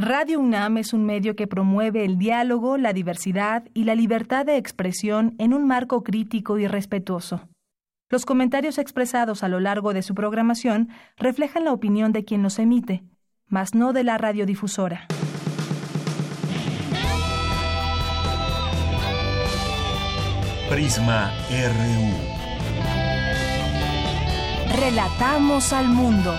Radio UNAM es un medio que promueve el diálogo, la diversidad y la libertad de expresión en un marco crítico y respetuoso. Los comentarios expresados a lo largo de su programación reflejan la opinión de quien los emite, mas no de la radiodifusora. Prisma RU. Relatamos al mundo.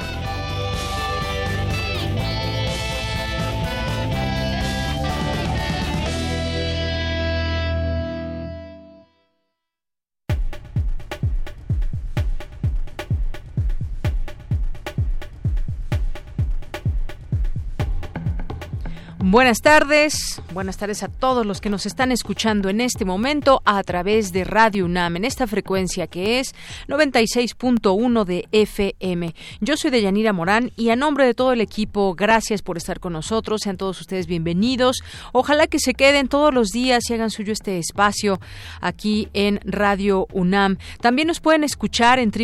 Buenas tardes a todos los que nos están escuchando en este momento a través de Radio UNAM, en esta frecuencia que es 96.1 de FM. Yo soy Deyanira Morán y a nombre de todo el equipo, gracias por estar con nosotros, sean todos ustedes bienvenidos. Ojalá que se queden todos los días y hagan suyo este espacio aquí en Radio UNAM. También nos pueden escuchar en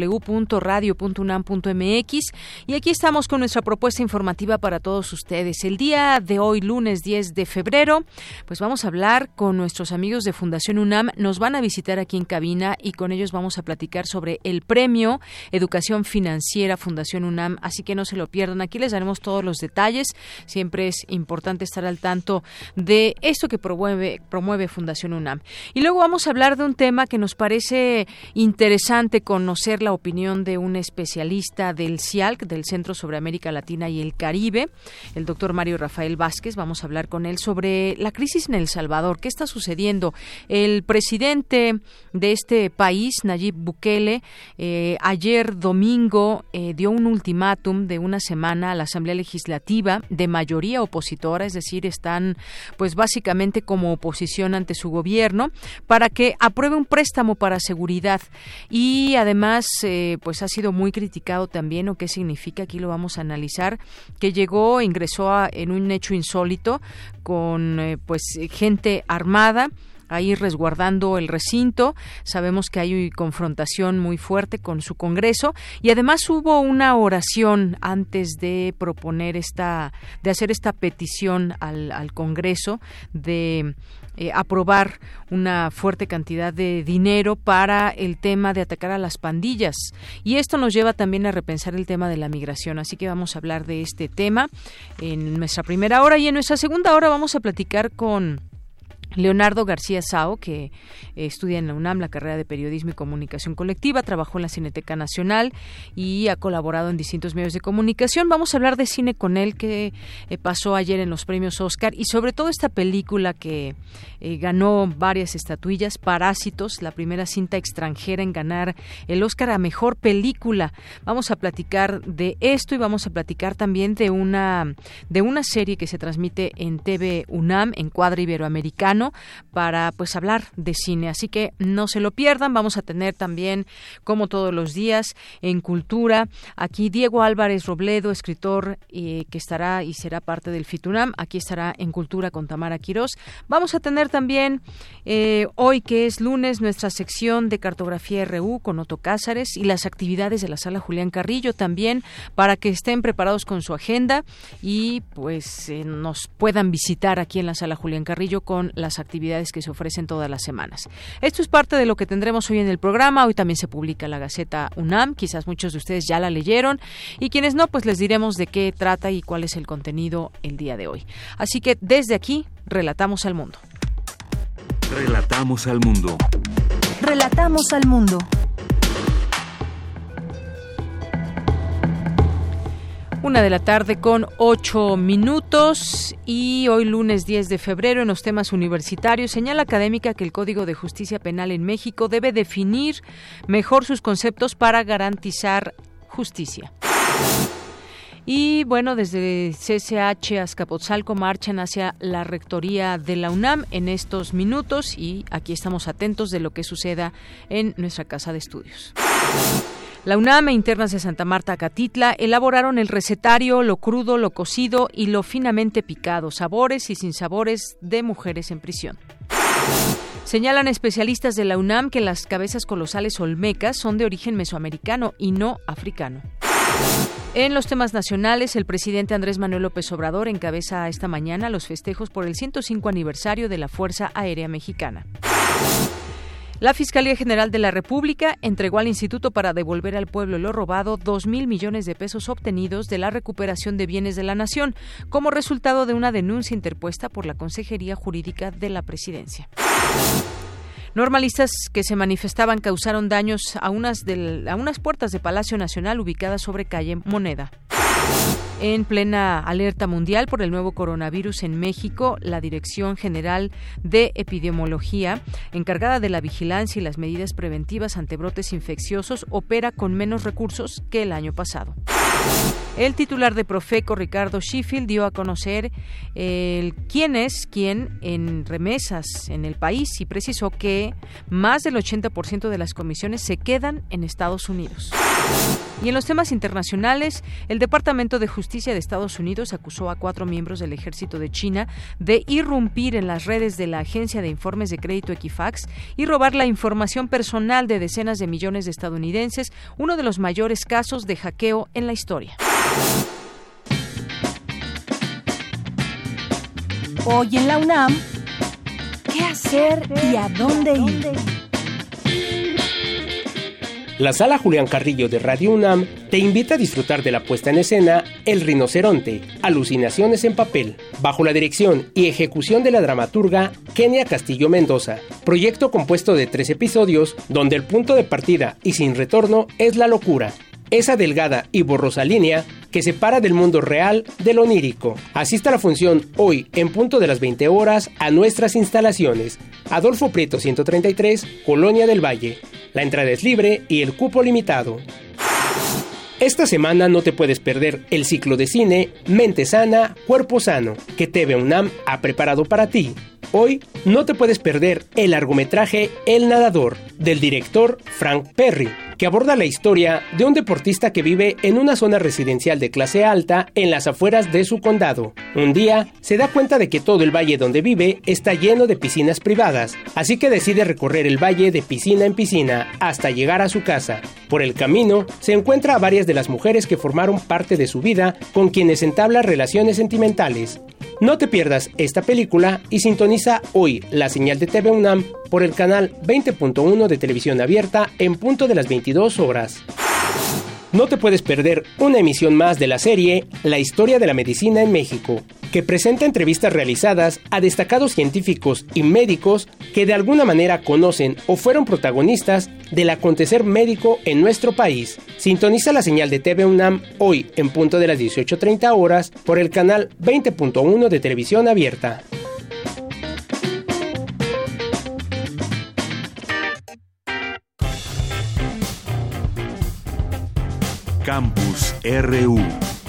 www.radio.unam.mx y aquí estamos con nuestra propuesta informativa para todos ustedes. El día de hoy, lunes 10 de febrero, pues vamos a hablar con nuestros amigos de Fundación UNAM. Nos van a visitar aquí en cabina y con ellos vamos a platicar sobre el premio Educación Financiera Fundación UNAM, así que no se lo pierdan. Aquí les daremos todos los detalles. Siempre es importante estar al tanto de esto que promueve Fundación UNAM. Y luego vamos a hablar de un tema que nos parece interesante conocer la opinión de un especialista del CIALC, del Centro sobre América Latina y el Caribe, el doctor Mario Rafael Vázquez. Vamos a hablar con él sobre la crisis en El Salvador. ¿Qué está sucediendo? El presidente de este país, Nayib Bukele, ayer domingo dio un ultimátum de una semana a la Asamblea Legislativa de mayoría opositora, es decir, están pues básicamente como oposición ante su gobierno, para que apruebe un préstamo para seguridad. Y además pues ha sido muy criticado también, o qué significa, aquí lo vamos a analizar, que ingresó en un hecho insólito con pues gente armada ahí resguardando el recinto. Sabemos que hay confrontación muy fuerte con su Congreso y además hubo una oración antes de proponer de hacer esta petición al Congreso de aprobar una fuerte cantidad de dinero para el tema de atacar a las pandillas. Y esto nos lleva también a repensar el tema de la migración. Así que vamos a hablar de este tema en nuestra primera hora, y en nuestra segunda hora vamos a platicar con Leonardo García Sao, que estudia en la UNAM la carrera de Periodismo y Comunicación Colectiva, trabajó en la Cineteca Nacional y ha colaborado en distintos medios de comunicación. Vamos a hablar de cine con él, que pasó ayer en los premios Oscar, y sobre todo esta película que ganó varias estatuillas, Parásitos, la primera cinta extranjera en ganar el Oscar a Mejor Película. Vamos a platicar de esto y vamos a platicar también de una serie que se transmite en TV UNAM, Encuadre Iberoamericano, para pues hablar de cine, así que no se lo pierdan. Vamos a tener también, como todos los días, en Cultura, aquí Diego Álvarez Robledo, escritor que estará y será parte del FITUNAM, aquí estará en Cultura con Tamara Quirós. Vamos a tener también hoy, que es lunes, nuestra sección de Cartografía RU con Otto Cázares y las actividades de la Sala Julián Carrillo también, para que estén preparados con su agenda y pues nos puedan visitar aquí en la Sala Julián Carrillo con las actividades que se ofrecen todas las semanas. Esto es parte de lo que tendremos hoy en el programa. Hoy también se publica la Gaceta UNAM, quizás muchos de ustedes ya la leyeron, y quienes no, pues les diremos de qué trata y cuál es el contenido el día de hoy. Así que desde aquí, relatamos al mundo. Relatamos al mundo. Relatamos al mundo. 1:08 p.m. y hoy lunes 10 de febrero en los temas universitarios. Señala académica que el Código de Justicia Penal en México debe definir mejor sus conceptos para garantizar justicia. Y bueno, desde CCH Azcapotzalco marchan hacia la rectoría de la UNAM en estos minutos y aquí estamos atentos de lo que suceda en nuestra casa de estudios. La UNAM e internas de Santa Marta, Acatitla, elaboraron el recetario, lo crudo, lo cocido y lo finamente picado, sabores y sinsabores de mujeres en prisión. Señalan especialistas de la UNAM que las cabezas colosales olmecas son de origen mesoamericano y no africano. En los temas nacionales, el presidente Andrés Manuel López Obrador encabeza esta mañana los festejos por el 105 aniversario de la Fuerza Aérea Mexicana. La Fiscalía General de la República entregó al Instituto para Devolver al Pueblo lo Robado 2,000 millones de pesos obtenidos de la recuperación de bienes de la Nación, como resultado de una denuncia interpuesta por la Consejería Jurídica de la Presidencia. Normalistas que se manifestaban causaron daños a unas puertas de Palacio Nacional ubicadas sobre calle Moneda. En plena alerta mundial por el nuevo coronavirus en México, la Dirección General de Epidemiología, encargada de la vigilancia y las medidas preventivas ante brotes infecciosos, opera con menos recursos que el año pasado. El titular de Profeco, Ricardo Sheffield, dio a conocer quién es quién en remesas en el país y precisó que más del 80% de las comisiones se quedan en Estados Unidos. Y en los temas internacionales, el Departamento de Justicia de Estados Unidos acusó a 4 miembros del ejército de China de irrumpir en las redes de la agencia de informes de crédito Equifax y robar la información personal de decenas de millones de estadounidenses, uno de los mayores casos de hackeo en la historia. Hoy en la UNAM, ¿qué hacer y a dónde ir? La Sala Julián Carrillo de Radio UNAM te invita a disfrutar de la puesta en escena El Rinoceronte, Alucinaciones en Papel, bajo la dirección y ejecución de la dramaturga Kenia Castillo Mendoza. Proyecto compuesto de 3 episodios, donde el punto de partida y sin retorno es la locura. Esa delgada y borrosa línea que separa del mundo real de lo onírico. Asista a la función hoy en punto de las 20 horas a nuestras instalaciones. Adolfo Prieto 133, Colonia del Valle. La entrada es libre y el cupo limitado. Esta semana no te puedes perder el ciclo de cine Mente Sana, Cuerpo Sano, que TV UNAM ha preparado para ti. Hoy no te puedes perder el largometraje El Nadador, del director Frank Perry, que aborda la historia de un deportista que vive en una zona residencial de clase alta en las afueras de su condado. Un día se da cuenta de que todo el valle donde vive está lleno de piscinas privadas, así que decide recorrer el valle de piscina en piscina hasta llegar a su casa. Por el camino se encuentra a varias de las mujeres que formaron parte de su vida con quienes entabla relaciones sentimentales. No te pierdas esta película y sintoniza hoy la señal de TV UNAM por el canal 20.1 de televisión abierta en punto de las 22 horas. No te puedes perder una emisión más de la serie La Historia de la Medicina en México, que presenta entrevistas realizadas a destacados científicos y médicos que de alguna manera conocen o fueron protagonistas del acontecer médico en nuestro país. Sintoniza la señal de TV UNAM hoy en punto de las 18:30 horas por el canal 20.1 de televisión abierta. Campus RU.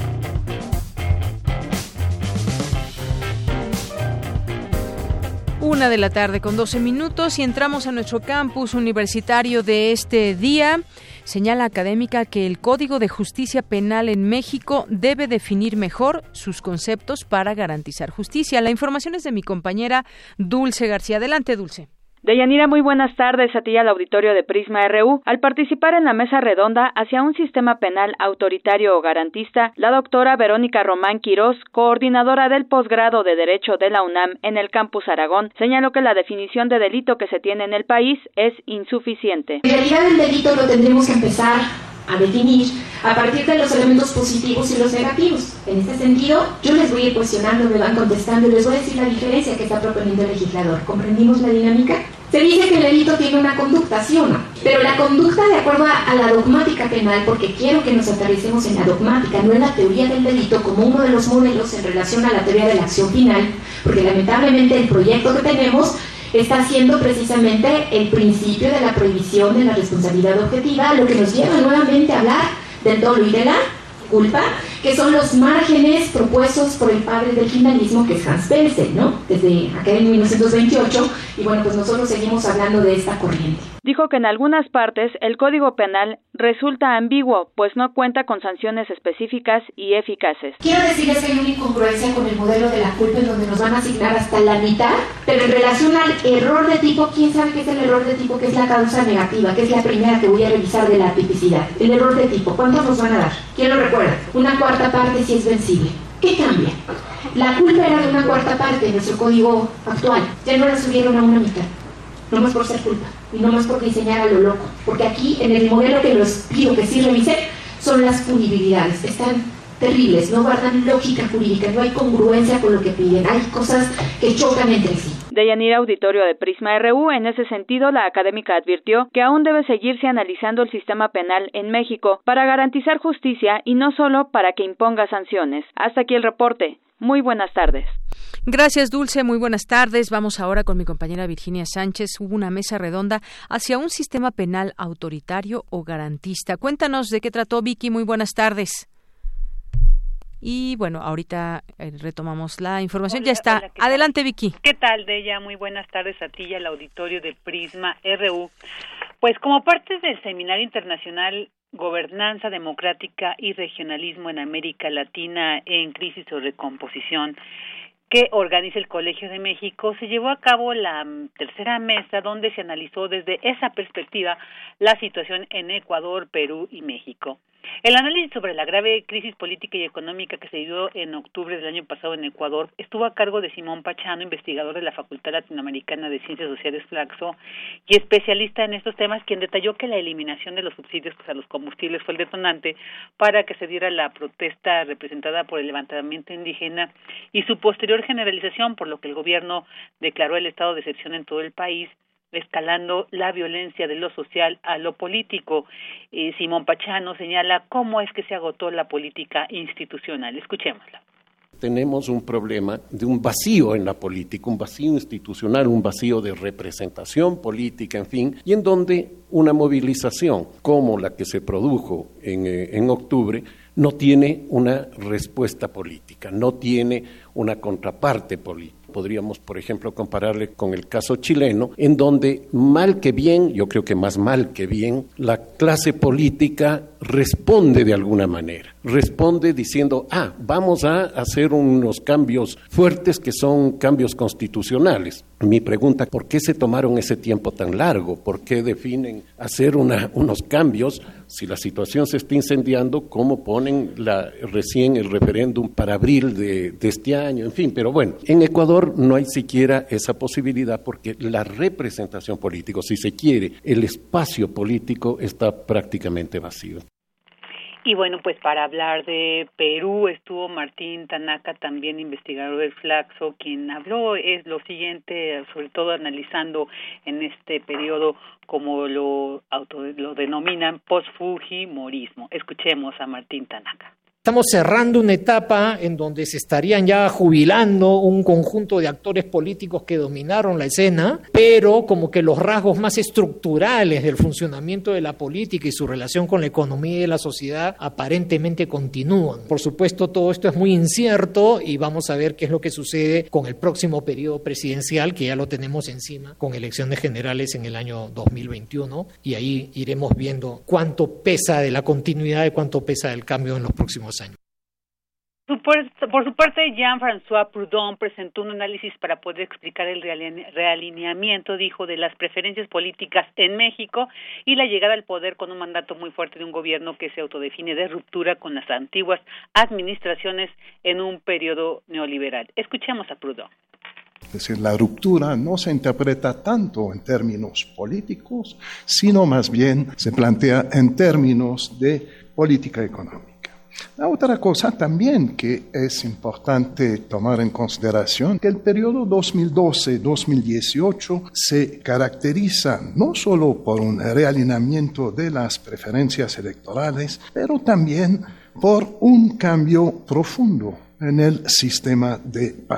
Una de la tarde con 12 minutos y entramos a nuestro campus universitario de este día. Señala académica que el Código de Justicia Penal en México debe definir mejor sus conceptos para garantizar justicia. La información es de mi compañera Dulce García. Adelante, Dulce. Deyanira, muy buenas tardes a ti y al auditorio de Prisma RU. Al participar en la mesa redonda hacia un sistema penal autoritario o garantista, la doctora Verónica Román Quirós, coordinadora del posgrado de Derecho de la UNAM en el Campus Aragón, señaló que la definición de delito que se tiene en el país es insuficiente. En realidad el delito lo tendremos que empezar a definir a partir de los elementos positivos y los negativos. En este sentido, yo les voy a ir cuestionando, me van contestando y les voy a decir la diferencia que está proponiendo el legislador. ¿Comprendimos la dinámica? Se dice que el delito tiene una conducta, ¿sí o no? Pero la conducta, de acuerdo a la dogmática penal, porque quiero que nos aterricemos en la dogmática, no en la teoría del delito como uno de los modelos en relación a la teoría de la acción penal, porque lamentablemente el proyecto que tenemos está siendo precisamente el principio de la prohibición de la responsabilidad objetiva, lo que nos lleva nuevamente a hablar del dolo y de la culpa, que son los márgenes propuestos por el padre del kirchnerismo, que es Hans Belsen, ¿no? Desde aquel en 1928, y bueno, pues nosotros seguimos hablando de esta corriente. Dijo que en algunas partes el Código Penal resulta ambiguo, pues no cuenta con sanciones específicas y eficaces. Quiero decirles que hay una incongruencia con el modelo de la culpa en donde nos van a asignar hasta la mitad, pero en relación al error de tipo, ¿quién sabe qué es el error de tipo? Que es la causa negativa, que es la primera que voy a revisar de la tipicidad. El error de tipo, ¿cuántos nos van a dar? ¿Quién lo recuerda? Una cuarta parte si es vencible. ¿Qué cambia? La culpa era de una cuarta parte en nuestro código actual, ya no la subieron a una mitad. No más por ser culpa y no más por diseñar a lo loco, porque aquí en el modelo que los pido que sí revisen son las punibilidades, están terribles, no guardan lógica jurídica, no hay congruencia con lo que piden, hay cosas que chocan entre sí. Deyanira, auditorio de Prisma RU, en ese sentido la académica advirtió que aún debe seguirse analizando el sistema penal en México para garantizar justicia y no solo para que imponga sanciones. Hasta aquí el reporte. Muy buenas tardes. Gracias, Dulce. Muy buenas tardes. Vamos ahora con mi compañera Virginia Sánchez. Hubo una mesa redonda hacia un sistema penal autoritario o garantista. Cuéntanos de qué trató, Vicky. Muy buenas tardes. Y bueno, ahorita retomamos la información. Hola, ya está. Hola, Adelante, Vicky. ¿Qué tal, Deya? Muy buenas tardes a ti y al auditorio de Prisma RU. Pues como parte del Seminario Internacional Gobernanza Democrática y Regionalismo en América Latina en Crisis o Recomposición, que organiza el Colegio de México, se llevó a cabo la tercera mesa donde se analizó desde esa perspectiva la situación en Ecuador, Perú y México. El análisis sobre la grave crisis política y económica que se dio en octubre del año pasado en Ecuador estuvo a cargo de Simón Pachano, investigador de la Facultad Latinoamericana de Ciencias Sociales Flaxo y especialista en estos temas, quien detalló que la eliminación de los subsidios a los combustibles fue el detonante para que se diera la protesta representada por el levantamiento indígena y su posterior generalización, por lo que el gobierno declaró el estado de excepción en todo el país, escalando la violencia de lo social a lo político. Simón Pachano señala cómo es que se agotó la política institucional. Escuchémosla. Tenemos un problema de un vacío en la política, un vacío institucional, un vacío de representación política, en fin, y en donde una movilización como la que se produjo en octubre no tiene una respuesta política, no tiene una contraparte política. Podríamos, por ejemplo, compararle con el caso chileno, en donde mal que bien, yo creo que más mal que bien, la clase política responde de alguna manera. Responde diciendo, vamos a hacer unos cambios fuertes que son cambios constitucionales. Mi pregunta, ¿por qué se tomaron ese tiempo tan largo? ¿Por qué definen hacer unos cambios si la situación se está incendiando? ¿Cómo ponen recién el referéndum para abril de este año? En fin, pero bueno, en Ecuador no hay siquiera esa posibilidad porque la representación política, si se quiere, el espacio político está prácticamente vacío. Y bueno, pues para hablar de Perú estuvo Martín Tanaka, también investigador del Flaxo, quien habló es lo siguiente, sobre todo analizando en este periodo como lo denominan post-fujimorismo. Escuchemos a Martín Tanaka. Estamos cerrando una etapa en donde se estarían ya jubilando un conjunto de actores políticos que dominaron la escena, pero como que los rasgos más estructurales del funcionamiento de la política y su relación con la economía y la sociedad aparentemente continúan. Por supuesto, todo esto es muy incierto y vamos a ver qué es lo que sucede con el próximo periodo presidencial, que ya lo tenemos encima, con elecciones generales en el año 2021, y ahí iremos viendo cuánto pesa de la continuidad y cuánto pesa del cambio en los próximos años. Por su parte, Jean-François Proudhon presentó un análisis para poder explicar el realineamiento, dijo, de las preferencias políticas en México y la llegada al poder con un mandato muy fuerte de un gobierno que se autodefine de ruptura con las antiguas administraciones en un periodo neoliberal. Escuchemos a Proudhon. Es decir, la ruptura no se interpreta tanto en términos políticos, sino más bien se plantea en términos de política económica. La otra cosa también que es importante tomar en consideración, que el periodo 2012-2018 se caracteriza no solo por un realineamiento de las preferencias electorales, pero también por un cambio profundo en el sistema de partido.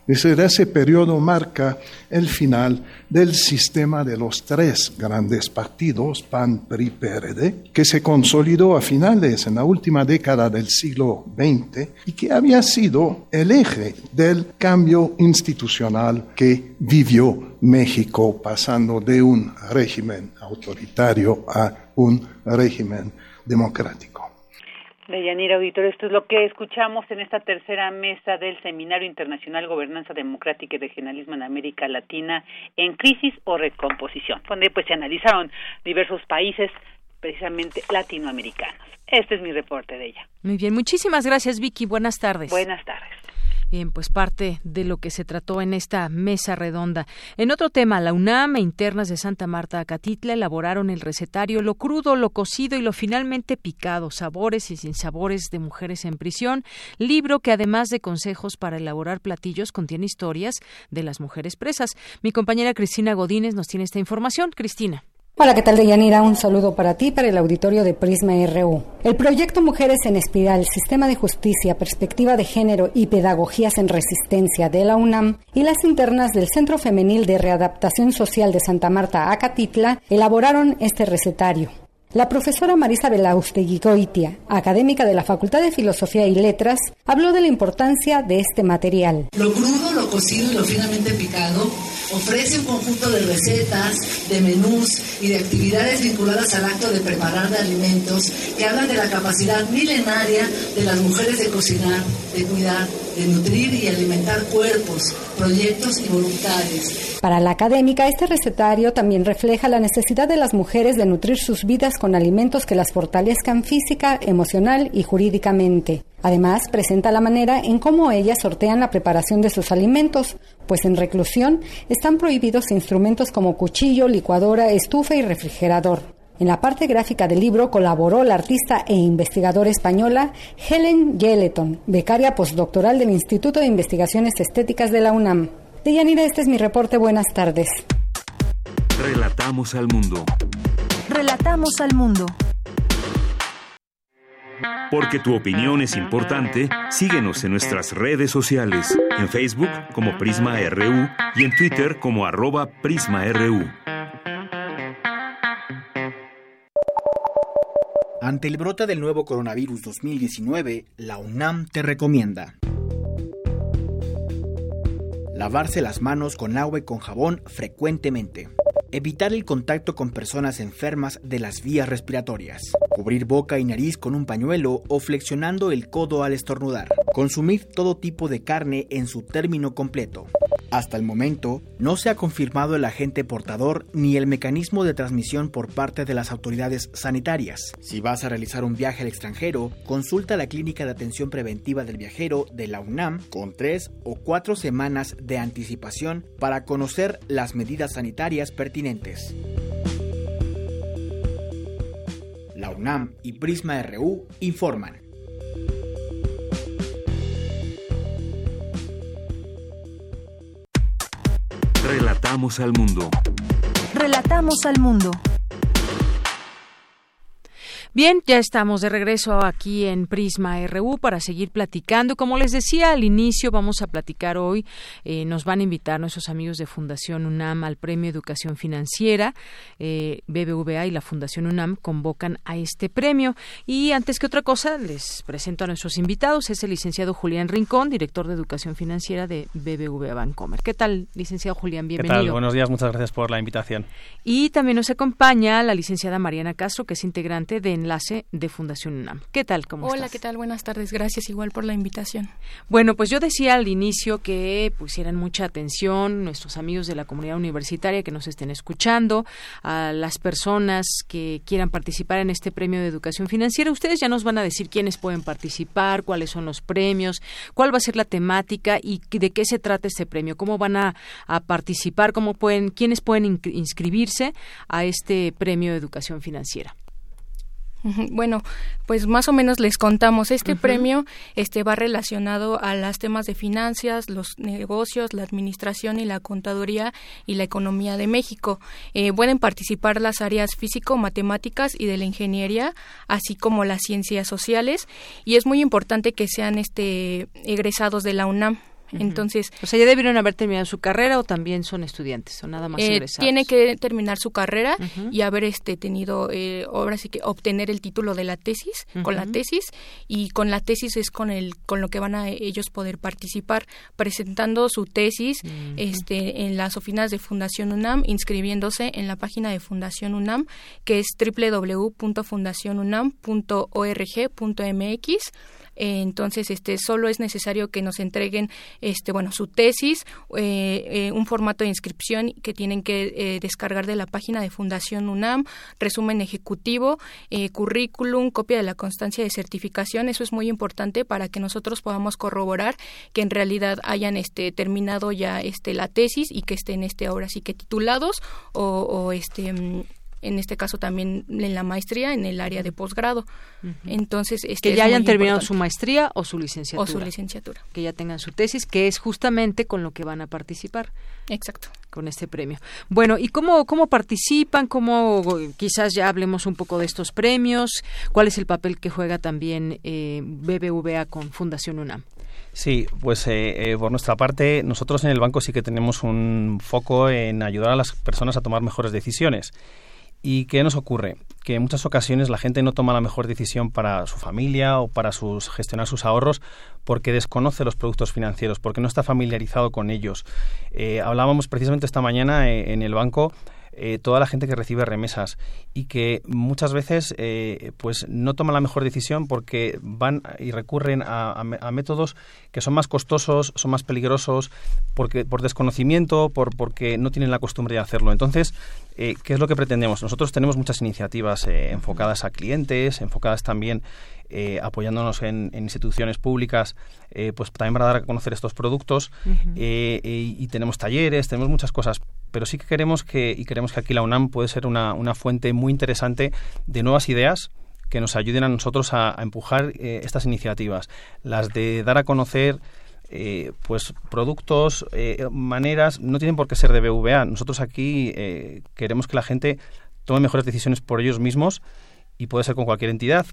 Es decir, ese periodo marca el final del sistema de los tres grandes partidos, PAN, PRI, PRD, que se consolidó a finales, en la última década del siglo XX, y que había sido el eje del cambio institucional que vivió México, pasando de un régimen autoritario a un régimen democrático. Deyanira, auditorio, esto es lo que escuchamos en esta tercera mesa del Seminario Internacional Gobernanza Democrática y Regionalismo en América Latina en crisis o recomposición, donde pues se analizaron diversos países, precisamente latinoamericanos. Este es mi reporte de ella. Muy bien, muchísimas gracias, Vicky. Buenas tardes. Buenas tardes. Bien, pues parte de lo que se trató en esta mesa redonda. En otro tema, la UNAM e internas de Santa Marta Acatitla elaboraron el recetario Lo crudo, lo cocido y lo finalmente picado, sabores y sinsabores de mujeres en prisión, libro que además de consejos para elaborar platillos contiene historias de las mujeres presas. Mi compañera Cristina Godínez nos tiene esta información. Cristina. Hola, ¿qué tal, Deyanira? Un saludo para ti, para el auditorio de Prisma RU. El proyecto Mujeres en Espiral, Sistema de Justicia, Perspectiva de Género y Pedagogías en Resistencia de la UNAM y las internas del Centro Femenil de Readaptación Social de Santa Marta Acatitla elaboraron este recetario. La profesora Marisa Belaustegui Goitia, académica de la Facultad de Filosofía y Letras, habló de la importancia de este material. Lo crudo, lo cocido y lo finamente picado ofrece un conjunto de recetas, de menús y de actividades vinculadas al acto de preparar de alimentos que hablan de la capacidad milenaria de las mujeres de cocinar, de cuidar, de nutrir y alimentar cuerpos, proyectos y voluntades. Para la académica, este recetario también refleja la necesidad de las mujeres de nutrir sus vidas con alimentos que las fortalezcan física, emocional y jurídicamente. Además, presenta la manera en cómo ellas sortean la preparación de sus alimentos, pues en reclusión están prohibidos instrumentos como cuchillo, licuadora, estufa y refrigerador. En la parte gráfica del libro colaboró la artista e investigadora española Helen Yeleton, becaria postdoctoral del Instituto de Investigaciones Estéticas de la UNAM. Deyanira, este es mi reporte. Buenas tardes. Relatamos al mundo. Relatamos al mundo. Porque tu opinión es importante, síguenos en nuestras redes sociales, en Facebook como Prisma RU y en Twitter como @PrismaRU. Ante el brote del nuevo coronavirus 2019, la UNAM te recomienda lavarse las manos con agua y con jabón frecuentemente. Evitar el contacto con personas enfermas de las vías respiratorias. Cubrir boca y nariz con un pañuelo o flexionando el codo al estornudar. Consumir todo tipo de carne en su término completo. Hasta el momento, no se ha confirmado el agente portador ni el mecanismo de transmisión por parte de las autoridades sanitarias. Si vas a realizar un viaje al extranjero, consulta la Clínica de Atención Preventiva del Viajero de la UNAM con 3 o 4 semanas de anticipación para conocer las medidas sanitarias pertinentes. La UNAM y Prisma RU informan. Relatamos al mundo. Relatamos al mundo. Bien, ya estamos de regreso aquí en Prisma RU para seguir platicando. Como les decía al inicio, vamos a platicar hoy, nos van a invitar nuestros amigos de Fundación UNAM al Premio Educación Financiera. BBVA y la Fundación UNAM convocan a este premio. Y antes que otra cosa, les presento a nuestros invitados. Es el licenciado Julián Rincón, director de Educación Financiera de BBVA Bancomer. ¿Qué tal, licenciado Julián? Bienvenido. ¿Qué tal? Buenos días, muchas gracias por la invitación. Y también nos acompaña la licenciada Mariana Castro, que es integrante de Enlace de Fundación UNAM. ¿Qué tal? ¿Cómo estás? Hola, ¿qué tal? Buenas tardes. Gracias igual por la invitación. Bueno, pues yo decía al inicio que pusieran mucha atención nuestros amigos de la comunidad universitaria que nos estén escuchando, a las personas que quieran participar en este premio de educación financiera. Ustedes ya nos van a decir quiénes pueden participar, cuáles son los premios, cuál va a ser la temática y de qué se trata este premio, cómo van a participar, quiénes pueden inscribirse a este premio de educación financiera. Bueno, pues más o menos les contamos. Este premio va relacionado a los temas de finanzas, los negocios, la administración y la contaduría y la economía de México. Pueden participar las áreas físico-matemáticas y de la ingeniería, así como las ciencias sociales, y es muy importante que sean egresados de la UNAM. Entonces, o sea, ¿ya debieron haber terminado su carrera o también son estudiantes o nada más egresados? Tiene que terminar su carrera y haber tenido, ahora sí que obtener el título de la tesis, con la tesis, y con la tesis es con lo que van a ellos poder participar, presentando su tesis en las oficinas de Fundación UNAM, inscribiéndose en la página de Fundación UNAM, que es www.fundacionunam.org.mx. Entonces, solo es necesario que nos entreguen, su tesis, un formato de inscripción que tienen que descargar de la página de Fundación UNAM, resumen ejecutivo, currículum, copia de la constancia de certificación. Eso es muy importante para que nosotros podamos corroborar que en realidad hayan terminado ya la tesis y que estén ahora sí que titulados o en este caso también en la maestría en el área de posgrado. Entonces, que ya hayan terminado su maestría o su licenciatura. O su licenciatura. Que ya tengan su tesis, que es justamente con lo que van a participar. Exacto. Con este premio. Bueno, ¿y cómo participan? Quizás ya hablemos un poco de estos premios. ¿Cuál es el papel que juega también BBVA con Fundación UNAM? Sí, pues por nuestra parte, nosotros en el banco sí que tenemos un foco en ayudar a las personas a tomar mejores decisiones. ¿Y qué nos ocurre? Que en muchas ocasiones la gente no toma la mejor decisión para su familia o para gestionar sus ahorros porque desconoce los productos financieros, porque no está familiarizado con ellos. Hablábamos precisamente esta mañana en el banco toda la gente que recibe remesas y que muchas veces pues no toma la mejor decisión porque van y recurren a métodos que son más costosos, son más peligrosos, por desconocimiento, porque no tienen la costumbre de hacerlo. Entonces, ¿qué es lo que pretendemos? Nosotros tenemos muchas iniciativas enfocadas a clientes, enfocadas también apoyándonos en instituciones públicas, pues también para dar a conocer estos productos, y tenemos talleres, tenemos muchas cosas, pero sí que queremos que aquí la UNAM puede ser una fuente muy interesante de nuevas ideas que nos ayuden a nosotros a empujar estas iniciativas, las de dar a conocer pues productos, maneras, no tienen por qué ser de BVA. Nosotros aquí queremos que la gente tome mejores decisiones por ellos mismos y puede ser con cualquier entidad.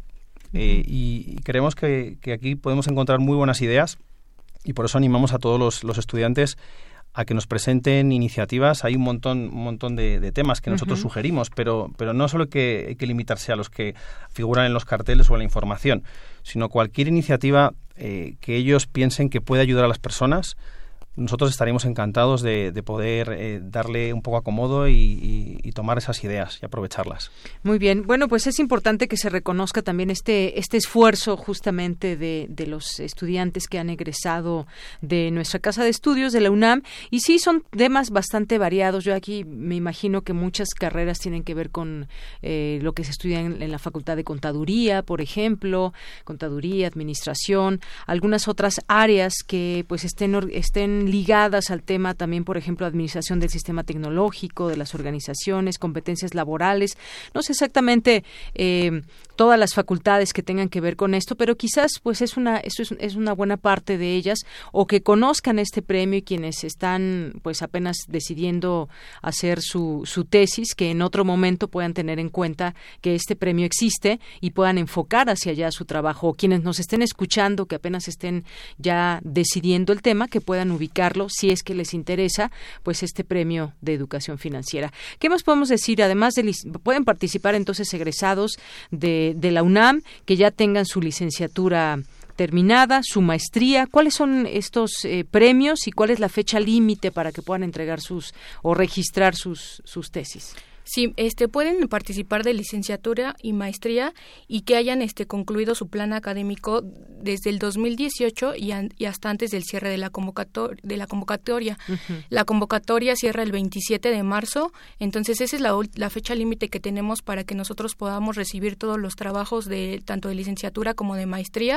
Y creemos que aquí podemos encontrar muy buenas ideas y por eso animamos a todos los estudiantes a que nos presenten iniciativas. Hay un montón de temas que nosotros sugerimos, pero no solo hay que limitarse a los que figuran en los carteles o en la información, sino cualquier iniciativa que ellos piensen que puede ayudar a las personas. Nosotros estaríamos encantados de poder darle un poco acomodo y tomar esas ideas y aprovecharlas. Muy bien. Bueno, pues es importante que se reconozca también este esfuerzo justamente de los estudiantes que han egresado de nuestra casa de estudios, de la UNAM. Y sí, son temas bastante variados. Yo aquí me imagino que muchas carreras tienen que ver con lo que se estudia en la Facultad de Contaduría, por ejemplo, Contaduría, Administración, algunas otras áreas que pues estén ligadas al tema también, por ejemplo, administración del sistema tecnológico, de las organizaciones, competencias laborales. No sé exactamente todas las facultades que tengan que ver con esto, pero quizás pues es una buena parte de ellas, o que conozcan este premio y quienes están pues apenas decidiendo hacer su tesis, que en otro momento puedan tener en cuenta que este premio existe y puedan enfocar hacia allá su trabajo, o quienes nos estén escuchando que apenas estén ya decidiendo el tema, que puedan ubicarlo si es que les interesa pues este premio de educación financiera. ¿Qué más podemos decir? Además pueden participar entonces egresados de la UNAM que ya tengan su licenciatura terminada, su maestría. ¿Cuáles son estos premios y cuál es la fecha límite para que puedan entregar o registrar sus tesis? Sí, pueden participar de licenciatura y maestría y que hayan concluido su plan académico desde el 2018 y hasta antes del cierre de la convocatoria. La convocatoria cierra el 27 de marzo, entonces esa es la fecha límite que tenemos para que nosotros podamos recibir todos los trabajos tanto de licenciatura como de maestría,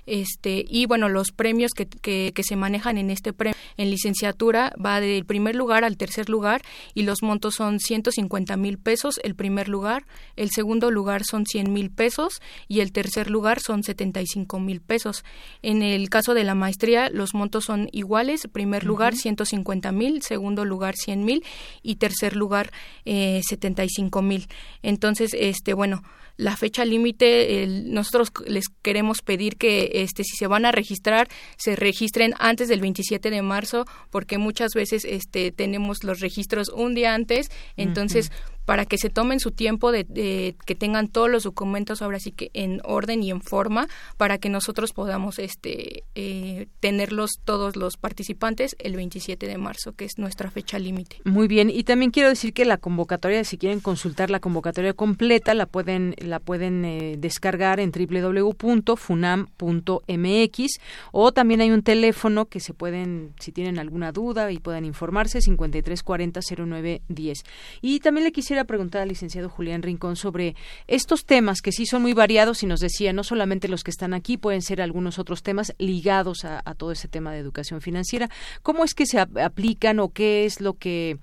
y bueno, los premios que se manejan en este premio. En licenciatura va del primer lugar al tercer lugar y los montos son 150 150,000 pesos el primer lugar, el segundo lugar son 100,000 pesos y el tercer lugar son 75,000 pesos. En el caso de la maestría, los montos son iguales, primer lugar 150,000, segundo lugar 100,000 y tercer lugar 75,000. Entonces, bueno, la fecha límite, nosotros les queremos pedir que si se van a registrar, se registren antes del 27 de marzo, porque muchas veces tenemos los registros un día antes, entonces para que se tomen su tiempo de que tengan todos los documentos ahora sí que en orden y en forma, para que nosotros podamos tenerlos todos los participantes el 27 de marzo, que es nuestra fecha límite. Muy bien, y también quiero decir que la convocatoria, si quieren consultar la convocatoria completa, la pueden descargar en www.funam.mx, o también hay un teléfono que se pueden, si tienen alguna duda y puedan informarse, 5340-0910. Y también le quisiera preguntar al licenciado Julián Rincón sobre estos temas que sí son muy variados, y nos decía, no solamente los que están aquí, pueden ser algunos otros temas ligados a todo ese tema de educación financiera. ¿Cómo es que se aplican o qué es lo que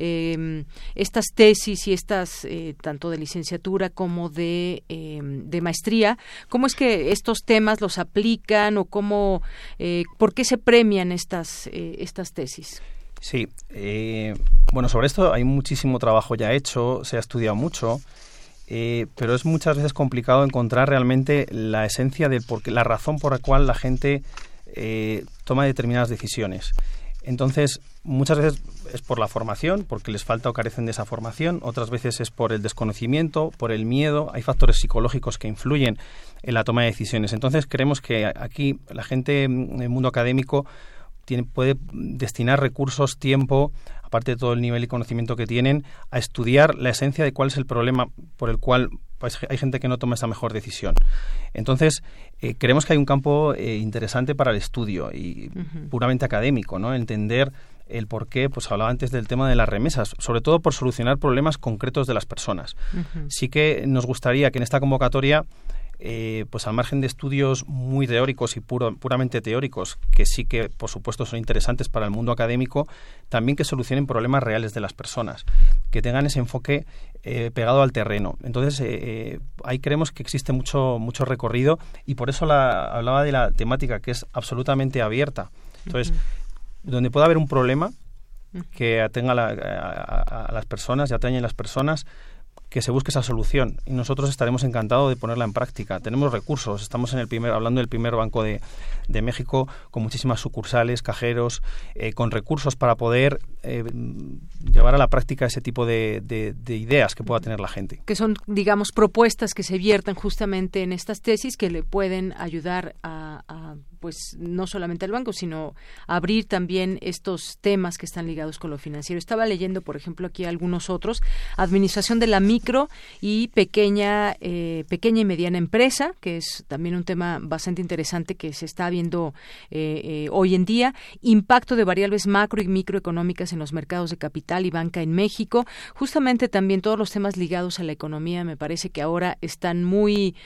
estas tesis y estas, tanto de licenciatura como de maestría, cómo es que estos temas los aplican o cómo, por qué se premian estas tesis? Sí, bueno, sobre esto hay muchísimo trabajo ya hecho, se ha estudiado mucho, pero es muchas veces complicado encontrar realmente la esencia de la razón por la cual la gente toma determinadas decisiones. Entonces, muchas veces es por la formación, porque les falta o carecen de esa formación, otras veces es por el desconocimiento, por el miedo, hay factores psicológicos que influyen en la toma de decisiones. Entonces, creemos que aquí la gente en el mundo académico puede destinar recursos, tiempo, aparte de todo el nivel y conocimiento que tienen, a estudiar la esencia de cuál es el problema por el cual pues, hay gente que no toma esa mejor decisión. Entonces, creemos que hay un campo interesante para el estudio y puramente académico, ¿no? Entender el por qué, pues hablaba antes del tema de las remesas, sobre todo por solucionar problemas concretos de las personas. Sí que nos gustaría que en esta convocatoria pues al margen de estudios muy teóricos y puramente teóricos, que sí que por supuesto son interesantes para el mundo académico, también que solucionen problemas reales de las personas, que tengan ese enfoque pegado al terreno. Entonces ahí creemos que existe mucho recorrido y por eso hablaba de la temática, que es absolutamente abierta. Entonces, donde pueda haber un problema que atenga a las personas y atañe a las personas, que se busque esa solución y nosotros estaremos encantados de ponerla en práctica. Tenemos recursos, estamos hablando del primer banco de México con muchísimas sucursales, cajeros, con recursos para poder llevar a la práctica ese tipo de ideas que pueda tener la gente. Que son, digamos, propuestas que se viertan justamente en estas tesis que le pueden ayudar a pues no solamente al banco, sino abrir también estos temas que están ligados con lo financiero. Estaba leyendo, por ejemplo, aquí algunos otros, administración de la micro y pequeña y mediana empresa, que es también un tema bastante interesante que se está viendo hoy en día, impacto de variables macro y microeconómicas en los mercados de capital y banca en México. Justamente también todos los temas ligados a la economía me parece que ahora están muy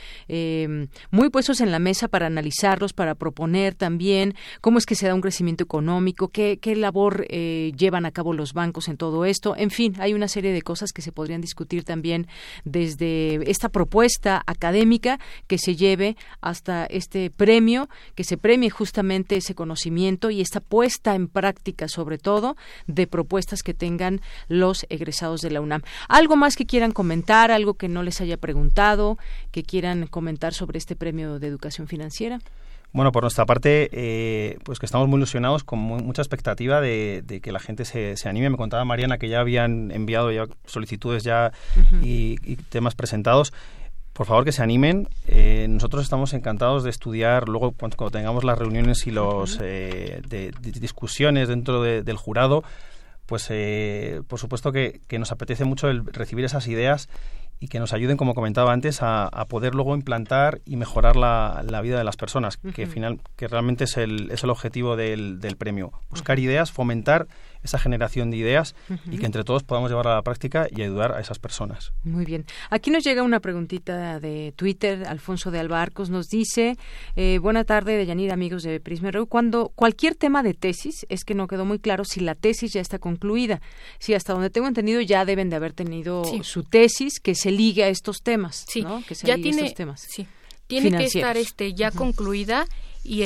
puestos en la mesa para analizarlos, para proponer también cómo es que se da un crecimiento económico, qué labor llevan a cabo los bancos en todo esto. En fin, hay una serie de cosas que se podrían discutir también desde esta propuesta académica que se lleve hasta este premio, que se premie justamente ese conocimiento y esta puesta en práctica, sobre todo, de propuestas que tengan los egresados de la UNAM. ¿Algo más que quieran comentar, algo que no les haya preguntado, que quieran comentar sobre este premio de educación financiera? Bueno, por nuestra parte, pues que estamos muy ilusionados, con mucha expectativa de que la gente se anime. Me contaba Mariana que ya habían enviado ya solicitudes ya y temas presentados. Por favor, que se animen. Nosotros estamos encantados de estudiar. Luego, cuando tengamos las reuniones y los de discusiones dentro del jurado, pues por supuesto que nos apetece mucho el recibir esas ideas y que nos ayuden, como comentaba antes, a poder luego implantar y mejorar la vida de las personas, que realmente es el objetivo del premio. Buscar ideas, fomentar esa generación de ideas y que entre todos podamos llevar a la práctica y ayudar a esas personas. Muy bien. Aquí nos llega una preguntita de Twitter. Alfonso de Alba Arcos nos dice: buena tarde, Deyanira, amigos de Prisma RU. Cuando cualquier tema de tesis, es que no quedó muy claro si la tesis ya está concluida. Si hasta donde tengo entendido ya deben de haber tenido su tesis que se ligue a estos temas, ¿no? Que se ya ligue a estos temas. Sí. Tiene que estar ya concluida y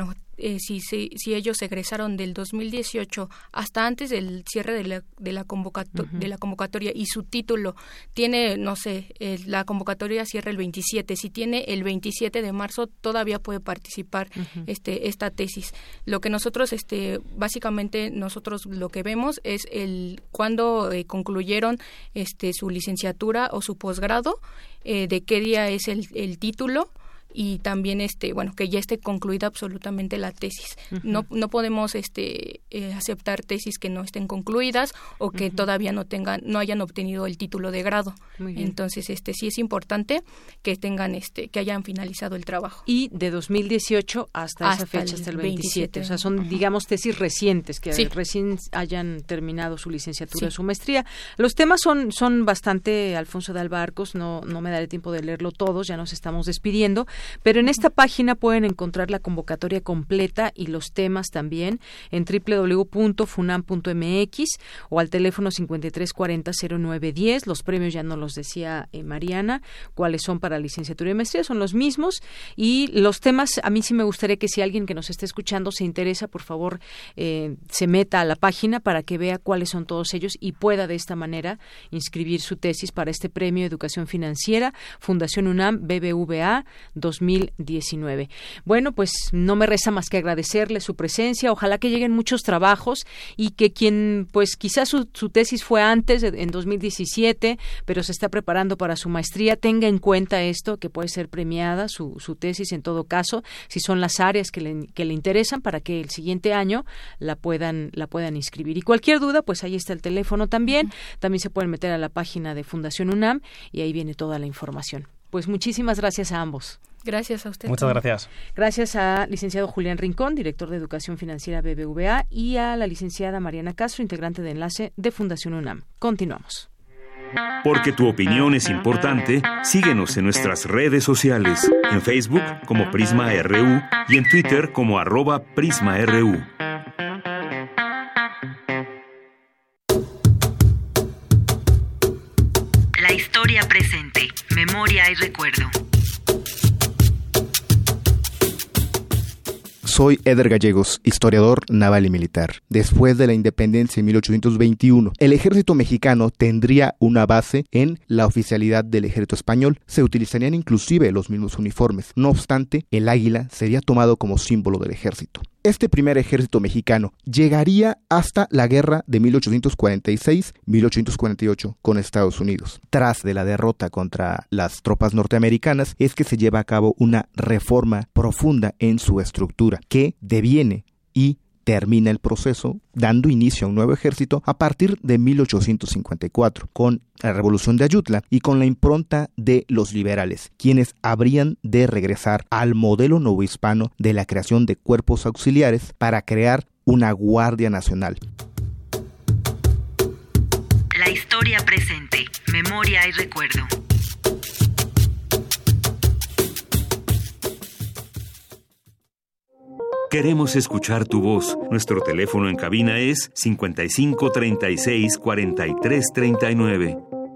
si ellos egresaron del 2018 hasta antes del cierre de la convocatoria y su título tiene, la convocatoria cierra el 27, si tiene el 27 de marzo todavía puede participar esta tesis. Lo que nosotros básicamente lo que vemos es cuando concluyeron su licenciatura o su posgrado, de qué día es el título, y también que ya esté concluida absolutamente la tesis. No podemos aceptar tesis que no estén concluidas o que todavía no hayan obtenido el título de grado. Entonces sí es importante que tengan que hayan finalizado el trabajo. Y de 2018 hasta esa fecha, hasta el 27. O sea, son digamos tesis recientes que recién hayan terminado su licenciatura o su maestría. Los temas son bastante, Alfonso de Alba Arcos, no me daré tiempo de leerlo todos, ya nos estamos despidiendo. Pero en esta página pueden encontrar la convocatoria completa y los temas también en www.funam.mx o al teléfono 5340-0910. Los premios ya nos los decía Mariana, cuáles son para licenciatura y maestría, son los mismos. Y los temas, a mí sí me gustaría que si alguien que nos esté escuchando se interesa, por favor, se meta a la página para que vea cuáles son todos ellos y pueda de esta manera inscribir su tesis para este premio de Educación Financiera, Fundación UNAM BBVA 2019. Bueno, pues no me resta más que agradecerle su presencia. Ojalá que lleguen muchos trabajos y que quien, pues quizás su tesis fue antes, en 2017, pero se está preparando para su maestría, tenga en cuenta esto, que puede ser premiada su tesis en todo caso, si son las áreas que le interesan, para que el siguiente año la puedan inscribir. Y cualquier duda, pues ahí está el teléfono también. También se pueden meter a la página de Fundación UNAM y ahí viene toda la información. Pues muchísimas gracias a ambos. Gracias a usted. Muchas gracias. Gracias a licenciado Julián Rincón, director de Educación Financiera BBVA, y a la licenciada Mariana Castro, integrante de enlace de Fundación UNAM. Continuamos. Porque tu opinión es importante, síguenos en nuestras redes sociales, en Facebook como Prisma RU y en Twitter como @PrismaRU. La historia presente, memoria y recuerdo. Soy Eder Gallegos, historiador naval y militar. Después de la independencia en 1821, el ejército mexicano tendría una base en la oficialidad del ejército español. Se utilizarían inclusive los mismos uniformes. No obstante, el águila sería tomado como símbolo del ejército. Este primer ejército mexicano llegaría hasta la guerra de 1846-1848 con Estados Unidos. Tras de la derrota contra las tropas norteamericanas es que se lleva a cabo una reforma profunda en su estructura que deviene y termina el proceso dando inicio a un nuevo ejército a partir de 1854 con la Revolución de Ayutla y con la impronta de los liberales, quienes habrían de regresar al modelo novohispano de la creación de cuerpos auxiliares para crear una Guardia Nacional. La historia presente, memoria y recuerdo. Queremos escuchar tu voz. Nuestro teléfono en cabina es 55 36 43 39.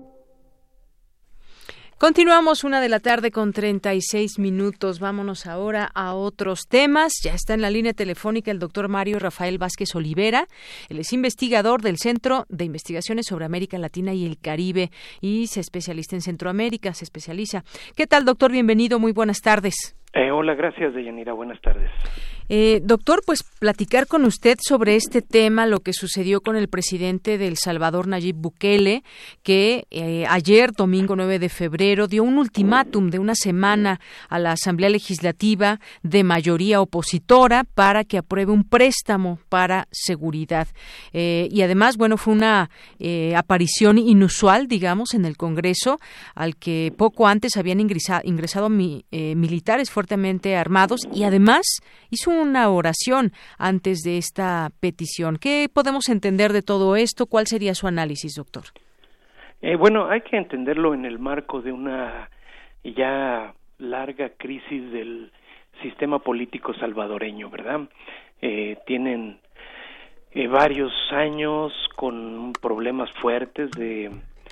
Continuamos 1:36 p.m. Vámonos ahora a otros temas. Ya está en la línea telefónica el doctor Mario Rafael Vázquez Olivera. Él es investigador del Centro de Investigaciones sobre América Latina y el Caribe y se especializa en Centroamérica, se especializa. ¿Qué tal, doctor? Bienvenido, muy buenas tardes. Hola, gracias, Deyanira. Buenas tardes. Doctor, pues platicar con usted sobre este tema, lo que sucedió con el presidente de El Salvador, Nayib Bukele, que ayer, domingo 9 de febrero, dio un ultimátum de una semana a la Asamblea Legislativa de mayoría opositora para que apruebe un préstamo para seguridad. Y además, bueno, fue una aparición inusual, digamos, en el Congreso, al que poco antes habían ingresado militares fuertemente armados, y además hizo una oración antes de esta petición. ¿Qué podemos entender de todo esto? ¿Cuál sería su análisis, doctor? Bueno, hay que entenderlo en el marco de una ya larga crisis del sistema político salvadoreño, ¿verdad? Tienen varios años con problemas fuertes de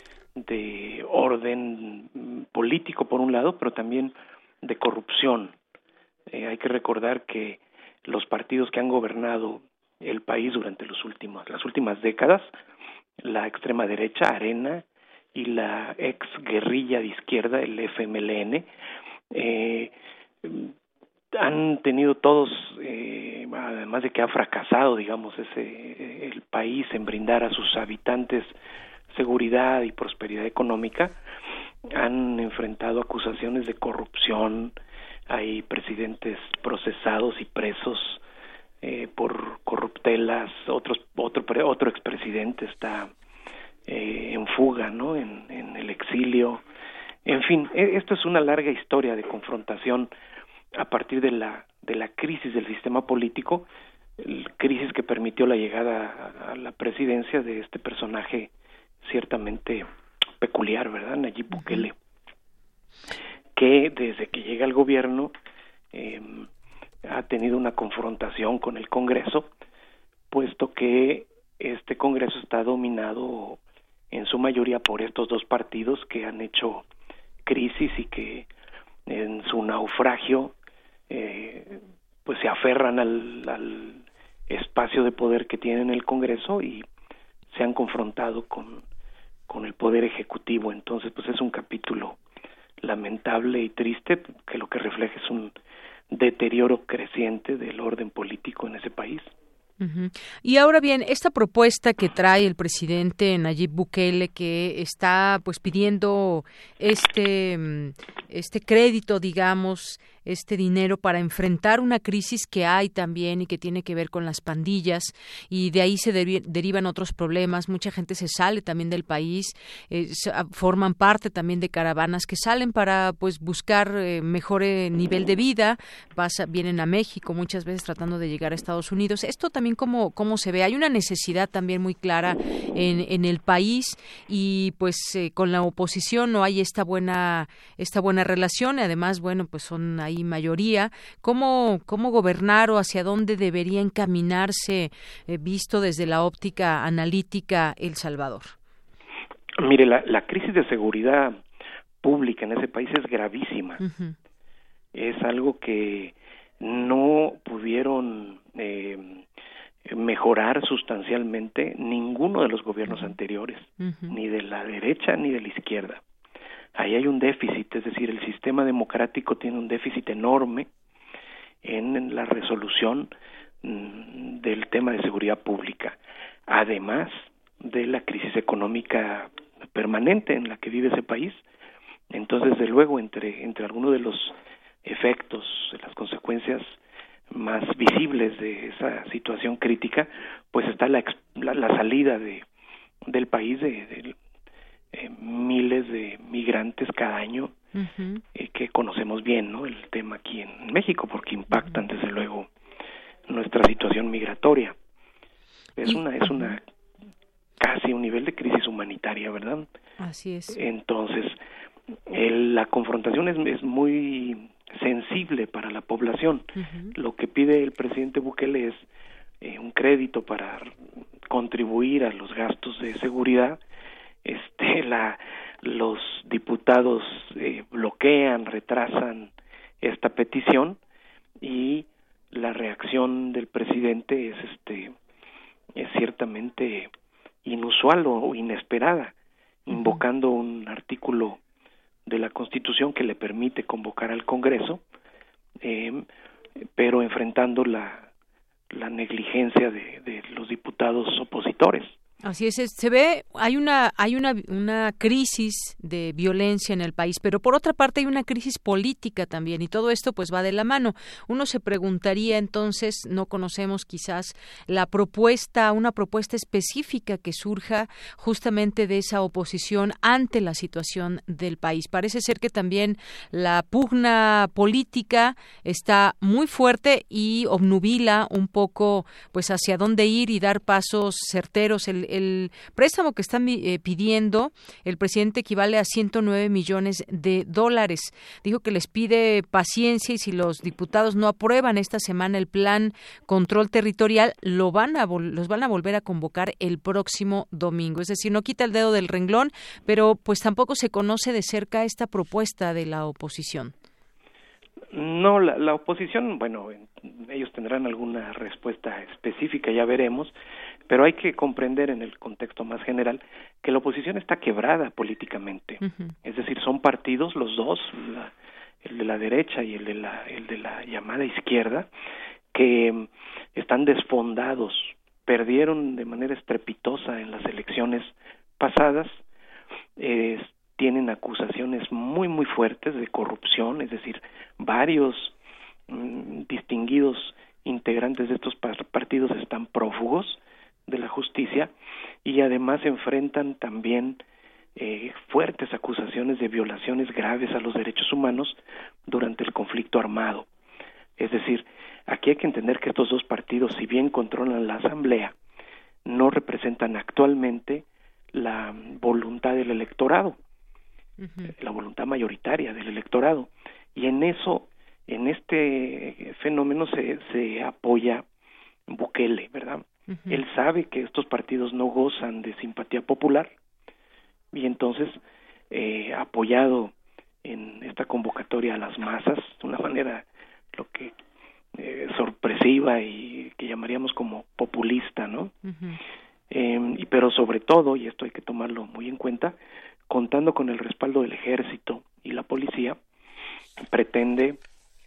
orden político, por un lado, pero también de corrupción. Hay que recordar que los partidos que han gobernado el país durante las últimas décadas, la extrema derecha, Arena, y la ex guerrilla de izquierda, el FMLN, han tenido todos, además de que ha fracasado, digamos, el país en brindar a sus habitantes seguridad y prosperidad económica, han enfrentado acusaciones de corrupción. Hay presidentes procesados y presos por corruptelas. Otro expresidente está en fuga, ¿no? En el exilio. En fin, esto es una larga historia de confrontación a partir de la crisis del sistema político, crisis que permitió la llegada a la presidencia de este personaje ciertamente peculiar, ¿verdad? Nayib Bukele, que desde que llega al gobierno ha tenido una confrontación con el Congreso, puesto que este Congreso está dominado en su mayoría por estos dos partidos que han hecho crisis y que en su naufragio pues se aferran al espacio de poder que tienen en el Congreso y se han confrontado con el poder ejecutivo. Entonces pues es un capítulo lamentable y triste que lo que refleja es un deterioro creciente del orden político en ese país. Uh-huh. Y ahora bien, esta propuesta que trae el presidente Nayib Bukele, que está pues pidiendo este crédito, digamos, este dinero para enfrentar una crisis que hay también y que tiene que ver con las pandillas, y de ahí se derivan otros problemas. Mucha gente se sale también del país, forman parte también de caravanas que salen para pues buscar mejor nivel de vida, vienen a México muchas veces tratando de llegar a Estados Unidos. Esto también cómo se ve. Hay una necesidad también muy clara en el país, y pues con la oposición no hay esta buena relación. Además, bueno, pues son ahí mayoría. ¿Cómo gobernar o hacia dónde debería encaminarse, visto desde la óptica analítica, El Salvador? Mire, la crisis de seguridad pública en ese país es gravísima. Uh-huh. Es algo que no pudieron mejorar sustancialmente ninguno de los gobiernos anteriores, uh-huh, ni de la derecha ni de la izquierda. Ahí hay un déficit, es decir, el sistema democrático tiene un déficit enorme en la resolución del tema de seguridad pública, además de la crisis económica permanente en la que vive ese país. Entonces, desde luego, entre algunos de los efectos, de las consecuencias más visibles de esa situación crítica, pues está la salida del país de miles de migrantes cada año, uh-huh, que conocemos bien, ¿no? El tema aquí en México, porque impactan desde luego nuestra situación migratoria. Es una casi un nivel de crisis humanitaria, ¿verdad? Así es. Entonces, la confrontación es muy sensible para la población. Uh-huh. Lo que pide el presidente Bukele es un crédito para contribuir a los gastos de seguridad. Los diputados bloquean, retrasan esta petición, y la reacción del presidente es ciertamente inusual o inesperada, invocando un artículo de la Constitución que le permite convocar al Congreso pero enfrentando la negligencia de los diputados opositores. Así es, se ve, hay una crisis de violencia en el país, pero por otra parte hay una crisis política también, y todo esto pues va de la mano. Uno se preguntaría entonces, no conocemos quizás una propuesta específica que surja justamente de esa oposición ante la situación del país. Parece ser que también la pugna política está muy fuerte y obnubila un poco pues hacia dónde ir y dar pasos certeros. El préstamo que están pidiendo el presidente equivale a $109 millones. Dijo que les pide paciencia y si los diputados no aprueban esta semana el plan control territorial, los van a volver a convocar el próximo domingo. Es decir, no quita el dedo del renglón, pero pues tampoco se conoce de cerca esta propuesta de la oposición. No, la oposición, bueno, ellos tendrán alguna respuesta específica, ya veremos, pero hay que comprender en el contexto más general que la oposición está quebrada políticamente. Uh-huh. Es decir, son partidos, los dos, el de la derecha y el de la llamada izquierda, que están desfondados, perdieron de manera estrepitosa en las elecciones pasadas, tienen acusaciones muy muy fuertes de corrupción, es decir, varios distinguidos integrantes de estos partidos están prófugos de la justicia y además enfrentan también fuertes acusaciones de violaciones graves a los derechos humanos durante el conflicto armado. Es decir, aquí hay que entender que estos dos partidos, si bien controlan la asamblea, no representan actualmente la voluntad del electorado, uh-huh, la voluntad mayoritaria del electorado, y en este fenómeno se apoya Bukele, ¿verdad? Uh-huh. Él sabe que estos partidos no gozan de simpatía popular y entonces apoyado en esta convocatoria a las masas de una manera lo que sorpresiva y que llamaríamos como populista, ¿no? Uh-huh. Pero sobre todo, y esto hay que tomarlo muy en cuenta, contando con el respaldo del ejército y la policía, pretende,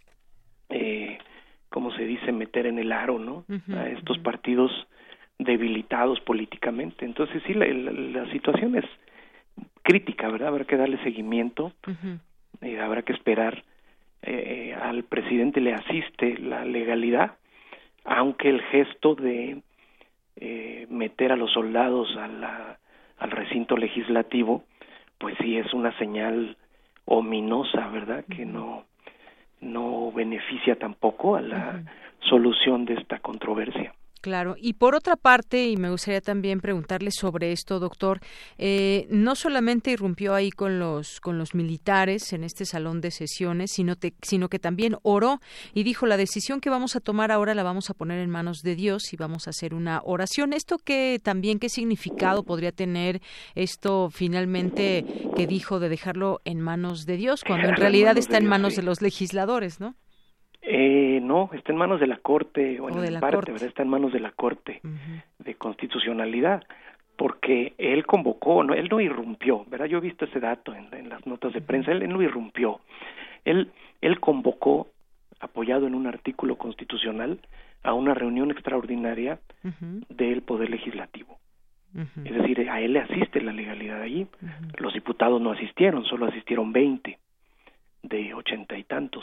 como se dice, meter en el aro, ¿no? Uh-huh. A estos partidos debilitados políticamente. Entonces sí, la situación es crítica, ¿verdad? Habrá que darle seguimiento, uh-huh, habrá que esperar. Al presidente le asiste la legalidad, aunque el gesto de meter a los soldados al recinto legislativo, pues sí es una señal ominosa, ¿verdad? Que no beneficia tampoco a la solución de esta controversia. Claro, y por otra parte, y me gustaría también preguntarle sobre esto, doctor, no solamente irrumpió ahí con los militares en este salón de sesiones, sino que también oró y dijo, la decisión que vamos a tomar ahora la vamos a poner en manos de Dios y vamos a hacer una oración. ¿Esto qué significado podría tener esto finalmente que dijo de dejarlo en manos de Dios, cuando en realidad está en manos de los legisladores, ¿no? No, está en manos de la Corte, bueno, en parte, ¿verdad? Está en manos de la Corte de Constitucionalidad, porque él convocó, él no irrumpió, ¿verdad? Yo he visto ese dato en las notas de prensa, él no irrumpió, él convocó, apoyado en un artículo constitucional, a una reunión extraordinaria del Poder Legislativo. Es decir, a él le asiste la legalidad allí. Los diputados no asistieron, solo asistieron 20 de 80 y tantos.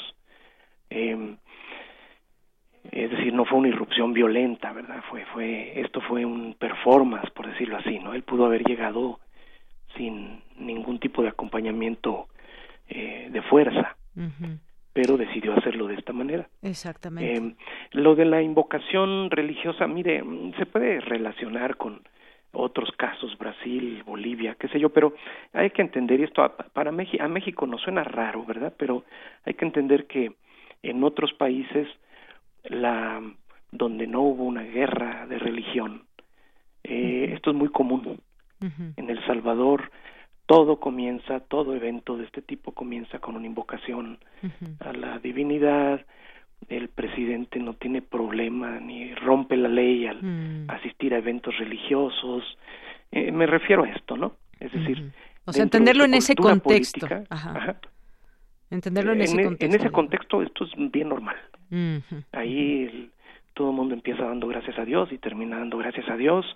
Es decir, no fue una irrupción violenta, ¿verdad? Esto fue un performance, por decirlo así, ¿no? Él pudo haber llegado sin ningún tipo de acompañamiento de fuerza, pero decidió hacerlo de esta manera. Exactamente. Lo de la invocación religiosa, mire, se puede relacionar con otros casos, Brasil, Bolivia, qué sé yo, pero hay que entender, y esto a México nos suena raro, ¿verdad? Pero hay que entender que en otros países donde no hubo una guerra de religión, esto es muy común. En El Salvador todo evento de este tipo comienza con una invocación a la divinidad. El presidente no tiene problema ni rompe la ley al asistir a eventos religiosos. Me refiero a esto, ¿no? Es decir, o sea, entenderlo en ese contexto. Política, Entenderlo en ese contexto. En ese contexto esto es bien normal. Ahí todo el mundo empieza dando gracias a Dios y termina dando gracias a Dios.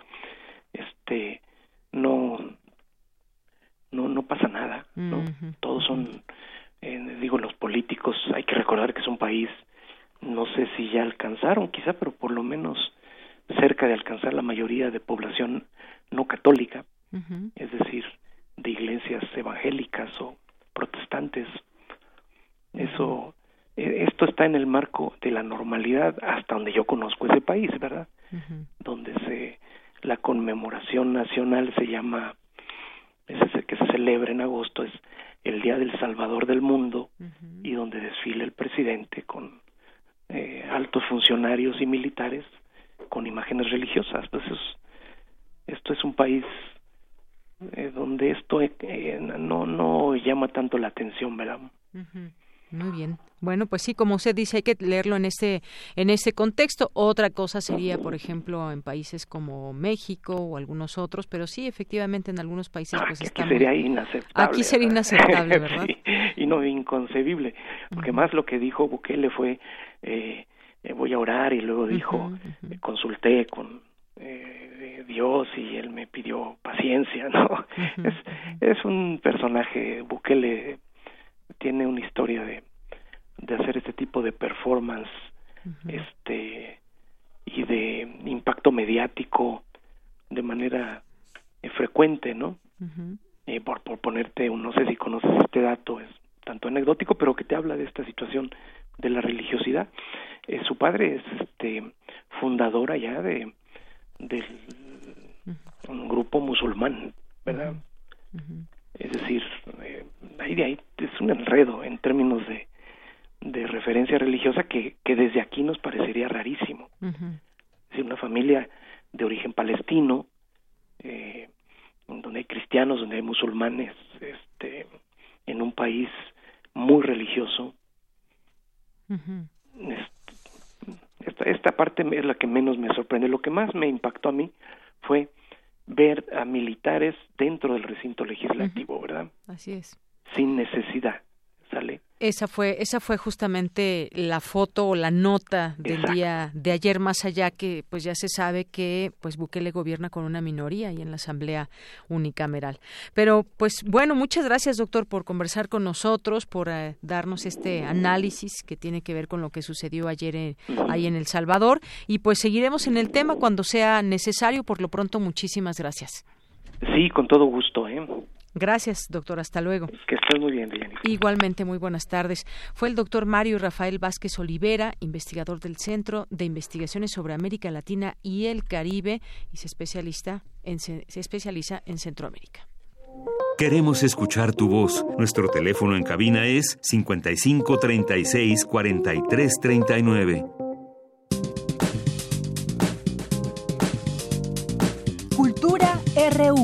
No pasa nada, ¿no? Todos son, los políticos, hay que recordar que es un país, no sé si ya alcanzaron quizá, pero por lo menos cerca de alcanzar la mayoría de población no católica, es decir, de iglesias evangélicas o protestantes. Esto está en el marco de la normalidad hasta donde yo conozco ese país, ¿verdad? Donde la conmemoración nacional se llama, que se celebra en agosto, es el Día del Salvador del Mundo, y donde desfila el presidente con altos funcionarios y militares con imágenes religiosas. Pues esto es un país donde esto no llama tanto la atención, ¿verdad? Muy bien. Bueno, pues sí, como usted dice, hay que leerlo en ese contexto. Otra cosa sería, por ejemplo, en países como México o algunos otros, pero sí, efectivamente, en algunos países pues aquí sería inaceptable. Aquí sería inaceptable, ¿verdad? Sí, y no inconcebible, porque más lo que dijo Bukele fue voy a orar, y luego dijo consulté con Dios y él me pidió paciencia, ¿no? Es un personaje. Bukele tiene una historia de hacer este tipo de performance y de impacto mediático de manera frecuente, ¿no? Por ponerte no sé si conoces este dato, es tanto anecdótico, pero que te habla de esta situación de la religiosidad. Su padre es fundador allá de un grupo musulmán, ¿verdad? Es decir, ahí es un enredo en términos de referencia religiosa que desde aquí nos parecería rarísimo. Es decir, una familia de origen palestino, donde hay cristianos, donde hay musulmanes, en un país muy religioso. Esta parte es la que menos me sorprende. Lo que más me impactó a mí fue ver a militares dentro del recinto legislativo, ¿verdad? Así es. Sin necesidad, ¿sale? Esa fue justamente la foto o la nota del día de ayer, más allá que pues ya se sabe que pues Bukele gobierna con una minoría y en la Asamblea Unicameral. Pero pues bueno, muchas gracias, doctor, por conversar con nosotros, por darnos este análisis que tiene que ver con lo que sucedió ayer ahí en El Salvador, y pues seguiremos en el tema cuando sea necesario. Por lo pronto, muchísimas gracias. Sí, con todo gusto, Gracias, doctor. Hasta luego. Que estés muy bien, Jennifer. Igualmente, muy buenas tardes. Fue el doctor Mario Rafael Vázquez Olivera, investigador del Centro de Investigaciones sobre América Latina y el Caribe, y se especializa en Centroamérica. Queremos escuchar tu voz. Nuestro teléfono en cabina es 55 36 43 39. Cultura RU.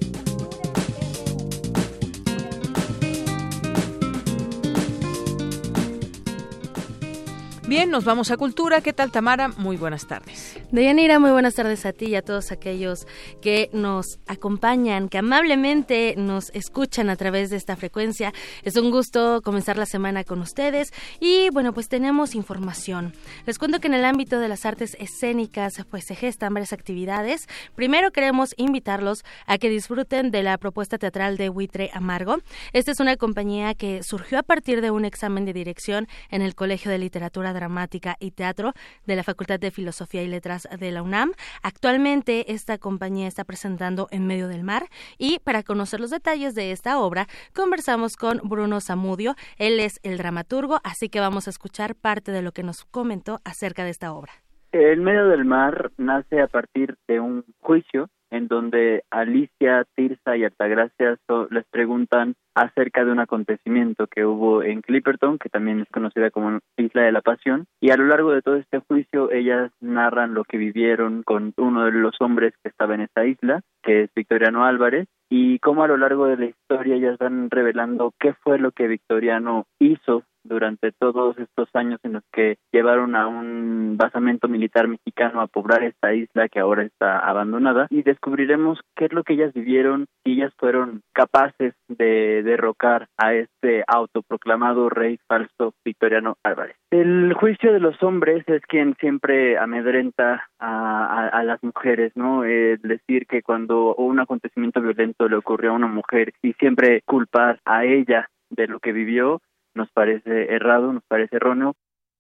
Bien, nos vamos a Cultura. ¿Qué tal, Tamara? Muy buenas tardes. Deyanira, muy buenas tardes a ti y a todos aquellos que nos acompañan, que amablemente nos escuchan a través de esta frecuencia. Es un gusto comenzar la semana con ustedes y, bueno, pues tenemos información. Les cuento que en el ámbito de las artes escénicas pues se gestan varias actividades. Primero queremos invitarlos a que disfruten de la propuesta teatral de Buitre Amargo. Esta es una compañía que surgió a partir de un examen de dirección en el Colegio de Literatura Dramática y Teatro de la Facultad de Filosofía y Letras de la UNAM. Actualmente esta compañía está presentando En Medio del Mar, y para conocer los detalles de esta obra conversamos con Bruno Zamudio. Él es el dramaturgo, así que vamos a escuchar parte de lo que nos comentó acerca de esta obra. En Medio del Mar nace a partir de un juicio en donde Alicia, Tirsa y Altagracia les preguntan acerca de un acontecimiento que hubo en Clipperton, que también es conocida como Isla de la Pasión, y a lo largo de todo este juicio ellas narran lo que vivieron con uno de los hombres que estaba en esta isla, que es Victoriano Álvarez, y cómo a lo largo de la historia ellas van revelando qué fue lo que Victoriano hizo durante todos estos años en los que llevaron a un basamento militar mexicano a poblar esta isla que ahora está abandonada, y descubriremos qué es lo que ellas vivieron y ellas fueron capaces de derrocar a este autoproclamado rey falso Victoriano Álvarez. El juicio de los hombres es quien siempre amedrenta a las mujeres, ¿no? Decir que cuando un acontecimiento violento le ocurrió a una mujer y siempre culpar a ella de lo que vivió, nos parece errado, nos parece erróneo.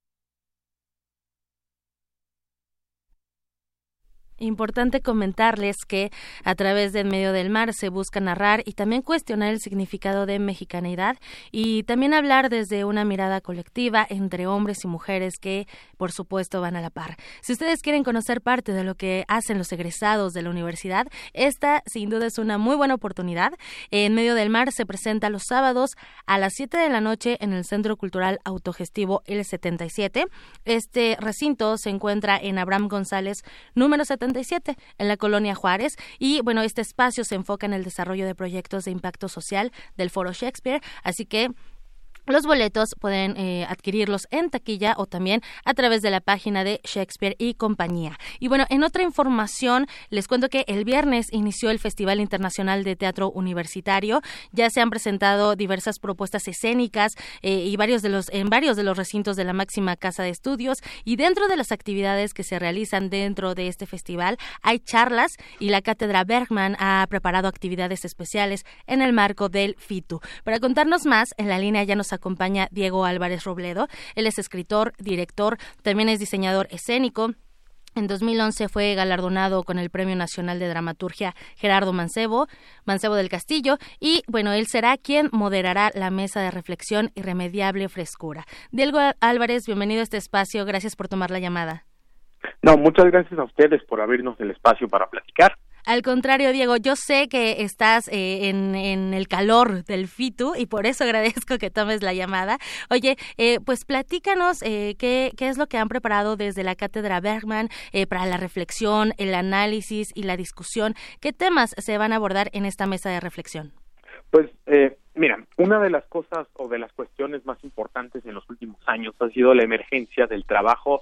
Importante comentarles que a través de En Medio del Mar se busca narrar y también cuestionar el significado de mexicanidad y también hablar desde una mirada colectiva entre hombres y mujeres que, por supuesto, van a la par. Si ustedes quieren conocer parte de lo que hacen los egresados de la universidad, esta sin duda es una muy buena oportunidad. En Medio del Mar se presenta los sábados a las 7 de la noche en el Centro Cultural Autogestivo El 77. Este recinto se encuentra en Abraham González, número 77, en la Colonia Juárez, y bueno, este espacio se enfoca en el desarrollo de proyectos de impacto social del Foro Shakespeare, así que los boletos pueden adquirirlos en taquilla o también a través de la página de Shakespeare y compañía. Y bueno, en otra información les cuento que el viernes inició el Festival Internacional de Teatro Universitario. Ya se han presentado diversas propuestas escénicas y en varios de los recintos de la máxima casa de estudios, y dentro de las actividades que se realizan dentro de este festival hay charlas y la Cátedra Bergman ha preparado actividades especiales en el marco del FITU. Para contarnos más, en la línea ya nos acompaña Diego Álvarez Robledo. Él es escritor, director, también es diseñador escénico. En 2011 fue galardonado con el Premio Nacional de Dramaturgia Gerardo Mancebo del Castillo, y bueno, él será quien moderará la mesa de reflexión Irremediable Frescura. Diego Álvarez, bienvenido a este espacio, gracias por tomar la llamada. No, muchas gracias a ustedes por abrirnos el espacio para platicar. Al contrario, Diego, yo sé que estás en el calor del FITU y por eso agradezco que tomes la llamada. Oye, pues platícanos qué es lo que han preparado desde la Cátedra Bergman para la reflexión, el análisis y la discusión. ¿Qué temas se van a abordar en esta mesa de reflexión? Pues, mira, una de las cosas o de las cuestiones más importantes en los últimos años ha sido la emergencia del trabajo,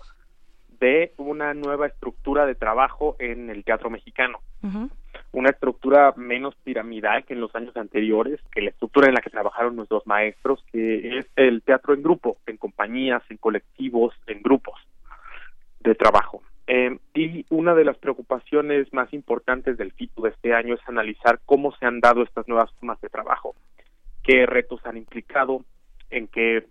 de una nueva estructura de trabajo en el teatro mexicano. Uh-huh. Una estructura menos piramidal que en los años anteriores, que la estructura en la que trabajaron nuestros maestros, que es el teatro en grupo, en compañías, en colectivos, en grupos de trabajo. Y una de las preocupaciones más importantes del FITU de este año es analizar cómo se han dado estas nuevas formas de trabajo, qué retos han implicado, en qué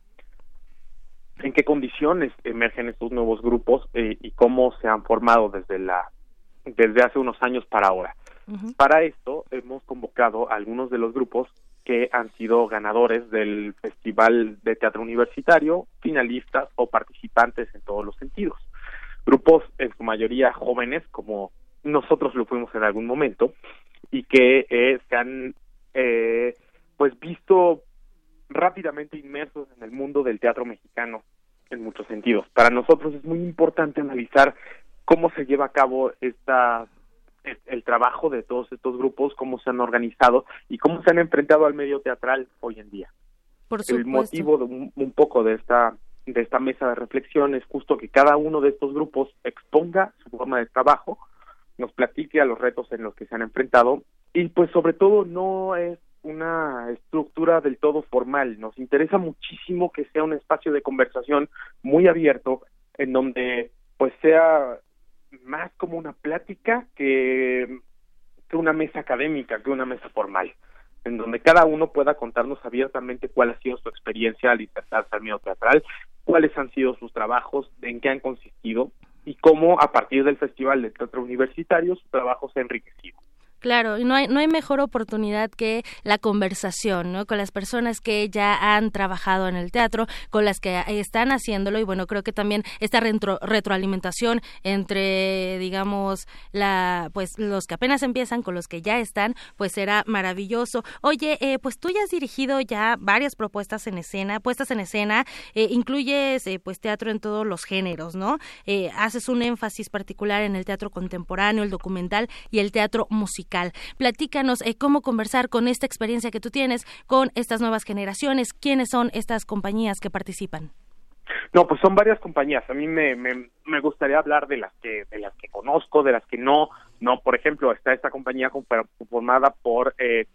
condiciones emergen estos nuevos grupos y cómo se han formado desde hace unos años para ahora. Uh-huh. Para esto hemos convocado a algunos de los grupos que han sido ganadores del Festival de Teatro Universitario, finalistas o participantes en todos los sentidos. Grupos en su mayoría jóvenes, como nosotros lo fuimos en algún momento, y que se han pues visto rápidamente inmersos en el mundo del teatro mexicano en muchos sentidos. Para nosotros es muy importante analizar cómo se lleva a cabo el trabajo de todos estos grupos, cómo se han organizado y cómo se han enfrentado al medio teatral hoy en día. Por supuesto. El motivo de un poco de esta mesa de reflexión es justo que cada uno de estos grupos exponga su forma de trabajo, nos platique a los retos en los que se han enfrentado y pues sobre todo no es una estructura del todo formal. Nos interesa muchísimo que sea un espacio de conversación muy abierto, en donde pues sea más como una plática que una mesa académica, que una mesa formal, en donde cada uno pueda contarnos abiertamente cuál ha sido su experiencia al insertarse al medio teatral, cuáles han sido sus trabajos, en qué han consistido y cómo a partir del Festival de Teatro Universitario su trabajo se ha enriquecido. Claro, y no hay mejor oportunidad que la conversación, ¿no? Con las personas que ya han trabajado en el teatro, con las que están haciéndolo, y bueno, creo que también esta retroalimentación entre, digamos, pues los que apenas empiezan con los que ya están, pues será maravilloso. Oye, pues tú ya has dirigido ya varias puestas en escena, incluyes pues teatro en todos los géneros, ¿no? Haces un énfasis particular en el teatro contemporáneo, el documental y el teatro musical. musical. Platícanos cómo conversar con esta experiencia que tú tienes con estas nuevas generaciones. ¿Quiénes son estas compañías que participan? No, pues son varias compañías. A mí me gustaría hablar de las que conozco, de las que no. No, por ejemplo, está esta compañía conformada por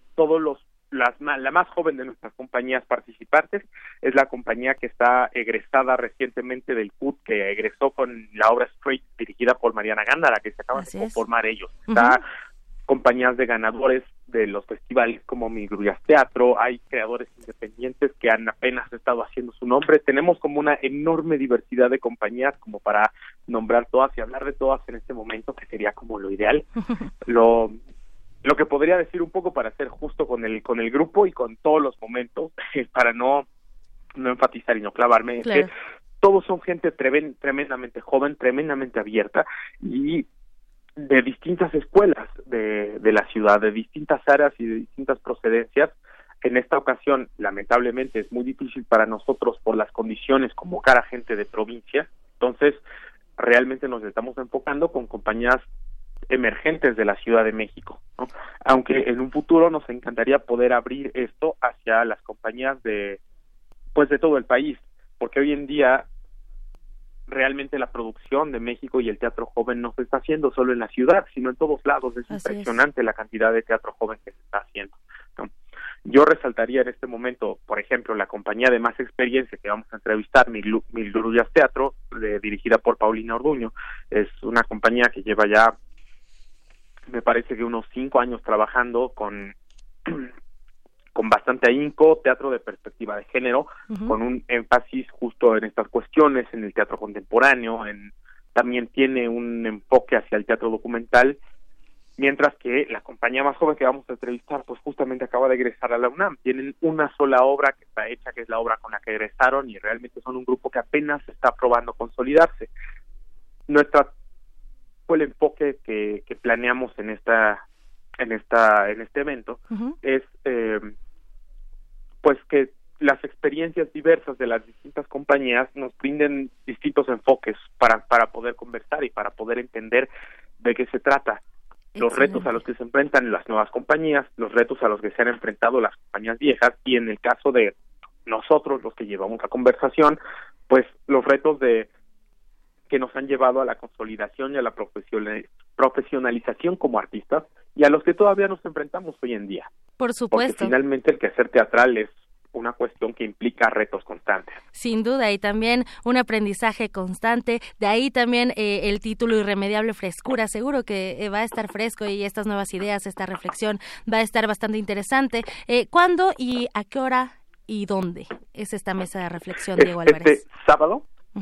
la más joven de nuestras compañías participantes. Es la compañía que está egresada recientemente del CUT, que egresó con la obra Straight, dirigida por Mariana Gándara, que se acaban de conformar ellos. Está compañías de ganadores de los festivales como Mi Grullas Teatro, hay creadores independientes que han apenas estado haciendo su nombre. Tenemos como una enorme diversidad de compañías como para nombrar todas y hablar de todas en este momento, que sería como lo ideal. Lo que podría decir un poco para ser justo con el grupo y con todos los momentos, para no enfatizar y no clavarme, claro, es que todos son gente tremendamente joven, tremendamente abierta y de distintas escuelas de la ciudad, de distintas áreas y de distintas procedencias. En esta ocasión, lamentablemente, es muy difícil para nosotros por las condiciones convocar a gente de provincia. Entonces, realmente nos estamos enfocando con compañías emergentes de la Ciudad de México, ¿no? Aunque en un futuro nos encantaría poder abrir esto hacia las compañías de todo el país, porque hoy en día realmente la producción de México y el teatro joven no se está haciendo solo en la ciudad, sino en todos lados. Es impresionante la cantidad de teatro joven que se está haciendo, ¿no? Yo resaltaría en este momento, por ejemplo, la compañía de más experiencia que vamos a entrevistar, Mil Grullas Teatro, dirigida por Paulina Orduño. Es una compañía que lleva ya, me parece que unos 5 años trabajando con bastante ahínco, teatro de perspectiva de género, con un énfasis justo en estas cuestiones, en el teatro contemporáneo, también tiene un enfoque hacia el teatro documental, mientras que la compañía más joven que vamos a entrevistar, pues justamente acaba de egresar a la UNAM. Tienen una sola obra que está hecha, que es la obra con la que egresaron, y realmente son un grupo que apenas está probando consolidarse. Fue el enfoque que planeamos en este evento, es pues que las experiencias diversas de las distintas compañías nos brinden distintos enfoques para poder conversar y para poder entender de qué se trata. Los retos a los que se enfrentan las nuevas compañías, los retos a los que se han enfrentado las compañías viejas, y en el caso de nosotros, los que llevamos la conversación, pues los retos que nos han llevado a la consolidación y a la profesionalización como artistas, y a los que todavía nos enfrentamos hoy en día. Por supuesto. Porque finalmente el quehacer teatral es una cuestión que implica retos constantes. Sin duda, y también un aprendizaje constante. De ahí también el título Irremediable Frescura. Seguro que va a estar fresco, y estas nuevas ideas, esta reflexión va a estar bastante interesante. ¿Cuándo y a qué hora y dónde es esta mesa de reflexión, Diego Álvarez? Este sábado,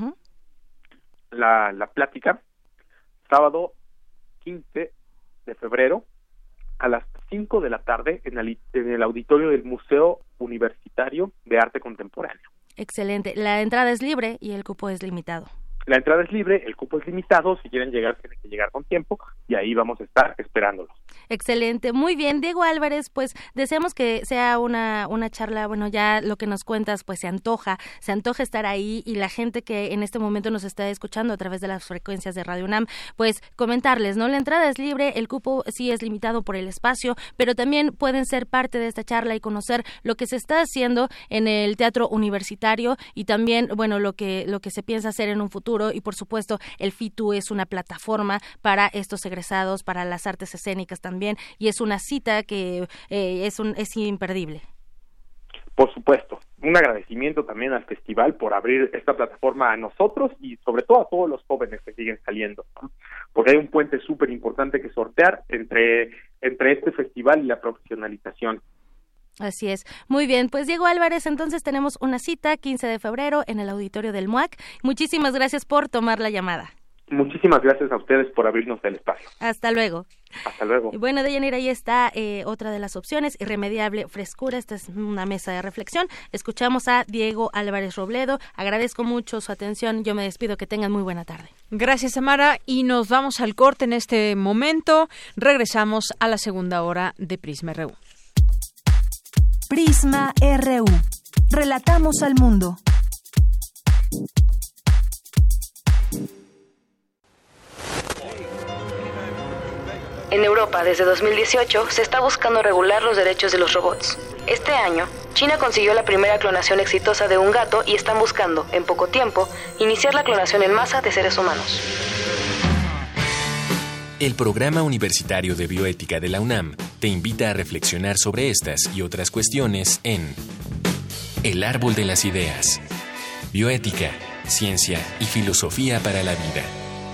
la plática, sábado 15 de febrero, a las 5 de la tarde en el auditorio del Museo Universitario de Arte Contemporáneo. Excelente. La entrada es libre y el cupo es limitado. La entrada es libre, el cupo es limitado. Si quieren llegar, tienen que llegar con tiempo, y ahí vamos a estar esperándolos. Excelente, muy bien, Diego Álvarez, pues deseamos que sea una charla, bueno, ya lo que nos cuentas pues se antoja estar ahí, y la gente que en este momento nos está escuchando a través de las frecuencias de Radio UNAM, pues comentarles, ¿no? La entrada es libre, el cupo sí es limitado por el espacio, pero también pueden ser parte de esta charla y conocer lo que se está haciendo en el teatro universitario, y también, bueno, lo que se piensa hacer en un futuro. Y por supuesto el FITU es una plataforma para estos egresados, para las artes escénicas también, y es una cita que es imperdible. Por supuesto, un agradecimiento también al festival por abrir esta plataforma a nosotros y sobre todo a todos los jóvenes que siguen saliendo, ¿no? Porque hay un puente súper importante que sortear entre este festival y la profesionalización. Así es. Muy bien, pues Diego Álvarez, entonces tenemos una cita 15 de febrero en el auditorio del MUAC. Muchísimas gracias por tomar la llamada. Muchísimas gracias a ustedes por abrirnos el espacio. Hasta luego. Hasta luego. Y bueno, Deyanira, ahí está otra de las opciones, Irremediable Frescura. Esta es una mesa de reflexión. Escuchamos a Diego Álvarez Robledo. Agradezco mucho su atención. Yo me despido. Que tengan muy buena tarde. Gracias, Tamara. Y nos vamos al corte en este momento. Regresamos a la segunda hora de Prisma RU. Prisma RU. Relatamos al mundo. En Europa, desde 2018, se está buscando regular los derechos de los robots. Este año, China consiguió la primera clonación exitosa de un gato y están buscando, en poco tiempo, iniciar la clonación en masa de seres humanos. El Programa Universitario de Bioética de la UNAM te invita a reflexionar sobre estas y otras cuestiones en El Árbol de las Ideas. Bioética, ciencia y filosofía para la vida.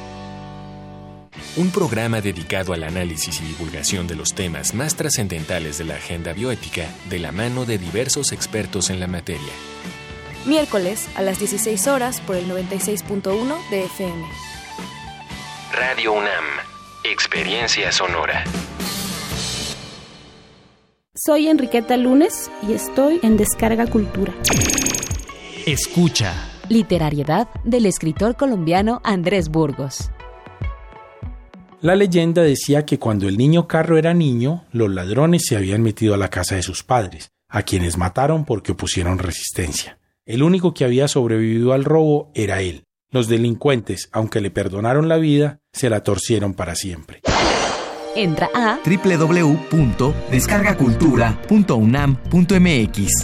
Un programa dedicado al análisis y divulgación de los temas más trascendentales de la agenda bioética de la mano de diversos expertos en la materia. Miércoles a las 16 horas por el 96.1 de FM. Radio UNAM. Experiencia sonora. Soy Enriqueta Lunes y estoy en Descarga Cultura. Escucha. Literariedad del escritor colombiano Andrés Burgos. La leyenda decía que cuando el niño Carro era niño, los ladrones se habían metido a la casa de sus padres, a quienes mataron porque opusieron resistencia. El único que había sobrevivido al robo era él. Los delincuentes, aunque le perdonaron la vida, se la torcieron para siempre. Entra a www.descargacultura.unam.mx.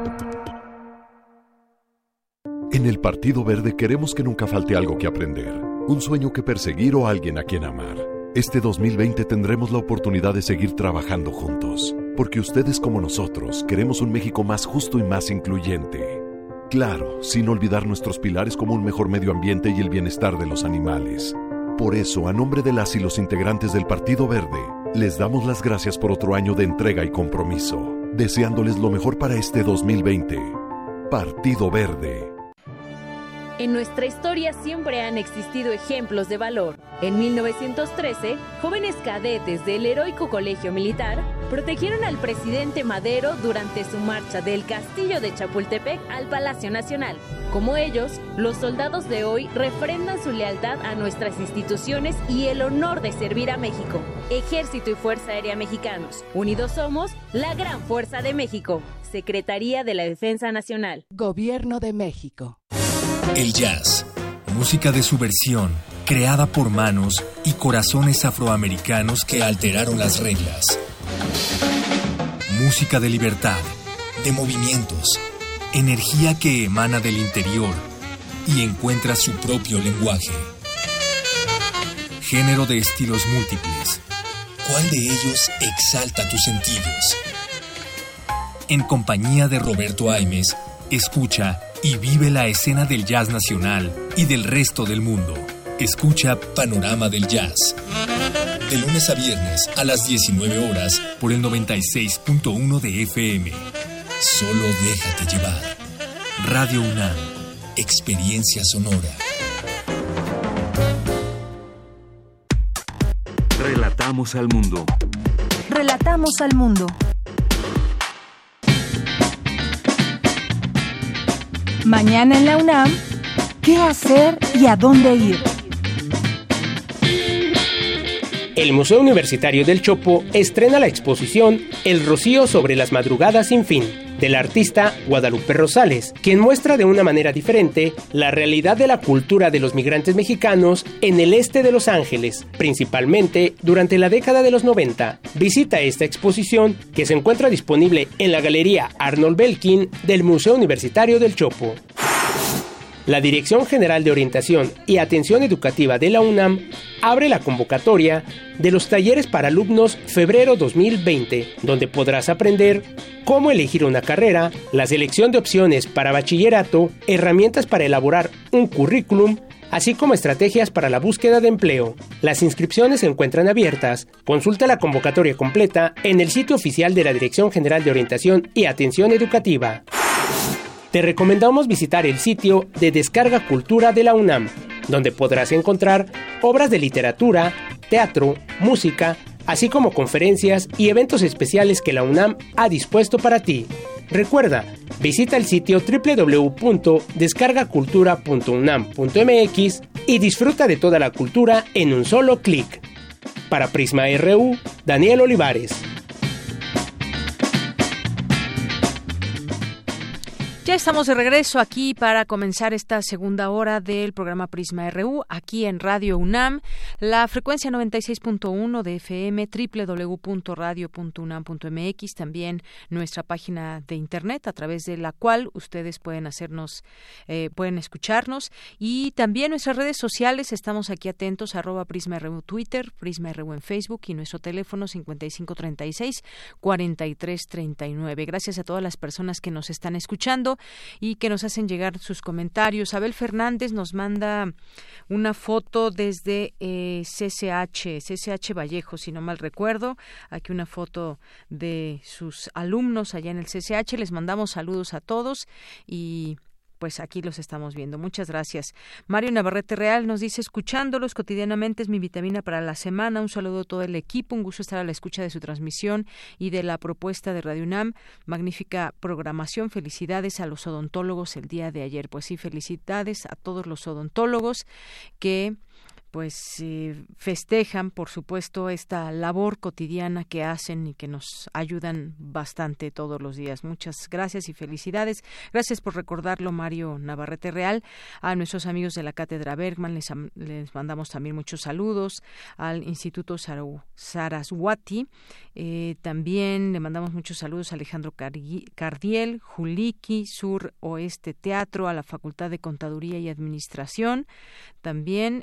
En el Partido Verde queremos que nunca falte algo que aprender, un sueño que perseguir o alguien a quien amar. Este 2020 tendremos la oportunidad de seguir trabajando juntos, porque ustedes como nosotros queremos un México más justo y más incluyente. Claro, sin olvidar nuestros pilares como un mejor medio ambiente y el bienestar de los animales. Por eso, a nombre de las y los integrantes del Partido Verde, les damos las gracias por otro año de entrega y compromiso, deseándoles lo mejor para este 2020. Partido Verde. En nuestra historia siempre han existido ejemplos de valor. En 1913, jóvenes cadetes del heroico Colegio Militar protegieron al presidente Madero durante su marcha del Castillo de Chapultepec al Palacio Nacional. Como ellos, los soldados de hoy refrendan su lealtad a nuestras instituciones y el honor de servir a México. Ejército y Fuerza Aérea Mexicanos. Unidos somos la gran fuerza de México. Secretaría de la Defensa Nacional. Gobierno de México. El jazz, música de subversión, creada por manos y corazones afroamericanos que alteraron las reglas. Música de libertad, de movimientos, energía que emana del interior y encuentra su propio lenguaje. Género de estilos múltiples. ¿Cuál de ellos exalta tus sentidos? En compañía de Roberto Aimes, escucha y vive la escena del jazz nacional y del resto del mundo. Escucha Panorama del Jazz. De lunes a viernes a las 19 horas por el 96.1 de FM. Solo déjate llevar. Radio UNAM. Experiencia sonora. Relatamos al mundo. Relatamos al mundo. Mañana en la UNAM, ¿qué hacer y a dónde ir? El Museo Universitario del Chopo estrena la exposición El Rocío sobre las madrugadas sin fin, del artista Guadalupe Rosales, quien muestra de una manera diferente la realidad de la cultura de los migrantes mexicanos en el este de Los Ángeles, principalmente durante la década de los 90. Visita esta exposición, que se encuentra disponible en la Galería Arnold Belkin del Museo Universitario del Chopo. La Dirección General de Orientación y Atención Educativa de la UNAM abre la convocatoria de los talleres para alumnos febrero 2020, donde podrás aprender cómo elegir una carrera, la selección de opciones para bachillerato, herramientas para elaborar un currículum, así como estrategias para la búsqueda de empleo. Las inscripciones se encuentran abiertas. Consulta la convocatoria completa en el sitio oficial de la Dirección General de Orientación y Atención Educativa. Te recomendamos visitar el sitio de Descarga Cultura de la UNAM, donde podrás encontrar obras de literatura, teatro, música, así como conferencias y eventos especiales que la UNAM ha dispuesto para ti. Recuerda, visita el sitio www.descargacultura.unam.mx y disfruta de toda la cultura en un solo clic. Para Prisma RU, Daniel Olivares. Ya estamos de regreso aquí para comenzar esta segunda hora del programa Prisma RU, aquí en Radio UNAM, la frecuencia 96.1 de FM, www.radio.unam.mx, también nuestra página de internet a través de la cual ustedes pueden escucharnos, y también nuestras redes sociales. Estamos aquí atentos, @Prisma RU Twitter, Prisma RU en Facebook, y nuestro teléfono 5536-4339. Gracias a todas las personas que nos están escuchando y que nos hacen llegar sus comentarios. Abel Fernández nos manda una foto desde CCH Vallejo, si no mal recuerdo. Aquí una foto de sus alumnos allá en el CCH. Les mandamos saludos a todos y pues aquí los estamos viendo. Muchas gracias. Mario Navarrete Real nos dice: escuchándolos cotidianamente es mi vitamina para la semana. Un saludo a todo el equipo. Un gusto estar a la escucha de su transmisión y de la propuesta de Radio UNAM. Magnífica programación. Felicidades a los odontólogos el día de ayer. Pues sí, felicidades a todos los odontólogos que festejan, por supuesto, esta labor cotidiana que hacen y que nos ayudan bastante todos los días. Muchas gracias y felicidades. Gracias por recordarlo, Mario Navarrete Real. A nuestros amigos de la Cátedra Bergman les mandamos también muchos saludos. Al Instituto Saraswati también le mandamos muchos saludos a Alejandro Cardiel, Juliki, Sur Oeste Teatro, a la Facultad de Contaduría y Administración. También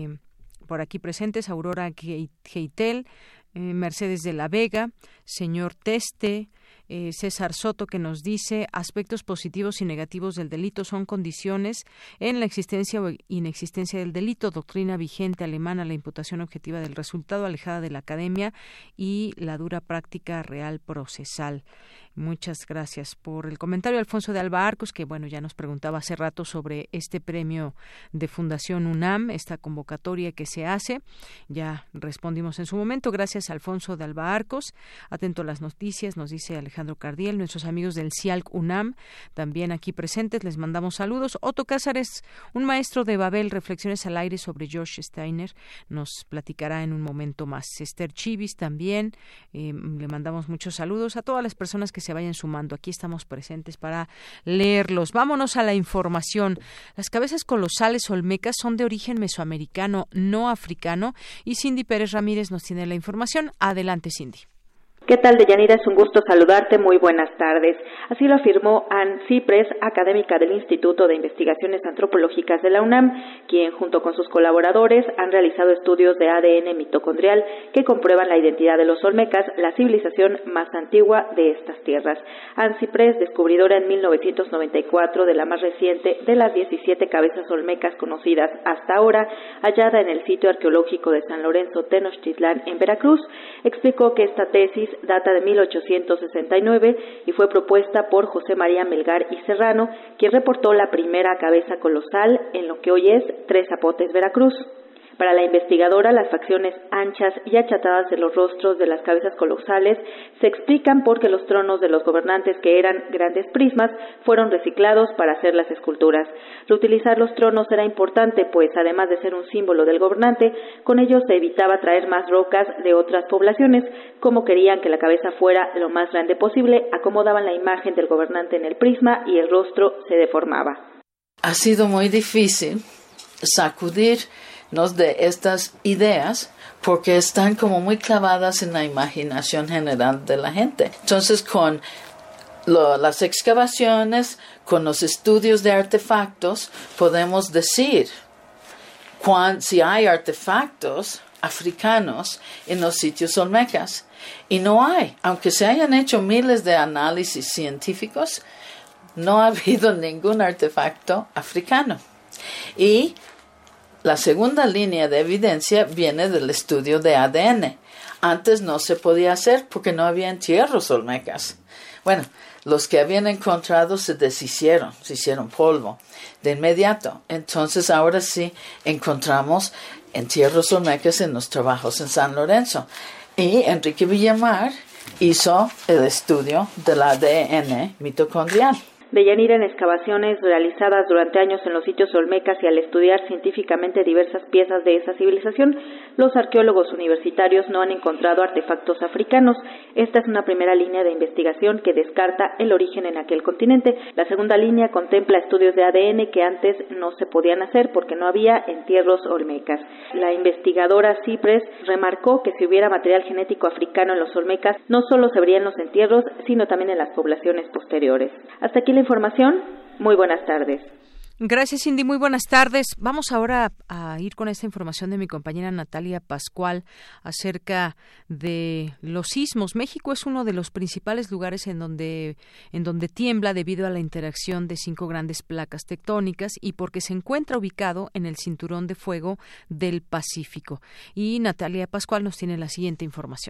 por aquí presentes Aurora Geitel, Mercedes de la Vega, señor Teste, César Soto, que nos dice: aspectos positivos y negativos del delito son condiciones en la existencia o inexistencia del delito, doctrina vigente alemana, la imputación objetiva del resultado alejada de la academia y la dura práctica real procesal. Muchas gracias por el comentario. Alfonso de Alba Arcos, que ya nos preguntaba hace rato sobre este premio de Fundación UNAM, esta convocatoria que se hace. Ya respondimos en su momento. Gracias, Alfonso de Alba Arcos. Atento a las noticias, nos dice Alejandro Cardiel. Nuestros amigos del CIALC UNAM, también aquí presentes, les mandamos saludos. Otto Cázares, un maestro de Babel, reflexiones al aire sobre George Steiner, nos platicará en un momento más. Esther Chivis también, le mandamos muchos saludos a todas las personas que se vayan sumando. Aquí estamos presentes para leerlos. Vámonos a la información. Las cabezas colosales olmecas son de origen mesoamericano, no africano, y Cindy Pérez Ramírez nos tiene la información. Adelante, Cindy. ¿Qué tal, Deyanira? Es un gusto saludarte. Muy buenas tardes. Así lo afirmó Ann Cipres, académica del Instituto de Investigaciones Antropológicas de la UNAM, quien junto con sus colaboradores han realizado estudios de ADN mitocondrial que comprueban la identidad de los olmecas, la civilización más antigua de estas tierras. Ann Cipres, descubridora en 1994 de la más reciente de las 17 cabezas olmecas conocidas hasta ahora, hallada en el sitio arqueológico de San Lorenzo Tenochtitlán en Veracruz, explicó que esta tesis data de 1869 y fue propuesta por José María Melgar y Serrano, quien reportó la primera cabeza colosal en lo que hoy es Tres Zapotes, Veracruz. Para la investigadora, las facciones anchas y achatadas de los rostros de las cabezas colosales se explican porque los tronos de los gobernantes, que eran grandes prismas, fueron reciclados para hacer las esculturas. Reutilizar los tronos era importante, pues además de ser un símbolo del gobernante, con ello se evitaba traer más rocas de otras poblaciones. Como querían que la cabeza fuera lo más grande posible, acomodaban la imagen del gobernante en el prisma y el rostro se deformaba. Ha sido muy difícil sacudirnos de estas ideas porque están como muy clavadas en la imaginación general de la gente. Entonces, con las excavaciones, con los estudios de artefactos, podemos decir si hay artefactos africanos en los sitios olmecas. Y no hay, aunque se hayan hecho miles de análisis científicos, no ha habido ningún artefacto africano. Y la segunda línea de evidencia viene del estudio de ADN. Antes no se podía hacer porque no había entierros olmecas. Bueno, los que habían encontrado se deshicieron, se hicieron polvo de inmediato. Entonces ahora sí encontramos entierros olmecas en los trabajos en San Lorenzo. Y Enrique Villamar hizo el estudio del ADN mitocondrial. Deyanira, en excavaciones realizadas durante años en los sitios olmecas y al estudiar científicamente diversas piezas de esa civilización, los arqueólogos universitarios no han encontrado artefactos africanos. Esta es una primera línea de investigación que descarta el origen en aquel continente. La segunda línea contempla estudios de ADN que antes no se podían hacer porque no había entierros olmecas. La investigadora Cypress remarcó que si hubiera material genético africano en los olmecas, no solo se vería en los entierros, sino también en las poblaciones posteriores. Hasta aquí la información. Muy buenas tardes. Gracias, Cindy. Muy buenas tardes. Vamos ahora a ir con esta información de mi compañera Natalia Pascual acerca de los sismos. México es uno de los principales lugares en donde tiembla debido a la interacción de 5 grandes placas tectónicas y porque se encuentra ubicado en el cinturón de fuego del Pacífico. Y Natalia Pascual nos tiene la siguiente información.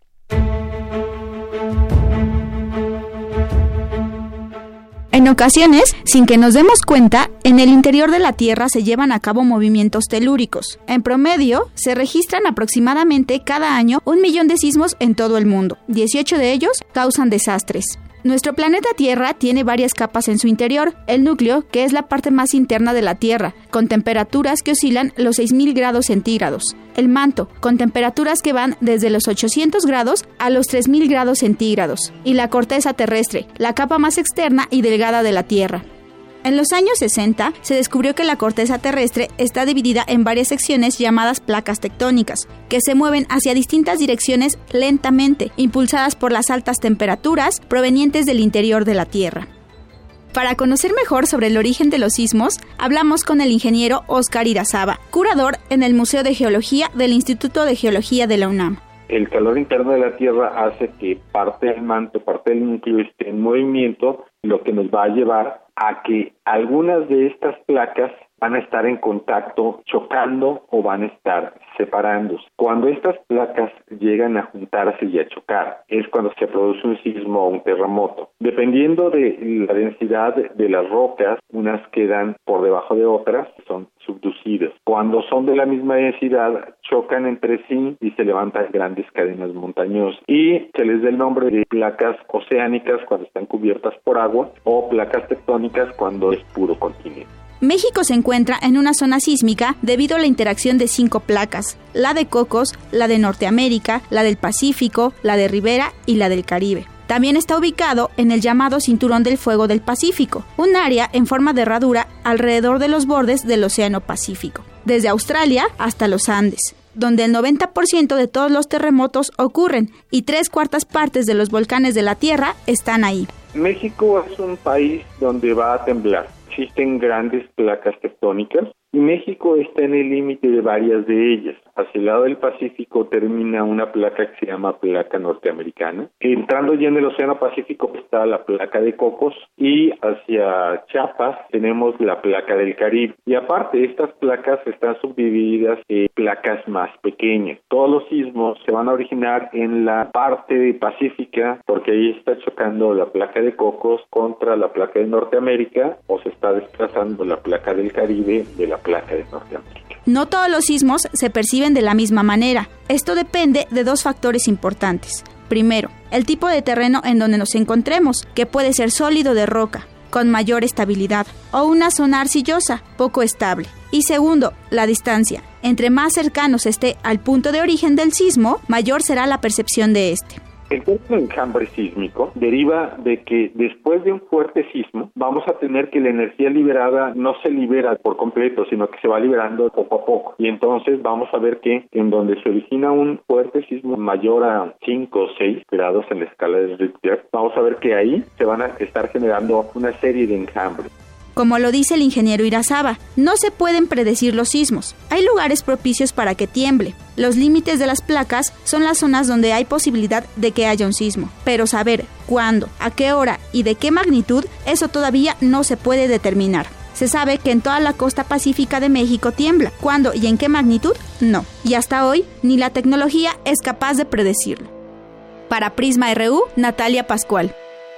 En ocasiones, sin que nos demos cuenta, en el interior de la Tierra se llevan a cabo movimientos telúricos. En promedio, se registran aproximadamente cada año 1 millón de sismos en todo el mundo. 18 de ellos causan desastres. Nuestro planeta Tierra tiene varias capas en su interior. El núcleo, que es la parte más interna de la Tierra, con temperaturas que oscilan los 6.000 grados centígrados. El manto, con temperaturas que van desde los 800 grados a los 3.000 grados centígrados. Y la corteza terrestre, la capa más externa y delgada de la Tierra. En los años 60 se descubrió que la corteza terrestre está dividida en varias secciones llamadas placas tectónicas, que se mueven hacia distintas direcciones lentamente, impulsadas por las altas temperaturas provenientes del interior de la Tierra. Para conocer mejor sobre el origen de los sismos, hablamos con el ingeniero Óscar Irazaba, curador en el Museo de Geología del Instituto de Geología de la UNAM. El calor interno de la Tierra hace que parte del manto, parte del núcleo esté en movimiento, lo que nos va a llevar a que algunas de estas placas van a estar en contacto, chocando o van a estar separándose. Cuando estas placas llegan a juntarse y a chocar, es cuando se produce un sismo o un terremoto. Dependiendo de la densidad de las rocas, unas quedan por debajo de otras, son subducidas. Cuando son de la misma densidad, chocan entre sí y se levantan grandes cadenas montañosas. Y se les da el nombre de placas oceánicas cuando están cubiertas por agua o placas tectónicas cuando es puro continente. México se encuentra en una zona sísmica debido a la interacción de 5 placas, la de Cocos, la de Norteamérica, la del Pacífico, la de Rivera y la del Caribe. También está ubicado en el llamado Cinturón del Fuego del Pacífico, un área en forma de herradura alrededor de los bordes del Océano Pacífico, desde Australia hasta los Andes, donde el 90% de todos los terremotos ocurren y 3/4 partes de los volcanes de la Tierra están ahí. México es un país donde va a temblar. Existen grandes placas tectónicas y México está en el límite de varias de ellas. Hacia el lado del Pacífico termina una placa que se llama placa norteamericana. Entrando ya en el Océano Pacífico está la placa de Cocos y hacia Chiapas tenemos la placa del Caribe. Y aparte, estas placas están subdivididas en placas más pequeñas. Todos los sismos se van a originar en la parte pacífica porque ahí está chocando la placa de Cocos contra la placa de Norteamérica o se está desplazando la placa del Caribe de la placa de Norteamérica. No todos los sismos se perciben de la misma manera. Esto depende de 2 factores importantes. Primero, el tipo de terreno en donde nos encontremos, que puede ser sólido de roca, con mayor estabilidad, o una zona arcillosa, poco estable. Y segundo, la distancia. Entre más cercanos esté al punto de origen del sismo, mayor será la percepción de este. El término enjambre sísmico deriva de que después de un fuerte sismo vamos a tener que la energía liberada no se libera por completo, sino que se va liberando poco a poco. Y entonces vamos a ver que en donde se origina un fuerte sismo mayor a 5 o 6 grados en la escala de Richter, vamos a ver que ahí se van a estar generando una serie de enjambres. Como lo dice el ingeniero Irazaba, no se pueden predecir los sismos. Hay lugares propicios para que tiemble. Los límites de las placas son las zonas donde hay posibilidad de que haya un sismo. Pero saber cuándo, a qué hora y de qué magnitud, eso todavía no se puede determinar. Se sabe que en toda la costa pacífica de México tiembla. ¿Cuándo y en qué magnitud? No. Y hasta hoy, ni la tecnología es capaz de predecirlo. Para Prisma RU, Natalia Pascual.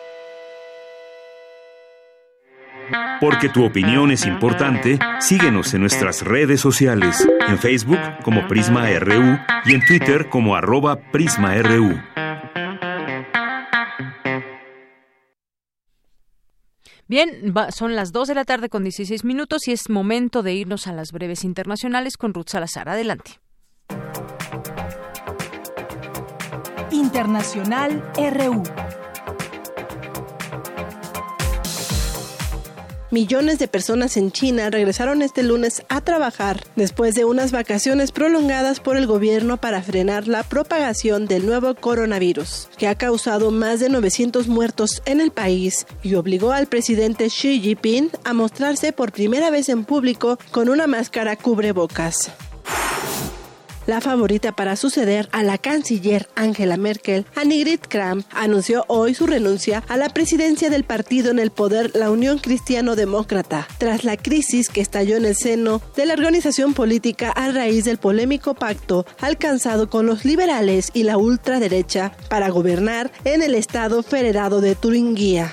Porque tu opinión es importante, síguenos en nuestras redes sociales, en Facebook como Prisma RU y en Twitter como @PrismaRU. Bien, son las 2:16 p.m. y es momento de irnos a las breves internacionales con Ruth Salazar. Adelante. Internacional RU. Millones de personas en China regresaron este lunes a trabajar después de unas vacaciones prolongadas por el gobierno para frenar la propagación del nuevo coronavirus, que ha causado más de 900 muertos en el país y obligó al presidente Xi Jinping a mostrarse por primera vez en público con una máscara cubrebocas. La favorita para suceder a la canciller Angela Merkel, Annegret Kramp, anunció hoy su renuncia a la presidencia del partido en el poder, la Unión Cristiano-Demócrata, tras la crisis que estalló en el seno de la organización política a raíz del polémico pacto alcanzado con los liberales y la ultraderecha para gobernar en el estado federado de Turingia.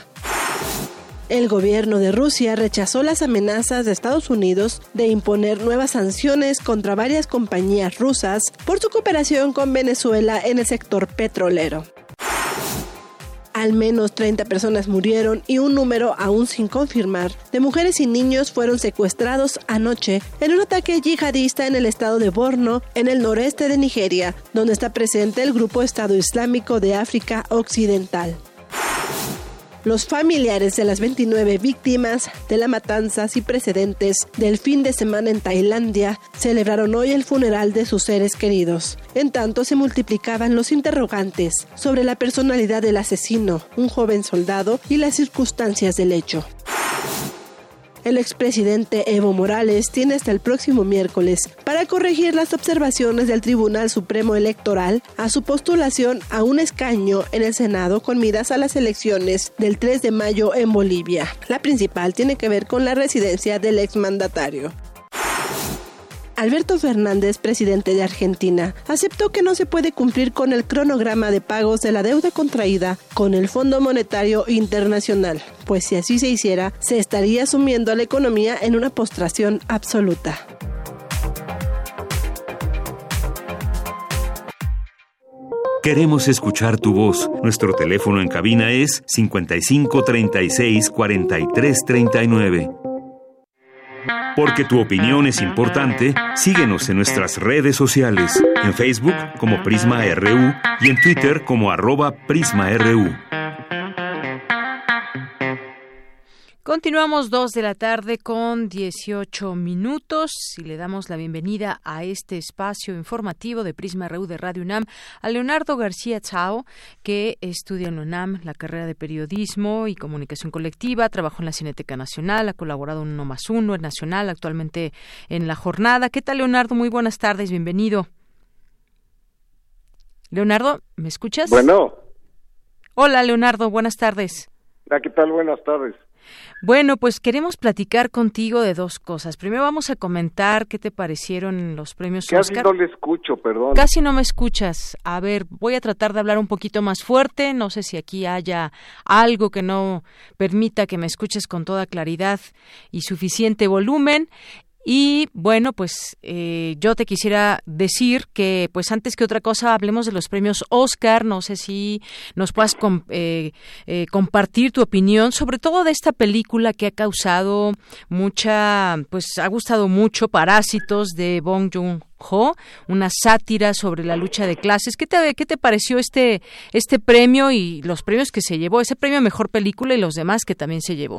El gobierno de Rusia rechazó las amenazas de Estados Unidos de imponer nuevas sanciones contra varias compañías rusas por su cooperación con Venezuela en el sector petrolero. Al menos 30 personas murieron y un número aún sin confirmar de mujeres y niños fueron secuestrados anoche en un ataque yihadista en el estado de Borno, en el noreste de Nigeria, donde está presente el grupo Estado Islámico de África Occidental. Los familiares de las 29 víctimas de la matanza sin precedentes del fin de semana en Tailandia celebraron hoy el funeral de sus seres queridos. En tanto, se multiplicaban los interrogantes sobre la personalidad del asesino, un joven soldado, y las circunstancias del hecho. El expresidente Evo Morales tiene hasta el próximo miércoles para corregir las observaciones del Tribunal Supremo Electoral a su postulación a un escaño en el Senado con miras a las elecciones del 3 de mayo en Bolivia. La principal tiene que ver con la residencia del exmandatario. Alberto Fernández, presidente de Argentina, aceptó que no se puede cumplir con el cronograma de pagos de la deuda contraída con el Fondo Monetario Internacional, pues si así se hiciera, se estaría sumiendo a la economía en una postración absoluta. Queremos escuchar tu voz. Nuestro teléfono en cabina es 55 36 43 39. Porque tu opinión es importante, síguenos en nuestras redes sociales, en Facebook como Prisma RU y en Twitter como @PrismaRU. Continuamos 2:18 p.m. y le damos la bienvenida a este espacio informativo de Prisma RU de Radio UNAM a Leonardo García Tsao, que estudia en la UNAM la carrera de Periodismo y Comunicación Colectiva, trabajó en la Cineteca Nacional, ha colaborado en 1+1, en Nacional, actualmente en La Jornada. ¿Qué tal, Leonardo? Muy buenas tardes, bienvenido. Leonardo, ¿me escuchas? Bueno. Hola, Leonardo, buenas tardes. ¿Qué tal? Buenas tardes. Bueno, pues queremos platicar contigo de dos cosas. Primero vamos a comentar qué te parecieron los premios Oscar. Casi no le escucho, perdón. Casi no me escuchas. A ver, voy a tratar de hablar un poquito más fuerte. No sé si aquí haya algo que no permita que me escuches con toda claridad y suficiente volumen. Y bueno, pues yo te quisiera decir que, pues antes que otra cosa, hablemos de los premios Oscar. No sé si nos puedas compartir tu opinión, sobre todo de esta película que ha causado pues ha gustado mucho, Parásitos, de Bong Joon-ho, una sátira sobre la lucha de clases. ¿Qué te pareció este premio y los premios que se llevó, ese premio a Mejor Película y los demás que también se llevó?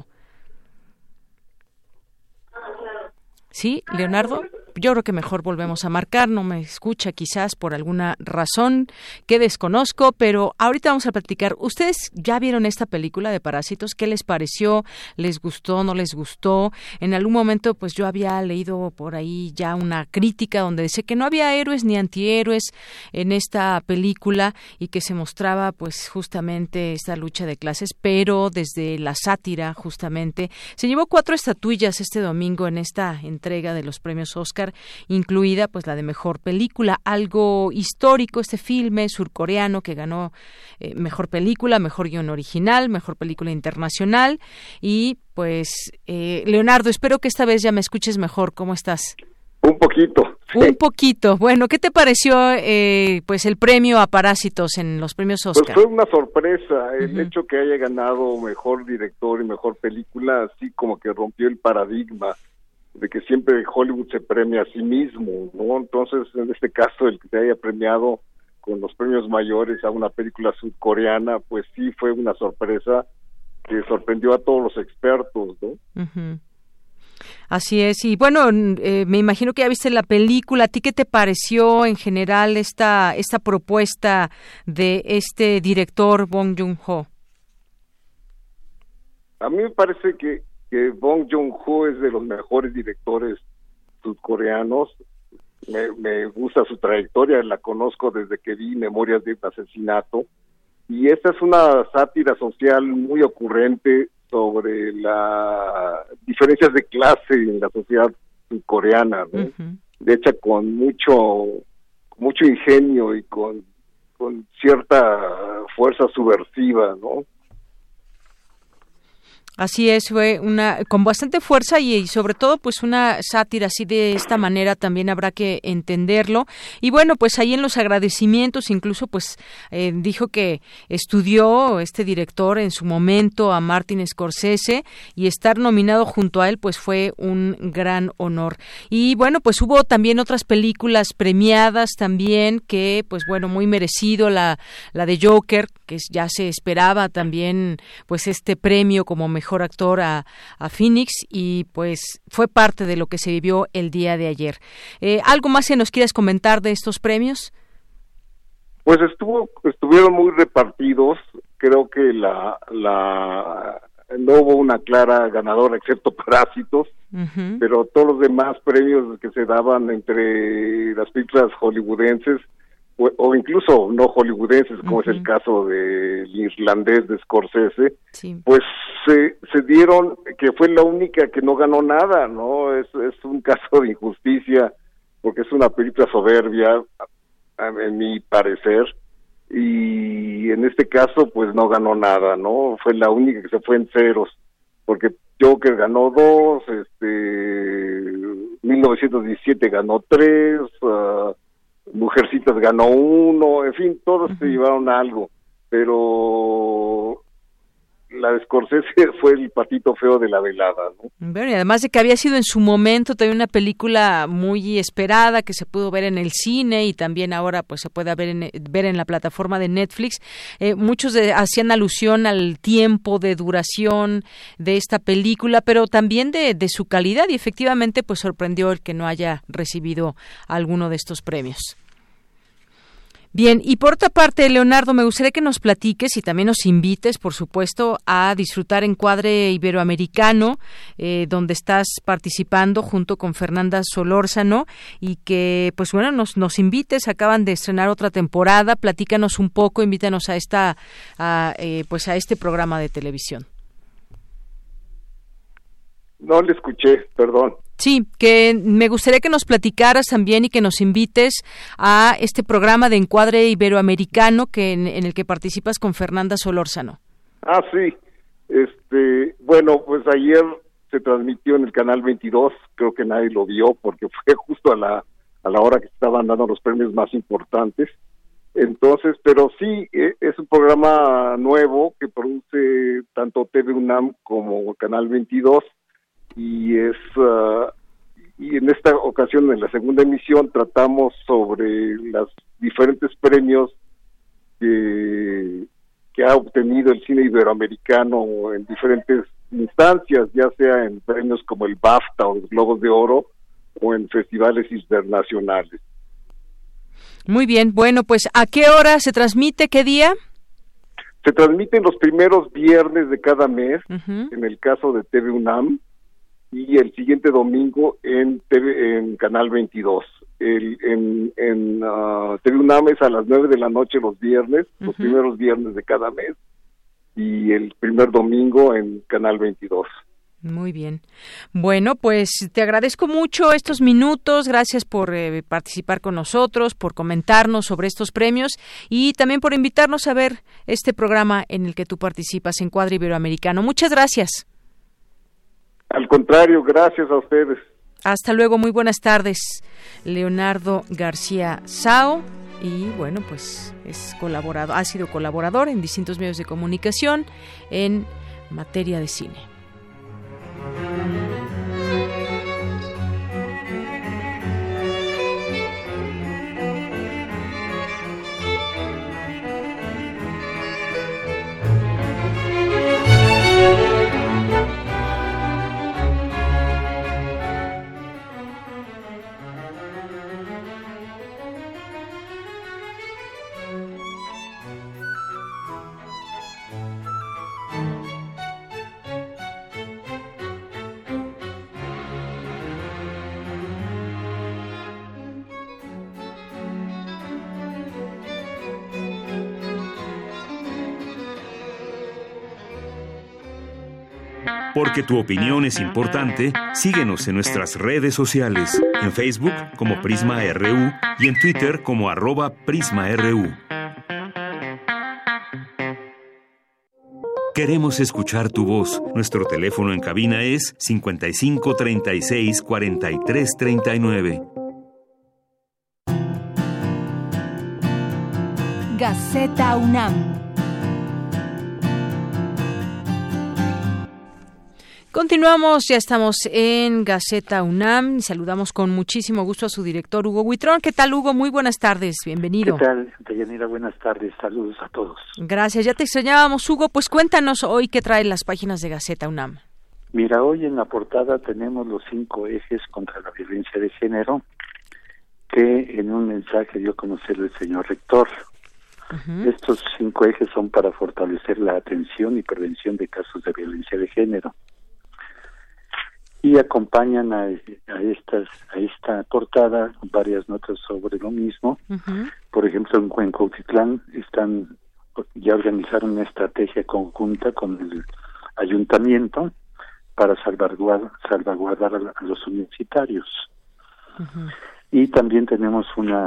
¿Sí, Leonardo? Yo creo que mejor volvemos a marcar, no me escucha quizás por alguna razón que desconozco, pero ahorita vamos a platicar. ¿Ustedes ya vieron esta película de Parásitos? ¿Qué les pareció? ¿Les gustó? ¿No les gustó? En algún momento pues yo había leído por ahí ya una crítica donde decía que no había héroes ni antihéroes en esta película y que se mostraba pues justamente esta lucha de clases, pero desde la sátira justamente. Se llevó 4 estatuillas este domingo en esta entrega de los premios Oscar, incluida pues la de Mejor Película, algo histórico, este filme surcoreano que ganó Mejor Película, Mejor Guión Original, Mejor Película Internacional. Y pues Leonardo, espero que esta vez ya me escuches mejor. ¿Cómo estás? Un poquito. Un poquito. Bueno, ¿qué te pareció pues el premio a Parásitos en los premios Oscar? Pues fue una sorpresa. El hecho que haya ganado mejor director y mejor película, así como que rompió el paradigma de que siempre Hollywood se premia a sí mismo, ¿no? Entonces, en este caso, el que se haya premiado con los premios mayores a una película sudcoreana, pues sí fue una sorpresa que sorprendió a todos los expertos, ¿no? Uh-huh. Así es, y bueno, me imagino que ya viste la película. ¿A ti qué te pareció en general esta propuesta de este director Bong Joon-ho? A mí me parece que Bong Joon-ho es de los mejores directores sudcoreanos. Me gusta su trayectoria, la conozco desde que vi Memorias de un asesinato, y esta es una sátira social muy ocurrente sobre las diferencias de clase en la sociedad coreana, ¿no? Uh-huh. De hecho, con mucho ingenio y con cierta fuerza subversiva, ¿no? Así es, fue con bastante fuerza y sobre todo pues una sátira así de esta manera también habrá que entenderlo. Y bueno, pues ahí en los agradecimientos incluso pues dijo que estudió este director en su momento a Martin Scorsese y estar nominado junto a él pues fue un gran honor. Y bueno, pues hubo también otras películas premiadas también que pues bueno, muy merecido la de Joker, que ya se esperaba también pues este premio como mejor actor a Phoenix, y pues fue parte de lo que se vivió el día de ayer. ¿Algo más que nos quieras comentar de estos premios? Pues estuvieron muy repartidos. Creo que no hubo una clara ganadora excepto Parásitos, uh-huh. Pero todos los demás premios que se daban entre las películas hollywoodenses o incluso no hollywoodenses, como uh-huh. es el caso del Irlandés de Scorsese, sí. Pues se dieron, que fue la única que no ganó nada, ¿no? Es un caso de injusticia, porque es una película soberbia, en mi parecer, y en este caso, pues no ganó nada, ¿no? Fue la única que se fue en ceros, porque Joker ganó 2, 1917 ganó 3, Mujercitas ganó 1, en fin, todos uh-huh. se llevaron algo, pero la de Scorsese fue el patito feo de la velada, ¿no? Bueno, y además de que había sido en su momento también una película muy esperada que se pudo ver en el cine y también ahora pues se puede ver en la plataforma de Netflix. Muchos hacían alusión al tiempo de duración de esta película, pero también de su calidad, y efectivamente pues sorprendió el que no haya recibido alguno de estos premios. Bien, y por otra parte, Leonardo, me gustaría que nos platiques y también nos invites, por supuesto, a disfrutar Encuadre Iberoamericano, donde estás participando junto con Fernanda Solórzano, y que, pues bueno, nos invites. Acaban de estrenar otra temporada. Platícanos un poco, invítanos a este programa de televisión. No le escuché, perdón. Sí, que me gustaría que nos platicaras también y que nos invites a este programa de Encuadre Iberoamericano en el que participas con Fernanda Solórzano. Ah, sí. Bueno, pues ayer se transmitió en el canal 22, creo que nadie lo vio porque fue justo a la hora que estaban dando los premios más importantes. Entonces, pero sí, es un programa nuevo que produce tanto TV UNAM como Canal 22. Y en esta ocasión, en la segunda emisión, tratamos sobre los diferentes premios que ha obtenido el cine iberoamericano en diferentes instancias, ya sea en premios como el BAFTA o los Globos de Oro o en festivales internacionales. Muy bien, bueno, pues ¿a qué hora se transmite? ¿Qué día? Se transmiten los primeros viernes de cada mes, uh-huh. en el caso de TV UNAM, y el siguiente domingo en Canal 22. En TV UNAM es a las 9 de la noche los viernes, uh-huh. los primeros viernes de cada mes, y el primer domingo en Canal 22. Muy bien. Bueno, pues te agradezco mucho estos minutos, gracias por participar con nosotros, por comentarnos sobre estos premios y también por invitarnos a ver este programa en el que tú participas, Encuadre Iberoamericano. Muchas gracias. Al contrario, gracias a ustedes. Hasta luego, muy buenas tardes. Leonardo García Sao. Y bueno, pues ha sido colaborador en distintos medios de comunicación en materia de cine. Porque tu opinión es importante, síguenos en nuestras redes sociales, en Facebook como Prisma RU y en Twitter como @PrismaRU. Queremos escuchar tu voz. Nuestro teléfono en cabina es 55 36 43 39. Gaceta UNAM. Continuamos, ya estamos en Gaceta UNAM. Saludamos con muchísimo gusto a su director, Hugo Huitrón. ¿Qué tal, Hugo? Muy buenas tardes, bienvenido. ¿Qué tal, Deyanira? Buenas tardes, saludos a todos. Gracias, ya te extrañábamos, Hugo. Pues cuéntanos hoy qué traen las páginas de Gaceta UNAM. Mira, hoy en la portada tenemos los 5 ejes contra la violencia de género que en un mensaje dio a conocer el señor rector. Uh-huh. Estos 5 ejes son para fortalecer la atención y prevención de casos de violencia de género. Y acompañan a esta portada varias notas sobre lo mismo. Uh-huh. Por ejemplo, en Cuautitlán ya organizaron una estrategia conjunta con el ayuntamiento para salvaguardar a los universitarios. Uh-huh. Y también tenemos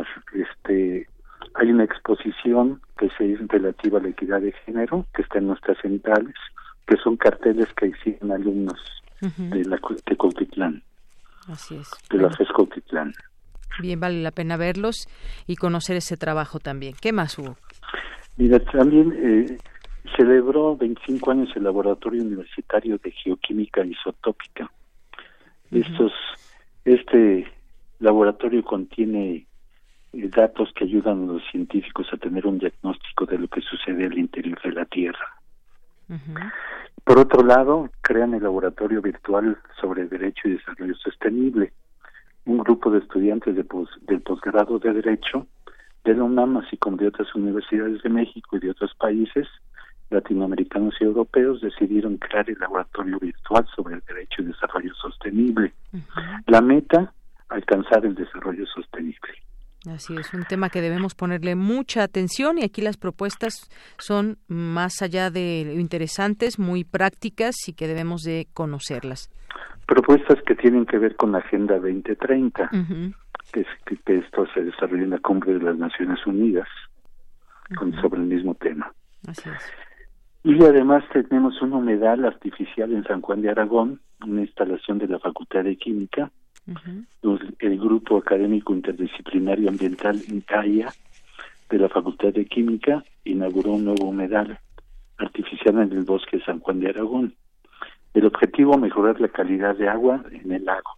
hay una exposición que es relativa a la equidad de género, que está en nuestras centrales, que son carteles que exhiben alumnos uh-huh. de Cuautitlán. Así es. De la FES Cuautitlán. Bien, vale la pena verlos y conocer ese trabajo también. ¿Qué más hubo? Mira, también celebró 25 años el Laboratorio Universitario de Geoquímica Isotópica. Uh-huh. Este laboratorio contiene datos que ayudan a los científicos a tener un diagnóstico de lo que sucede al interior de la Tierra. Uh-huh. Por otro lado, crean el Laboratorio Virtual sobre Derecho y Desarrollo Sostenible, un grupo de estudiantes del posgrado de Derecho de la UNAM, así como de otras universidades de México y de otros países latinoamericanos y europeos, decidieron crear el Laboratorio Virtual sobre el Derecho y Desarrollo Sostenible. Uh-huh. La meta, alcanzar el desarrollo sostenible. Así es, un tema que debemos ponerle mucha atención y aquí las propuestas son más allá de interesantes, muy prácticas y que debemos de conocerlas. Propuestas que tienen que ver con la Agenda 2030, uh-huh. que esto se desarrolla en la Cumbre de las Naciones Unidas, uh-huh. sobre el mismo tema. Así es. Y además tenemos un humedal artificial en San Juan de Aragón, una instalación de la Facultad de Química. Uh-huh. El Grupo Académico Interdisciplinario Ambiental INCAIA de la Facultad de Química inauguró un nuevo humedal artificial en el bosque de San Juan de Aragón. El objetivo, mejorar la calidad de agua en el lago.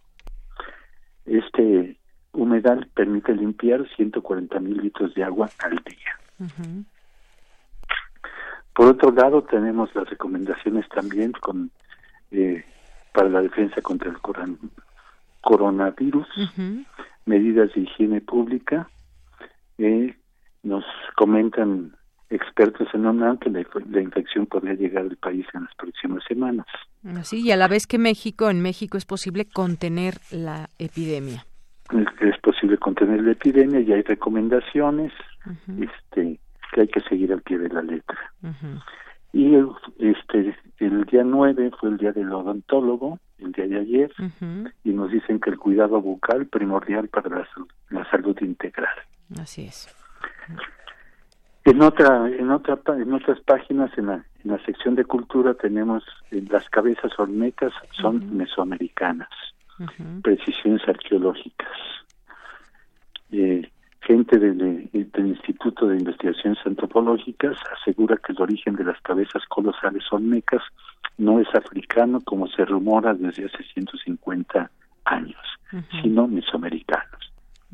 Este humedal permite limpiar 140,000 litros de agua al día. Uh-huh. Por otro lado, tenemos las recomendaciones también para la defensa contra el coronavirus, uh-huh. medidas de higiene pública. Nos comentan expertos en UNAM que la infección podría llegar al país en las próximas semanas. Así, y a la vez que en México es posible contener la epidemia. Es posible contener la epidemia y hay recomendaciones uh-huh. Que hay que seguir al pie de la letra. Uh-huh. Y el día 9 fue el día del odontólogo, el día de ayer, uh-huh. y nos dicen que el cuidado bucal primordial para la salud integral. Así es. En otras páginas, en la sección de cultura tenemos las cabezas olmecas son uh-huh. mesoamericanas, uh-huh. precisiones arqueológicas. gente del Instituto de Investigaciones Antropológicas asegura que el origen de las cabezas colosales olmecas no es africano como se rumora desde hace 150 años, sino mesoamericanos.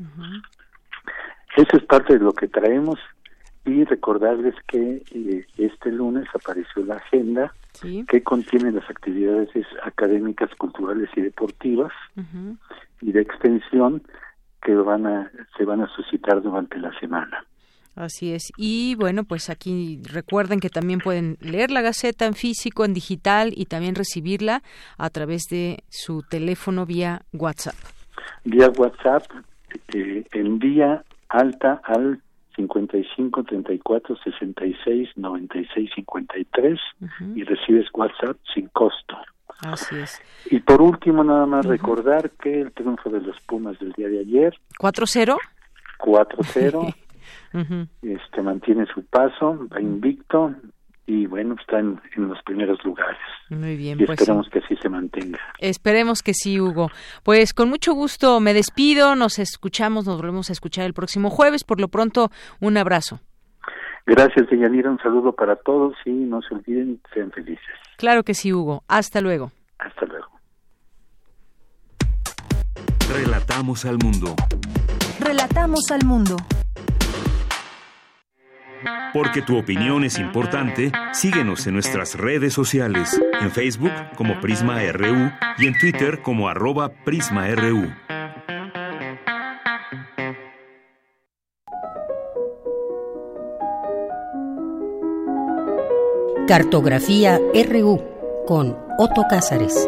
Eso es parte de lo que traemos, y recordarles que este lunes apareció la agenda que contiene las actividades académicas, culturales y deportivas y de extensión que se van a suscitar durante la semana. Así es. Y bueno, pues aquí recuerden que también pueden leer la Gaceta en físico, en digital, y también recibirla a través de su teléfono vía WhatsApp. Vía WhatsApp, envía alta al 55 34 66 96 53 y recibes WhatsApp sin costo. Así es. Y por último, nada más recordar que el triunfo de los Pumas del día de ayer, 4-0, mantiene su paso, va invicto y bueno, está en los primeros lugares. Muy bien, y esperemos que así se mantenga. Esperemos que sí, Hugo. Pues con mucho gusto me despido, nos volvemos a escuchar el próximo jueves. Por lo pronto, un abrazo. Gracias, Deyanira, un saludo para todos y no se olviden, sean felices. Claro que sí, Hugo. Hasta luego. Hasta luego. Relatamos al mundo. Relatamos al mundo. Porque tu opinión es importante, síguenos en nuestras redes sociales, en Facebook como Prisma RU y en Twitter como @PrismaRU. Cartografía RU con Otto Cázares.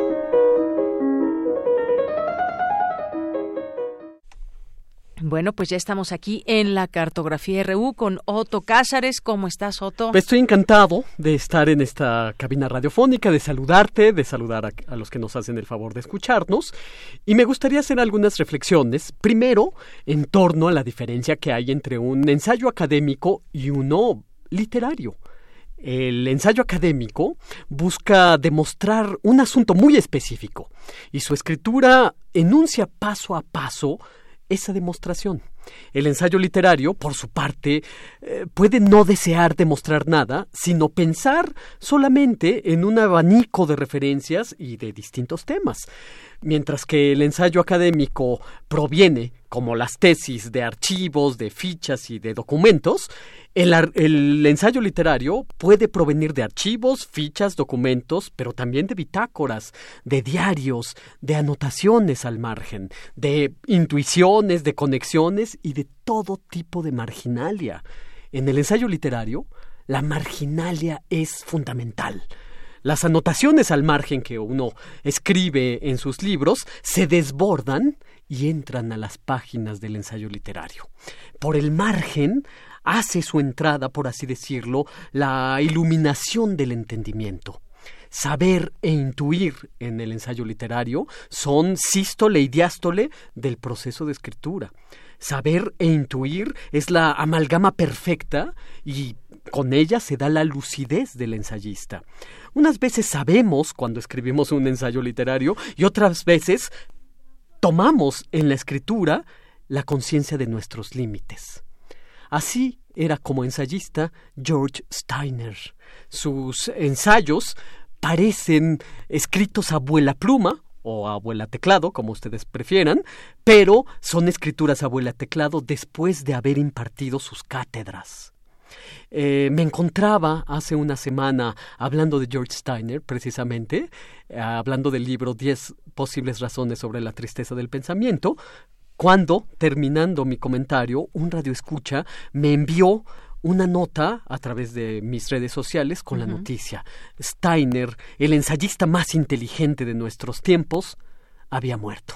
Bueno, pues ya estamos aquí en la Cartografía RU con Otto Cázares. ¿Cómo estás, Otto? Estoy encantado de estar en esta cabina radiofónica, de saludarte, de saludar a los que nos hacen el favor de escucharnos. Y me gustaría hacer algunas reflexiones. Primero, en torno a la diferencia que hay entre un ensayo académico y uno literario. El ensayo académico busca demostrar un asunto muy específico y su escritura enuncia paso a paso esa demostración. El ensayo literario, por su parte, puede no desear demostrar nada, sino pensar solamente en un abanico de referencias y de distintos temas. Mientras que el ensayo académico proviene, como las tesis, de archivos, de fichas y de documentos, el ensayo literario puede provenir de archivos, fichas, documentos, pero también de bitácoras, de diarios, de anotaciones al margen, de intuiciones, de conexiones y de todo tipo de marginalia. En el ensayo literario, la marginalia es fundamental. Las anotaciones al margen que uno escribe en sus libros se desbordan y entran a las páginas del ensayo literario. Por el margen hace su entrada, por así decirlo, la iluminación del entendimiento. Saber e intuir en el ensayo literario son sístole y diástole del proceso de escritura. Saber e intuir es la amalgama perfecta y con ella se da la lucidez del ensayista. Unas veces sabemos cuando escribimos un ensayo literario y otras veces tomamos en la escritura la conciencia de nuestros límites. Así era como ensayista George Steiner. Sus ensayos parecen escritos a vuela pluma o a vuela teclado, como ustedes prefieran, pero son escrituras a vuela teclado después de haber impartido sus cátedras. Me encontraba hace una semana hablando de George Steiner, precisamente, hablando del libro 10 posibles razones sobre la tristeza del pensamiento, cuando, terminando mi comentario, un radioescucha me envió una nota a través de mis redes sociales con la noticia. Steiner, el ensayista más inteligente de nuestros tiempos, había muerto.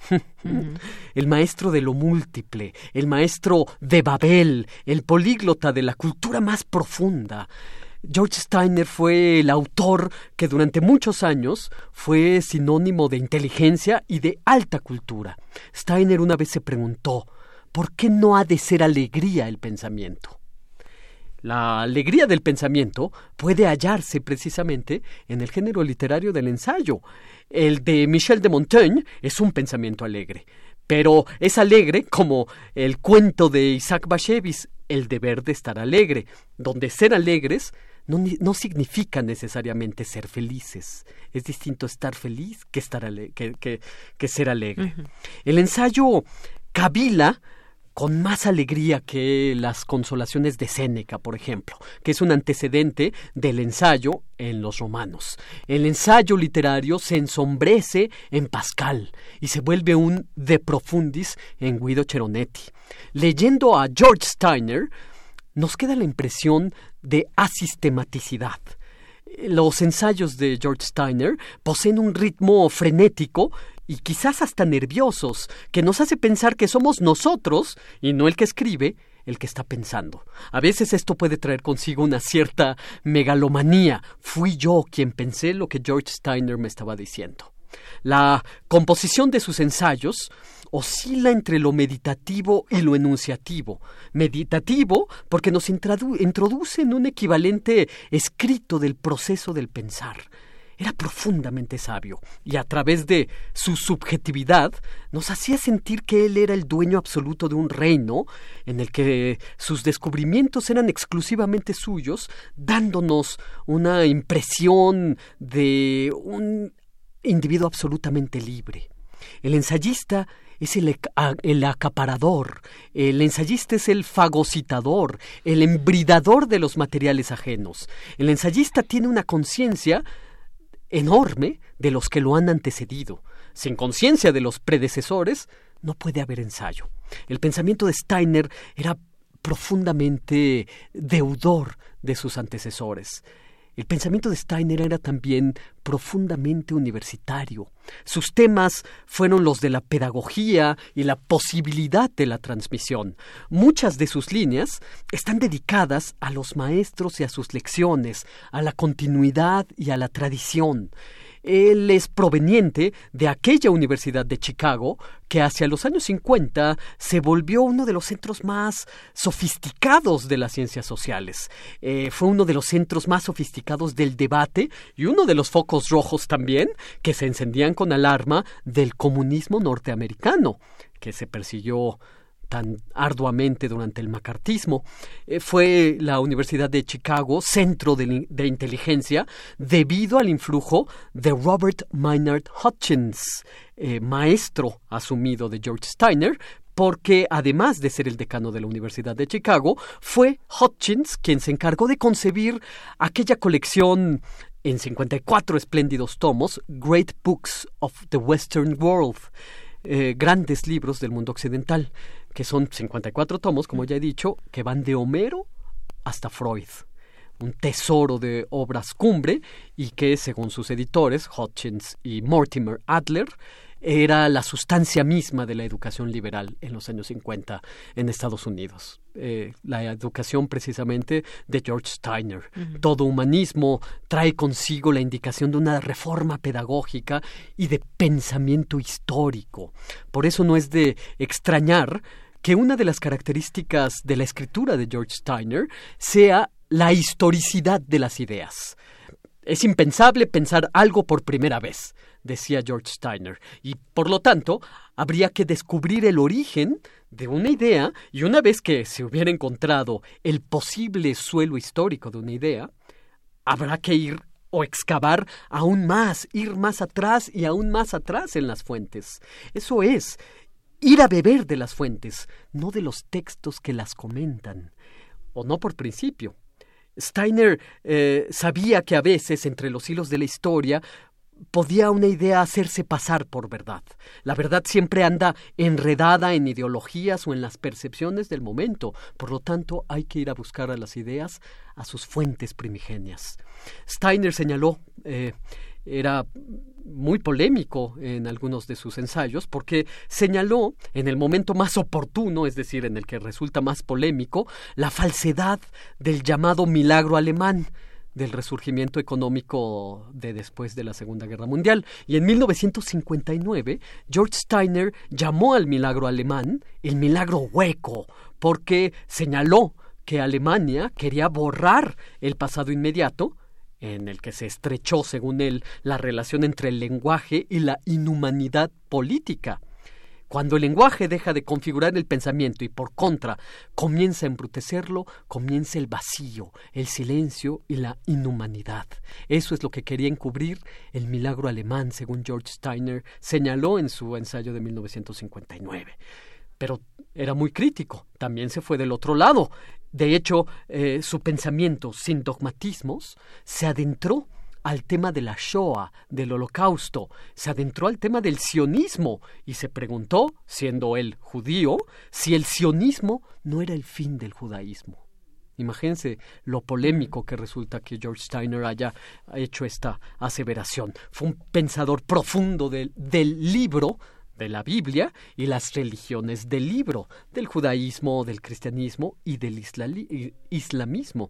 El maestro de lo múltiple, el maestro de Babel, el políglota de la cultura más profunda. George Steiner fue el autor que durante muchos años fue sinónimo de inteligencia y de alta cultura. Steiner una vez se preguntó, ¿por qué no ha de ser alegría el pensamiento? La alegría del pensamiento puede hallarse precisamente en el género literario del ensayo. El de Michel de Montaigne es un pensamiento alegre, pero es alegre como el cuento de Isaac Bashevis, El deber de estar alegre, donde ser alegres no significa necesariamente ser felices. Es distinto estar feliz que ser alegre. Uh-huh. El ensayo cavila con más alegría que las consolaciones de Séneca, por ejemplo, que es un antecedente del ensayo en los romanos. El ensayo literario se ensombrece en Pascal y se vuelve un de profundis en Guido Ceronetti. Leyendo a George Steiner, nos queda la impresión de asistematicidad. Los ensayos de George Steiner poseen un ritmo frenético y quizás hasta nerviosos, que nos hace pensar que somos nosotros, y no el que escribe, el que está pensando. A veces esto puede traer consigo una cierta megalomanía. Fui yo quien pensé lo que George Steiner me estaba diciendo. La composición de sus ensayos oscila entre lo meditativo y lo enunciativo. Meditativo porque nos introduce en un equivalente escrito del proceso del pensar. Era profundamente sabio y a través de su subjetividad nos hacía sentir que él era el dueño absoluto de un reino en el que sus descubrimientos eran exclusivamente suyos, dándonos una impresión de un individuo absolutamente libre. El ensayista es el acaparador, el ensayista es el fagocitador, el embridador de los materiales ajenos. El ensayista tiene una conciencia enorme de los que lo han antecedido. Sin conciencia de los predecesores, no puede haber ensayo. El pensamiento de Steiner era profundamente deudor de sus antecesores. El pensamiento de Steiner era también profundamente universitario. Sus temas fueron los de la pedagogía y la posibilidad de la transmisión. Muchas de sus líneas están dedicadas a los maestros y a sus lecciones, a la continuidad y a la tradición. Él es proveniente de aquella Universidad de Chicago que hacia los años 50 se volvió uno de los centros más sofisticados de las ciencias sociales. Fue uno de los centros más sofisticados del debate y uno de los focos rojos también que se encendían con alarma del comunismo norteamericano, que se persiguió tan arduamente durante el macartismo. Fue la Universidad de Chicago centro de inteligencia debido al influjo de Robert Maynard Hutchins, maestro asumido de George Steiner, porque además de ser el decano de la Universidad de Chicago, fue Hutchins quien se encargó de concebir aquella colección en 54 espléndidos tomos, Great Books of the Western World, grandes libros del mundo occidental, que son 54 tomos, como ya he dicho, que van de Homero hasta Freud. Un tesoro de obras cumbre y que, según sus editores, Hutchins y Mortimer Adler, era la sustancia misma de la educación liberal en los años 50 en Estados Unidos. La educación precisamente de George Steiner. Uh-huh. Todo humanismo trae consigo la indicación de una reforma pedagógica y de pensamiento histórico. Por eso no es de extrañar que una de las características de la escritura de George Steiner sea la historicidad de las ideas. Es impensable pensar algo por primera vez, decía George Steiner, y por lo tanto habría que descubrir el origen de una idea, y una vez que se hubiera encontrado el posible suelo histórico de una idea, habrá que ir o excavar aún más, ir más atrás y aún más atrás en las fuentes. Eso es, ir a beber de las fuentes, no de los textos que las comentan, o no por principio. Steiner sabía que a veces, entre los hilos de la historia, podía una idea hacerse pasar por verdad. La verdad siempre anda enredada en ideologías o en las percepciones del momento. Por lo tanto, hay que ir a buscar a las ideas a sus fuentes primigenias. Steiner señaló, era muy polémico en algunos de sus ensayos, porque señaló en el momento más oportuno, es decir, en el que resulta más polémico, la falsedad del llamado milagro alemán, del resurgimiento económico de después de la Segunda Guerra Mundial. Y en 1959, George Steiner llamó al milagro alemán el milagro hueco, porque señaló que Alemania quería borrar el pasado inmediato, en el que se estrechó, según él, la relación entre el lenguaje y la inhumanidad política. Cuando el lenguaje deja de configurar el pensamiento y por contra comienza a embrutecerlo, comienza el vacío, el silencio y la inhumanidad. Eso es lo que quería encubrir el milagro alemán, según George Steiner señaló en su ensayo de 1959. Pero era muy crítico, también se fue del otro lado. De hecho, su pensamiento sin dogmatismos se adentró al tema de la Shoah, del Holocausto, se adentró al tema del sionismo y se preguntó, siendo él judío, si el sionismo no era el fin del judaísmo. Imagínense lo polémico que resulta que George Steiner haya hecho esta aseveración. Fue un pensador profundo del libro, de la Biblia y las religiones del libro, del judaísmo, del cristianismo y del islamismo.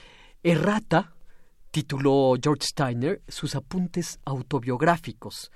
Errata tituló George Steiner sus apuntes autobiográficos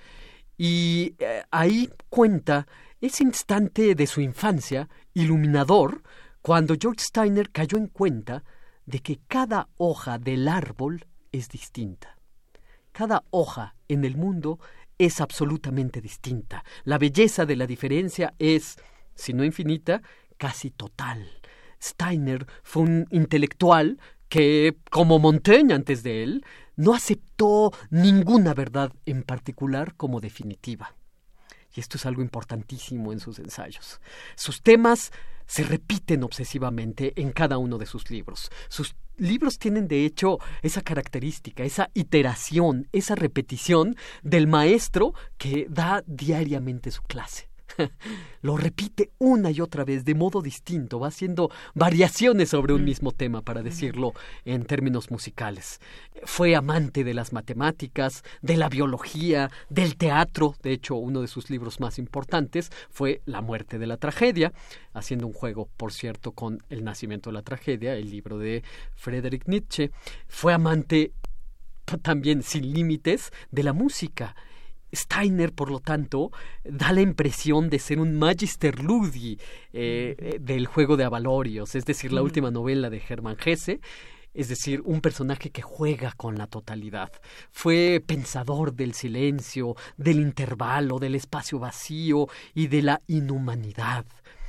y ahí cuenta ese instante de su infancia iluminador cuando George Steiner cayó en cuenta de que cada hoja del árbol es distinta. Cada hoja en el mundo es absolutamente distinta. La belleza de la diferencia es, si no infinita, casi total. Steiner fue un intelectual que, como Montaigne antes de él, no aceptó ninguna verdad en particular como definitiva. Y esto es algo importantísimo en sus ensayos. Sus temas se repiten obsesivamente en cada uno de sus libros. Sus libros tienen, de hecho, esa característica, esa iteración, esa repetición del maestro que da diariamente su clase. Lo repite una y otra vez de modo distinto, va haciendo variaciones sobre un mismo tema, para decirlo en términos musicales. Fue amante de las matemáticas, de la biología, del teatro. De hecho, uno de sus libros más importantes fue La muerte de la tragedia, haciendo un juego, por cierto, con El nacimiento de la tragedia, el libro de Friedrich Nietzsche. Fue amante también sin límites de la música. Steiner, por lo tanto, da la impresión de ser un Magister Ludi del juego de Avalorios, es decir, la última novela de Hermann Hesse, es decir, un personaje que juega con la totalidad. Fue pensador del silencio, del intervalo, del espacio vacío y de la inhumanidad.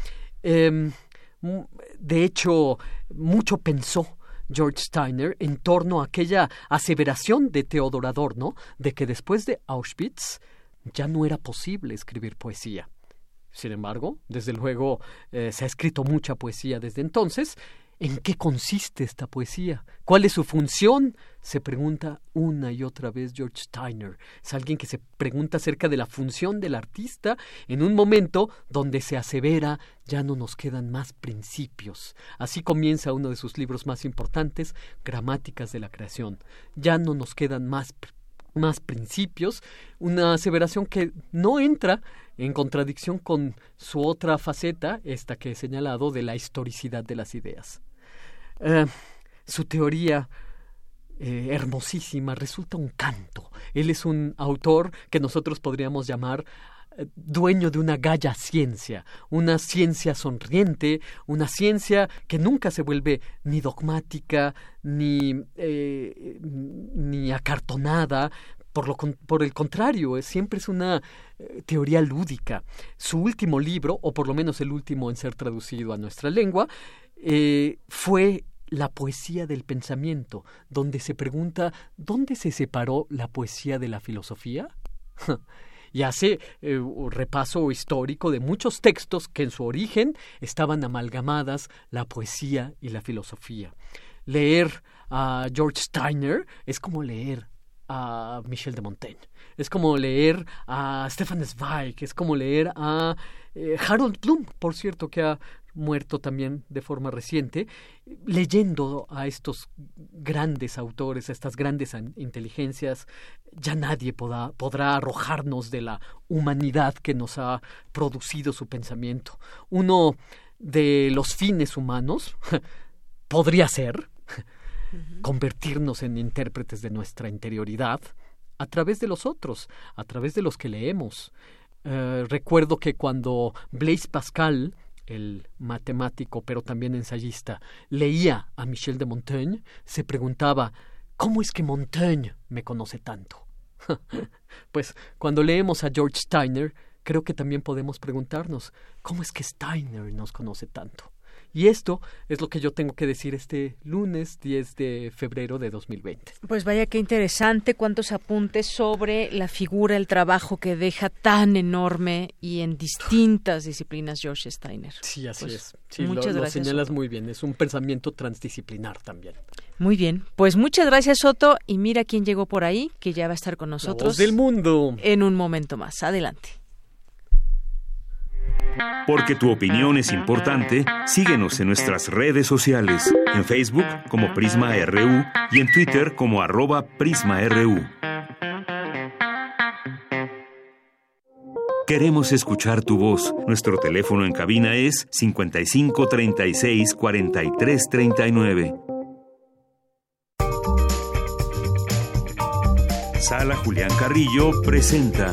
De hecho, mucho pensó George Steiner en torno a aquella aseveración de Theodor Adorno de que después de Auschwitz ya no era posible escribir poesía. Sin embargo, desde luego se ha escrito mucha poesía desde entonces. ¿En qué consiste esta poesía? ¿Cuál es su función? Se pregunta una y otra vez George Steiner. Es alguien que se pregunta acerca de la función del artista en un momento donde se asevera ya no nos quedan más principios. Así comienza uno de sus libros más importantes, Gramáticas de la creación. Ya no nos quedan más principios, una aseveración que no entra en contradicción con su otra faceta, esta que he señalado, de la historicidad de las ideas. Su teoría hermosísima resulta un canto. Él es un autor que nosotros podríamos llamar dueño de una gaya ciencia, una ciencia sonriente, una ciencia que nunca se vuelve ni dogmática ni acartonada. Por el contrario, siempre es una teoría lúdica. Su último libro, o por lo menos el último en ser traducido a nuestra lengua, fue La poesía del pensamiento, donde se pregunta ¿dónde se separó la poesía de la filosofía? Y hace un repaso histórico de muchos textos que en su origen estaban amalgamadas la poesía y la filosofía. Leer a George Steiner es como leer a Michel de Montaigne, es como leer a Stefan Zweig, es como leer a Harold Bloom, por cierto, que ha muerto también de forma reciente. Leyendo a estos grandes autores, a estas grandes inteligencias, ya nadie podrá arrojarnos de la humanidad que nos ha producido su pensamiento. Uno de los fines humanos podría ser convertirnos en intérpretes de nuestra interioridad a través de los otros, a través de los que leemos. Recuerdo que cuando Blaise Pascal, el matemático pero también ensayista, leía a Michel de Montaigne, se preguntaba ¿cómo es que Montaigne me conoce tanto? Pues cuando leemos a George Steiner creo que también podemos preguntarnos, ¿cómo es que Steiner nos conoce tanto? Y esto es lo que yo tengo que decir este lunes 10 de febrero de 2020. Pues vaya qué interesante, cuántos apuntes sobre la figura, el trabajo que deja tan enorme y en distintas disciplinas George Steiner. Sí, así pues, es. Sí, muchas lo gracias, señalas Soto. muy bien, es un pensamiento transdisciplinar también. Muy bien, pues muchas gracias, Soto, y mira quién llegó por ahí, que ya va a estar con nosotros. La voz del mundo. En un momento más. Adelante. Porque tu opinión es importante, síguenos en nuestras redes sociales, en Facebook como Prisma RU y en Twitter como @PrismaRU. Queremos escuchar tu voz. Nuestro teléfono en cabina es 55 36 43 39. Sala Julián Carrillo presenta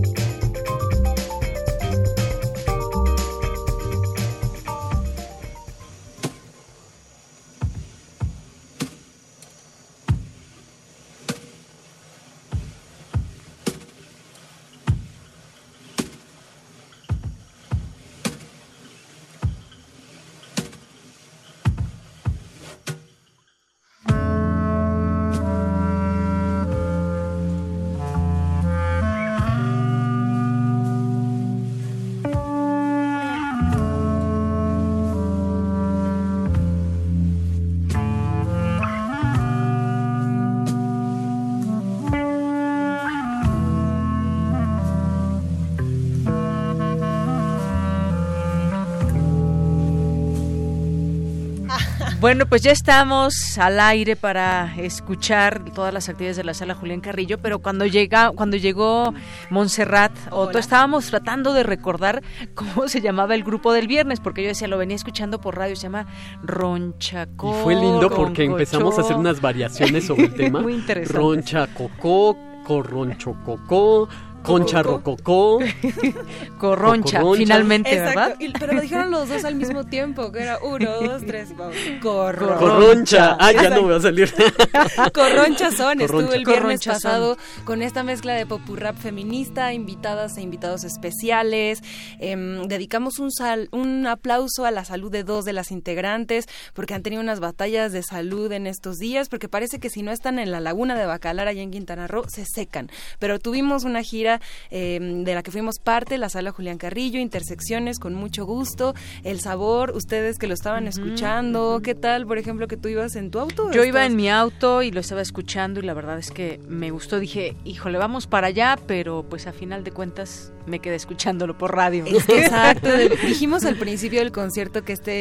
Bueno, pues ya estamos al aire para escuchar todas las actividades de la Sala Julián Carrillo, pero cuando llegó Montserrat Otto, estábamos tratando de recordar cómo se llamaba el grupo del viernes, porque yo decía, lo venía escuchando por radio, se llama Ronchacó. Y fue lindo porque empezamos a hacer unas variaciones sobre el tema. Muy interesante. Ronchacocó, Corronchococó, Concha Rococó. Corroncha, finalmente, ¿verdad? Pero lo dijeron los dos al mismo tiempo, que era 1, 2, 3 y vamos. Corroncha. Ya no me va a salir. Corroncha son. Estuvo el viernes Corroncha pasado con esta mezcla de popurrap feminista, invitadas e invitados especiales. Dedicamos un aplauso a la salud de 2 de las integrantes, porque han tenido unas batallas de salud en estos días, porque parece que si no están en la laguna de Bacalar, allá en Quintana Roo, se secan. Pero tuvimos una gira de la que fuimos parte, la Sala Julián Carrillo, Intersecciones, con mucho gusto. El Sabor, ustedes que lo estaban escuchando, ¿qué tal, por ejemplo, que tú ibas en tu auto? Yo iba en mi auto y lo estaba escuchando y la verdad es que me gustó. Dije, híjole, vamos para allá, pero pues a final de cuentas me quedé escuchándolo por radio. Exacto. Dijimos al principio del concierto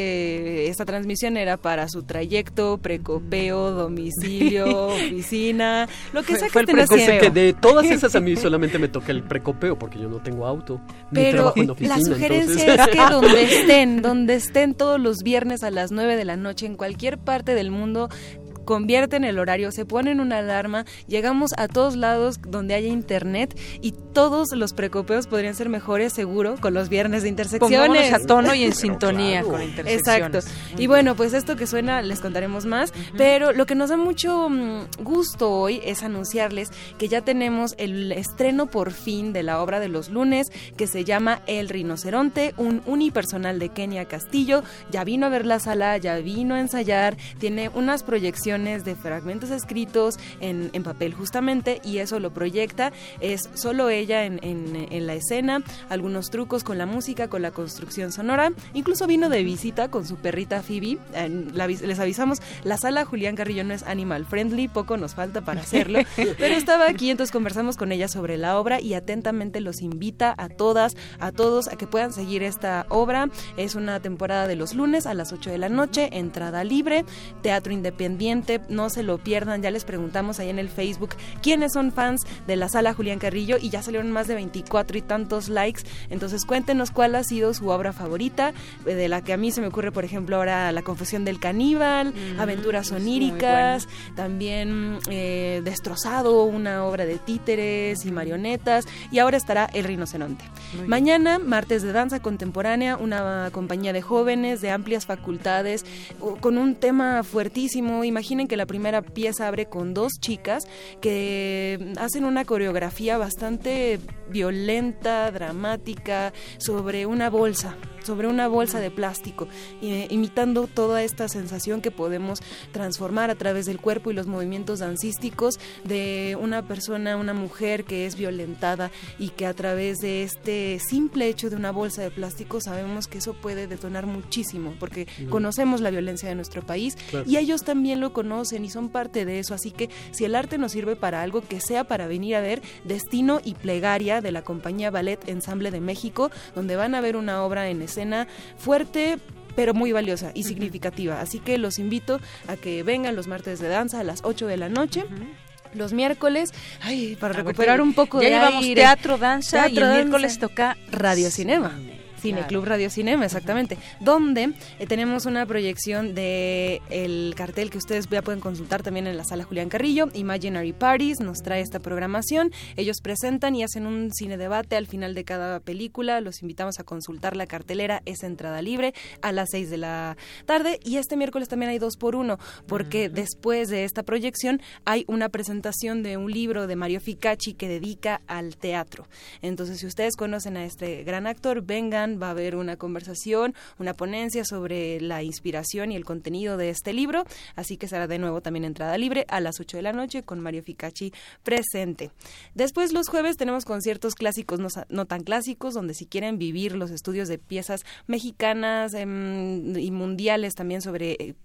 que esta transmisión era para su trayecto, precopeo, domicilio, oficina, lo que sea que estén haciendo. Que de todas esas a mí solamente me toca el precopeo porque yo no tengo auto. Pero en oficina, la sugerencia es que donde estén todos los viernes a las 9 de la noche en cualquier parte del mundo, convierten el horario, se ponen una alarma, llegamos a todos lados donde haya internet y todos los precopeos podrían ser mejores, seguro, con los viernes de Intersecciones. Pongámonos a tono y en sintonía con Intersecciones. Exacto. Y bueno, pues esto que suena les contaremos más, pero lo que nos da mucho gusto hoy es anunciarles que ya tenemos el estreno por fin de la obra de los lunes, que se llama El Rinoceronte, un unipersonal de Kenia Castillo. Ya vino a ver la sala, ya vino a ensayar, tiene unas proyecciones de fragmentos escritos en papel justamente, y eso lo proyecta. Es solo ella en la escena, algunos trucos con la música, con la construcción sonora. Incluso vino de visita con su perrita Phoebe. Les avisamos, la Sala Julián Carrillo no es animal friendly, poco nos falta para hacerlo, pero estaba aquí, entonces conversamos con ella sobre la obra y atentamente los invita a todas, a todos, a que puedan seguir esta obra. Es una temporada de los lunes a las 8 de la noche, entrada libre, teatro independiente, no se lo pierdan. Ya les preguntamos ahí en el Facebook quiénes son fans de la Sala Julián Carrillo y ya salieron más de 24 y tantos likes. Entonces cuéntenos cuál ha sido su obra favorita, de la que a mí se me ocurre, por ejemplo, ahora La Confesión del Caníbal, Aventuras Oníricas, también Destrozado, una obra de títeres y marionetas, y ahora estará El Rinoceronte. Mañana, martes de danza contemporánea, una compañía de jóvenes de amplias facultades con un tema fuertísimo. Imagínense imaginen que la primera pieza abre con 2 chicas que hacen una coreografía bastante violenta, dramática, sobre una bolsa de plástico, imitando toda esta sensación que podemos transformar a través del cuerpo y los movimientos dancísticos de una persona, una mujer que es violentada, y que a través de este simple hecho de una bolsa de plástico sabemos que eso puede detonar muchísimo, porque conocemos la violencia de nuestro país, claro, y ellos también lo conocen y son parte de eso. Así que si el arte nos sirve para algo, que sea para venir a ver Destino y Plegaria de la compañía Ballet Ensamble de México, donde van a ver una obra en escena fuerte pero muy valiosa y significativa. Así que los invito a que vengan los martes de danza a las 8 de la noche. Los miércoles, para recuperar un poco de aire. Ya llevamos teatro, danza, y el miércoles toca Radio Cinema. Cineclub Radio Cinema, exactamente, donde tenemos una proyección de el cartel que ustedes ya pueden consultar también en la sala Julián Carrillo. Imaginary Parties nos trae esta programación. Ellos presentan y hacen un cine debate al final de cada película. Los invitamos a consultar la cartelera, es entrada libre a las 6 de la tarde. Y este miércoles también hay 2x1, porque después de esta proyección hay una presentación de un libro de Mario Ficacci que dedica al teatro. Entonces, si ustedes conocen a este gran actor, vengan. Va a haber una conversación, una ponencia sobre la inspiración y el contenido de este libro, así que será de nuevo también entrada libre a las 8 de la noche con Mario Ficacci presente. Después, los jueves tenemos conciertos clásicos, no tan clásicos, donde si quieren vivir los estudios de piezas mexicanas y mundiales también sobre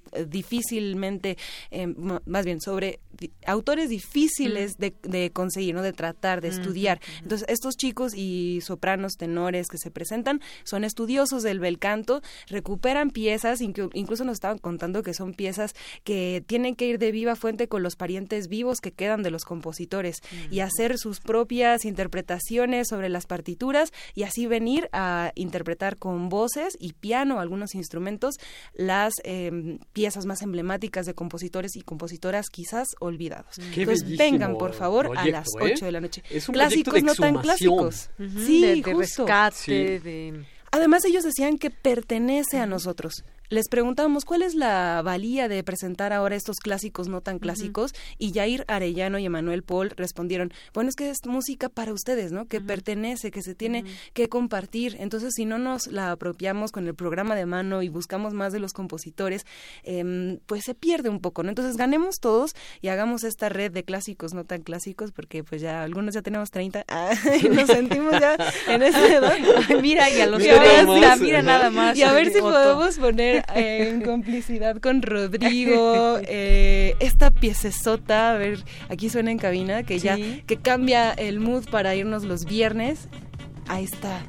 sobre autores difíciles de conseguir, ¿no? De tratar, de estudiar. Entonces, estos chicos y sopranos, tenores que se presentan son estudiosos del bel canto, recuperan piezas, incluso nos estaban contando que son piezas que tienen que ir de viva fuente con los parientes vivos que quedan de los compositores y hacer sus propias interpretaciones sobre las partituras, y así venir a interpretar con voces y piano, algunos instrumentos, las piezas más emblemáticas de compositores y compositoras quizás olvidados. Entonces vengan por favor a las 8 de la noche. Es un clásicos no tan clásicos. Sí, de rescate, de... Además, ellos decían que pertenece a nosotros. Les preguntamos cuál es la valía de presentar ahora estos clásicos no tan clásicos, y Yair Arellano y Emanuel Paul respondieron, bueno, es que es música para ustedes, ¿no? Que pertenece, que se tiene que compartir. Entonces, si no nos la apropiamos con el programa de mano y buscamos más de los compositores, pues se pierde un poco, ¿no? Entonces, ganemos todos y hagamos esta red de clásicos no tan clásicos, porque pues ya algunos ya tenemos 30 y nos sentimos ya en esa edad. Mira, y a los 30, mira nada más. Y a ver si podemos poner en complicidad con Rodrigo esta piecesota, a ver, aquí suena en cabina, que ya que cambia el mood para irnos los viernes. Ahí está,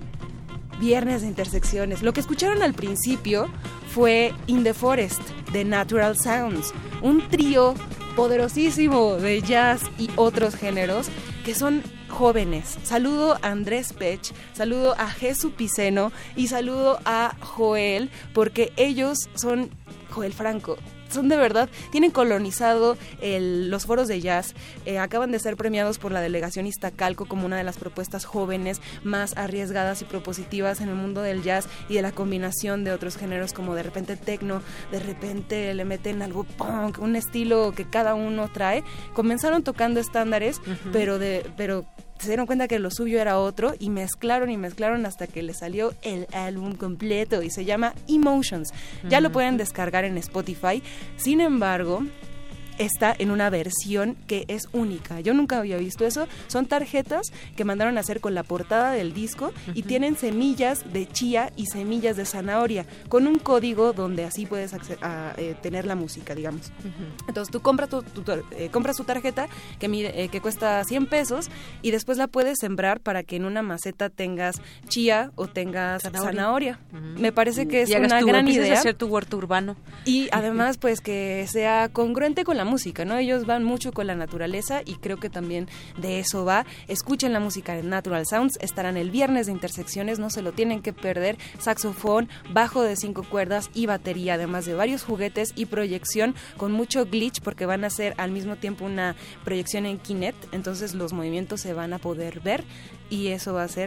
Viernes de Intersecciones. Lo que escucharon al principio fue In the Forest de Natural Sounds, un trío poderosísimo de jazz y otros géneros que son jóvenes. Saludo a Andrés Pech, saludo a Jesús Piceno y saludo a Joel, porque ellos son Joel Franco. Son de verdad, tienen colonizado los foros de jazz, acaban de ser premiados por la delegación Iztacalco como una de las propuestas jóvenes más arriesgadas y propositivas en el mundo del jazz y de la combinación de otros géneros, como de repente techno, de repente le meten algo punk, un estilo que cada uno trae. Comenzaron tocando estándares, pero se dieron cuenta que lo suyo era otro y mezclaron hasta que les salió el álbum completo y se llama Emotions. Ya lo pueden descargar en Spotify. Sin embargo, está en una versión que es única. Yo nunca había visto eso. Son tarjetas que mandaron a hacer con la portada del disco y tienen semillas de chía y semillas de zanahoria con un código donde así puedes tener la música, digamos. Entonces tú compras compras tu tarjeta que cuesta 100 pesos y después la puedes sembrar para que en una maceta tengas chía o tengas zanahoria. Me parece que es una gran idea. Hacer tu huerto urbano. Y además pues que sea congruente con la música, ¿no? Ellos van mucho con la naturaleza y creo que también de eso va. Escuchen la música de Natural Sounds, estarán el Viernes de Intersecciones, no se lo tienen que perder. Saxofón, bajo de 5 cuerdas y batería, además de varios juguetes y proyección con mucho glitch, porque van a hacer al mismo tiempo una proyección en Kinect, entonces los movimientos se van a poder ver y eso va a ser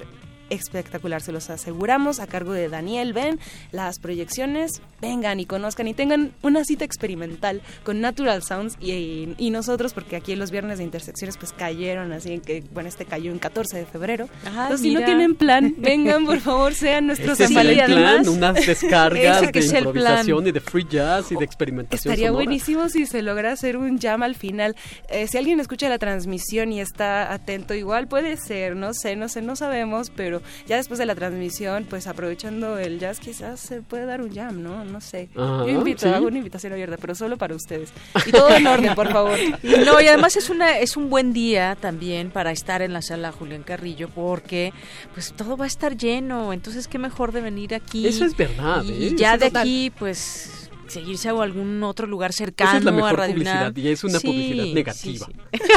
espectacular, se los aseguramos, a cargo de Daniel Ben. Las proyecciones, vengan y conozcan y tengan una cita experimental con Natural Sounds y nosotros, porque aquí los viernes de Intersecciones pues cayeron, así que bueno, cayó en 14 de febrero. Entonces, si no tienen plan, vengan, por favor, sean nuestros San Valentín. además, unas descargas de improvisación y de free jazz y de experimentación estaría sonora. buenísimo si se logra hacer un jam al final. Si alguien escucha la transmisión y está atento, igual puede ser, no sé, no sabemos, pero ya después de la transmisión, pues aprovechando el jazz, quizás se puede dar un jam, no sé. Ajá, yo invito, sí. hago una invitación abierta, pero solo para ustedes. Y todo en orden, por favor. No, y además es un buen día también para estar en la sala Julián Carrillo, porque pues todo va a estar lleno, entonces qué mejor de venir aquí. Eso es verdad, y ya eso de total. aquí, pues seguirse a algún otro lugar cercano. Esa es la mejor a Radio publicidad UNAM. y es una publicidad negativa.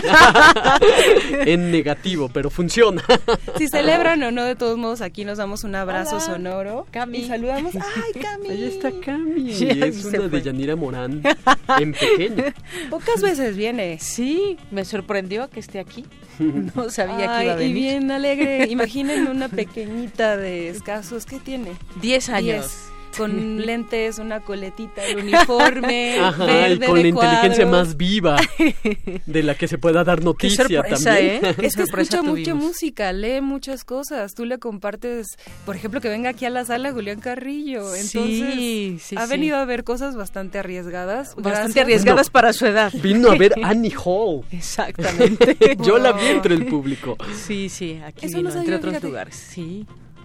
Sí. En negativo, pero funciona. Si celebran o no, de todos modos, aquí nos damos un abrazo Hola, sonoro. Cami. Y saludamos. ¡Ay, Cami! Ahí está Cami. Sí, Es se una fue. de Yanira Morán en pequeño. Pocas veces viene. Sí, me sorprendió que esté aquí. No sabía que iba a venir. Y bien alegre. Imaginen una pequeñita de escasos. ¿Qué tiene? 10 años. 10. Con lentes, una coletita, el uniforme, Ajá, verde y con la de inteligencia cuadros. más viva de la que se pueda dar noticia sorpresa, también. ¿eh? Es que sorpresa escucha mucha tuvimos. música, lee muchas cosas. Tú le compartes, por ejemplo, que venga aquí a la sala Julián Carrillo. Entonces, Sí, ha venido a ver cosas bastante arriesgadas. Bastante arriesgadas para su edad. Vino a ver Annie Hall. Exactamente. Yo la vi entre el público. Sí, aquí Eso vino, no sabía, entre otros fíjate. lugares. Sí.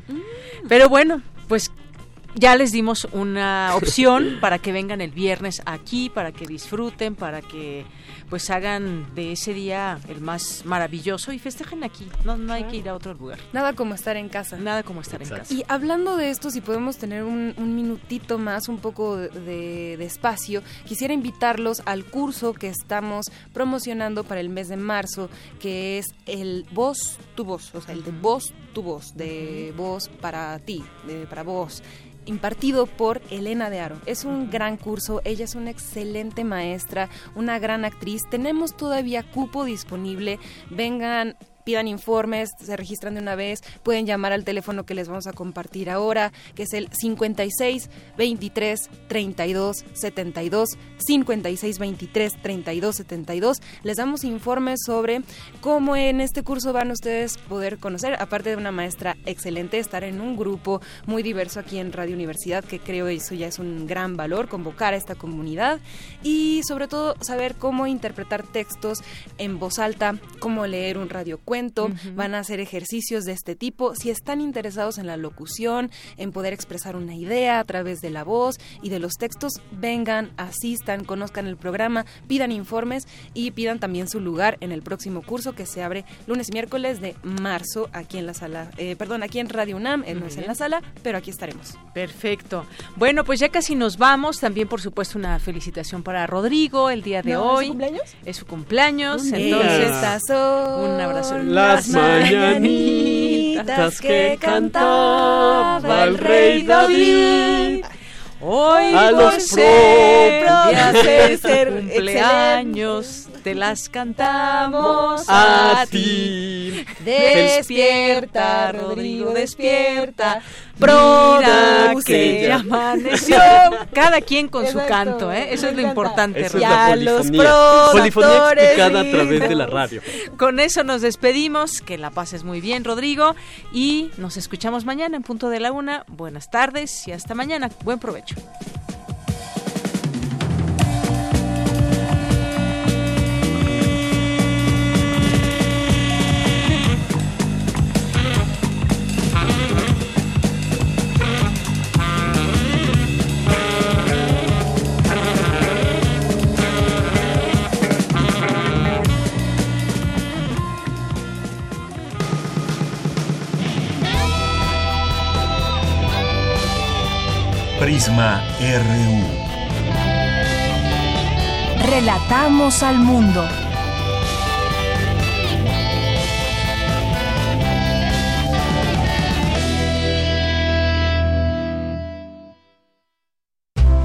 Pero bueno, pues ya les dimos una opción para que vengan el viernes aquí, para que disfruten, para que pues hagan de ese día el más maravilloso y festejen aquí. No hay que ir a otro lugar. Nada como estar en casa. Nada como estar en casa. Y hablando de esto, si podemos tener un minutito más, un poco de espacio, quisiera invitarlos al curso que estamos promocionando para el mes de marzo, que es el Voz tu Voz, o sea, el de Voz tu Voz, de voz para ti, para vos, impartido por Elena de Aro. Es un gran curso, ella es una excelente maestra, una gran actriz. Tenemos todavía cupo disponible, vengan, pidan informes, se registran de una vez, pueden llamar al teléfono que les vamos a compartir ahora, que es el 56 23 32 72, 56 23 32 72. Les damos informes sobre cómo en este curso van ustedes poder conocer, aparte de una maestra excelente, estar en un grupo muy diverso aquí en Radio Universidad, que creo eso ya es un gran valor, convocar a esta comunidad y sobre todo saber cómo interpretar textos en voz alta, cómo leer un radiocuento. Van a hacer ejercicios de este tipo. Si están interesados en la locución, en poder expresar una idea a través de la voz y de los textos, vengan, asistan, conozcan el programa, pidan informes y pidan también su lugar en el próximo curso que se abre lunes y miércoles de marzo aquí en la sala, aquí en Radio UNAM, no es en la sala, pero aquí estaremos. Perfecto. Bueno, pues ya casi nos vamos. También, por supuesto, una felicitación para Rodrigo el día de hoy. ¿Es su cumpleaños? Es su cumpleaños. Estas son un abrazo. Las mañanitas que cantaba el rey David. Hoy A por los ser propios ser cumpleaños te las cantamos A ti. Despierta, Rodrigo, despierta. Mira que que ya amaneció. Cada quien con su Exacto, canto, ¿eh? Eso es lo me importante. Eso es Ya la los polifonía. Polifonía productores explicada a través de la vivos. radio. Con eso nos despedimos. Que la pases muy bien, Rodrigo. Y nos escuchamos mañana en punto de la 1. Buenas tardes y hasta mañana. Buen provecho. Prisma RU. Relatamos al mundo.